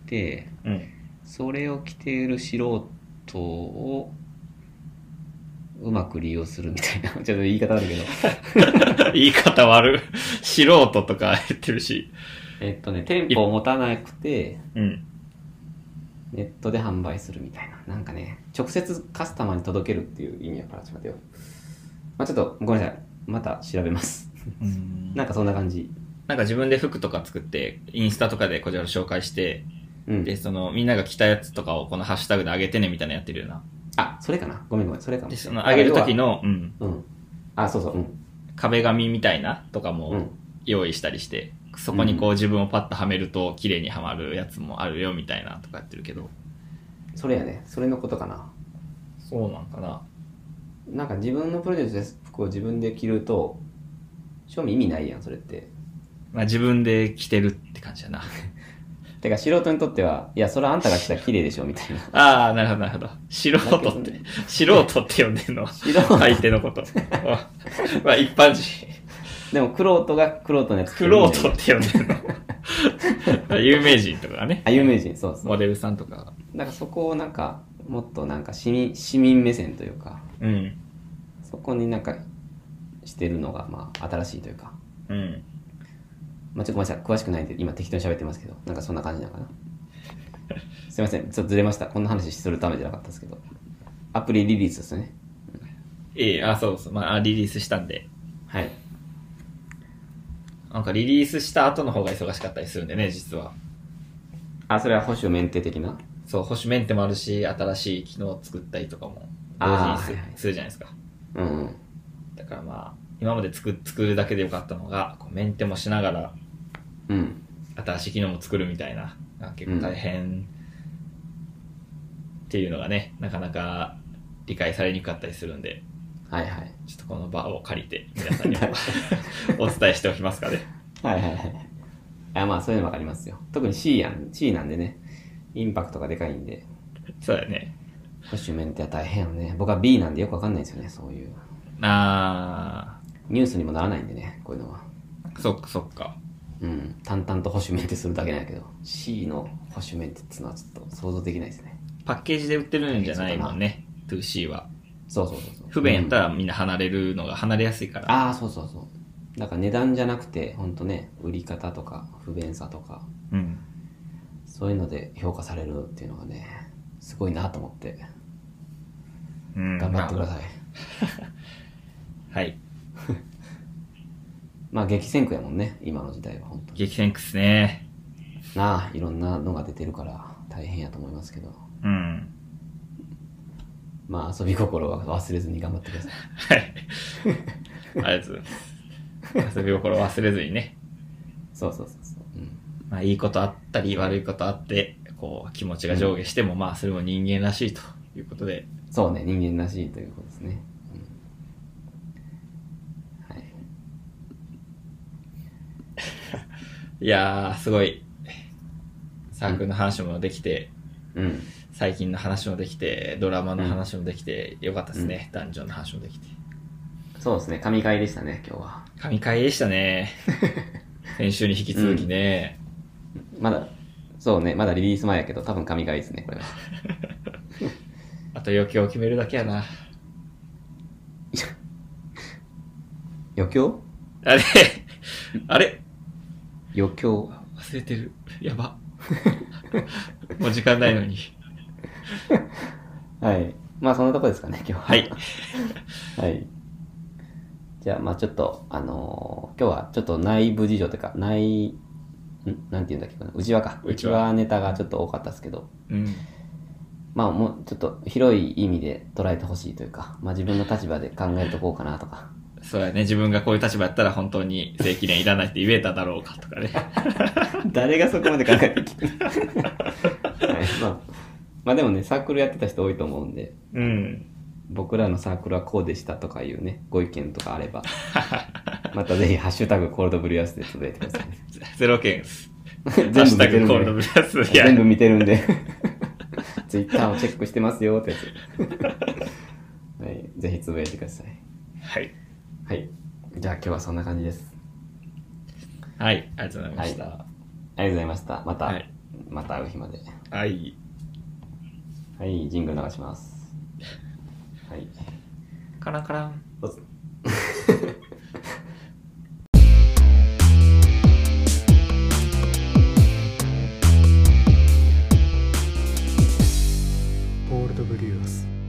うん。 それを着ている素人をうまく利用するみたいな。ちょっと言い方あるけど。 言い方悪い。素人とか言ってるし。 店舗を持たなくて、 うん。 ネットで販売するみたいな。なんかね、直接カスタマーに届けるっていう意味やから、ちょっと待ってよ。まあちょっと、ごめんなさい。また調べます。なんかそんな感じ。 なんか自分で服とか作って、インスタとかでこちら紹介して、 うん。 で、みんなが着たやつとかをこのハッシュタグで上げてねみたいなやってるよな。 あ、それかな。ごめん、それかも。 で、上げる時の、うん。 うん。あ、そうそう、うん。 壁紙みたいなとかうもん。 用意したりして、そこにこう自分をパッとはめると綺麗にはまるやつもあるよみたいなとかやってるけど。 それやね。それのことかな。 そうなんかな。 なんか自分のプロデュースで服を自分で着ると、正味意味ないやん、それって。 まあ自分で着てるって感じだな。 てか素人にとっては、いや、それあんたが着たら綺麗でしょ、みたいな。 ああ、なるほど、なるほど。素人って、素人って呼んでんの。相手のこと。まあ一般人。 でも、クロートがクロートのやつ。 クロートって呼んでんの。有名人とかね。 有名人、そうそう。 モデルさんとか。 だからそこをなんか、もっとなんか市民目線というか、 うん。 そこになんか、してるのが、まあ、新しいというか。 うん。 まあちょっとごめんなさい、詳しくないんで、今適当に喋ってますけど、なんかそんな感じなのかな。すいません、ちょっとずれました。こんな話するためじゃなかったですけど。アプリリリースですね。 そうそう。まあ、リリースしたんで。 はい。 なんかリリースした後の方が忙しかったりするんでね、実は。 それは保守メンテ的な？ そう、保守メンテもあるし、新しい機能を作ったりとかも、同時にするじゃないですか。 うんうん。 だからまあ、今まで作るだけでよかったのが、こうメンテもしながら、 うん。 新しい機能も作るみたいな、結構大変っていうのがね、なかなか理解されにくかったりするんで、 はいはい。 ちょっとこの場を借りて、皆さんにもお伝えしておきますかね。 はいはいはい。まあそういうのわかりますよ。特に C なんでね、インパクトがでかいんで。 そうだよね。 保守メンテは大変よね。僕は B なんでよくわかんないですよね、そういう。ニュースにもならないんでね、こういうのは。 そっかそっか。 うん。淡々と保守メンテするだけなんやけど、C の保守メンテっていうのはちょっと想像できないですね。 パッケージで売ってるんじゃないもんね、2C は。 そう。 不便やったらみんな離れやすいから。 そう。だから値段じゃなくて、ほんとね、売り方とか不便さとか、 うん。 そういうので評価されるっていうのがね、すごいなと思って。 うん。 頑張ってください。 はい。 まあ激戦区やもんね、今の時代は本当に。 激戦区っすね。 いろんなのが出てるから大変やと思いますけど。 うん。 まあ遊び心は忘れずに頑張ってください。 はい。ありがとうございます。遊び心忘れずにね。 そう。うん。 まあいいことあったり悪いことあって、こう気持ちが上下しても、まあそれも人間らしいということで。 そうね、人間らしいということですね。はい。 いやー、すごい。サークルの話もできて、最近の話もできて、ドラマの話もできて、よかったですね。ダンジョンの話もできて。 そうですね、神回でしたね、今日は。 神回でしたね。先週に引き続きね。 まだそうね、まだリリース前やけど、多分神回ですね、これは。 あと余興を決めるだけやな。 余興あれあれ余興忘れてる。やば。もう時間ないのに。 はい。まあそんなとこですかね、今日は。 はい。 はい。じゃあ、まあちょっと、今日はちょっと内部事情というか、なんて言うんだっけかな。内輪か。内輪ネタがちょっと多かったですけど、 うん。 まあもうちょっと広い意味で捉えてほしいというか、まあ自分の立場で考えとこうかなとか。 そうやね。自分がこういう立場やったら本当に正規年いらないって言えただろうかとかね。 誰がそこまで考えてきてるはい、まあでもね、サークルやってた人多いと思うんで、 うん。 僕らのサークルはこうでしたとかいうね、ご意見とかあれば、またぜひハッシュタグコールドブリュアスでつぶやいてくださいね。 ゼロ件です。 全部見てるんコールドブで。 リュアス。いや全部見てるんで。ツイッターをチェックしてますよってやつ。はい、ぜひつぶやいてください。 はい。 はい。じゃあ今日はそんな感じです。 はい。ありがとうございました。 ありがとうございました。また、 はいまた会う日まで。 はい。 はい、ジングル流します。はい。 カランカラン。 どうぞ。 コールドブリュース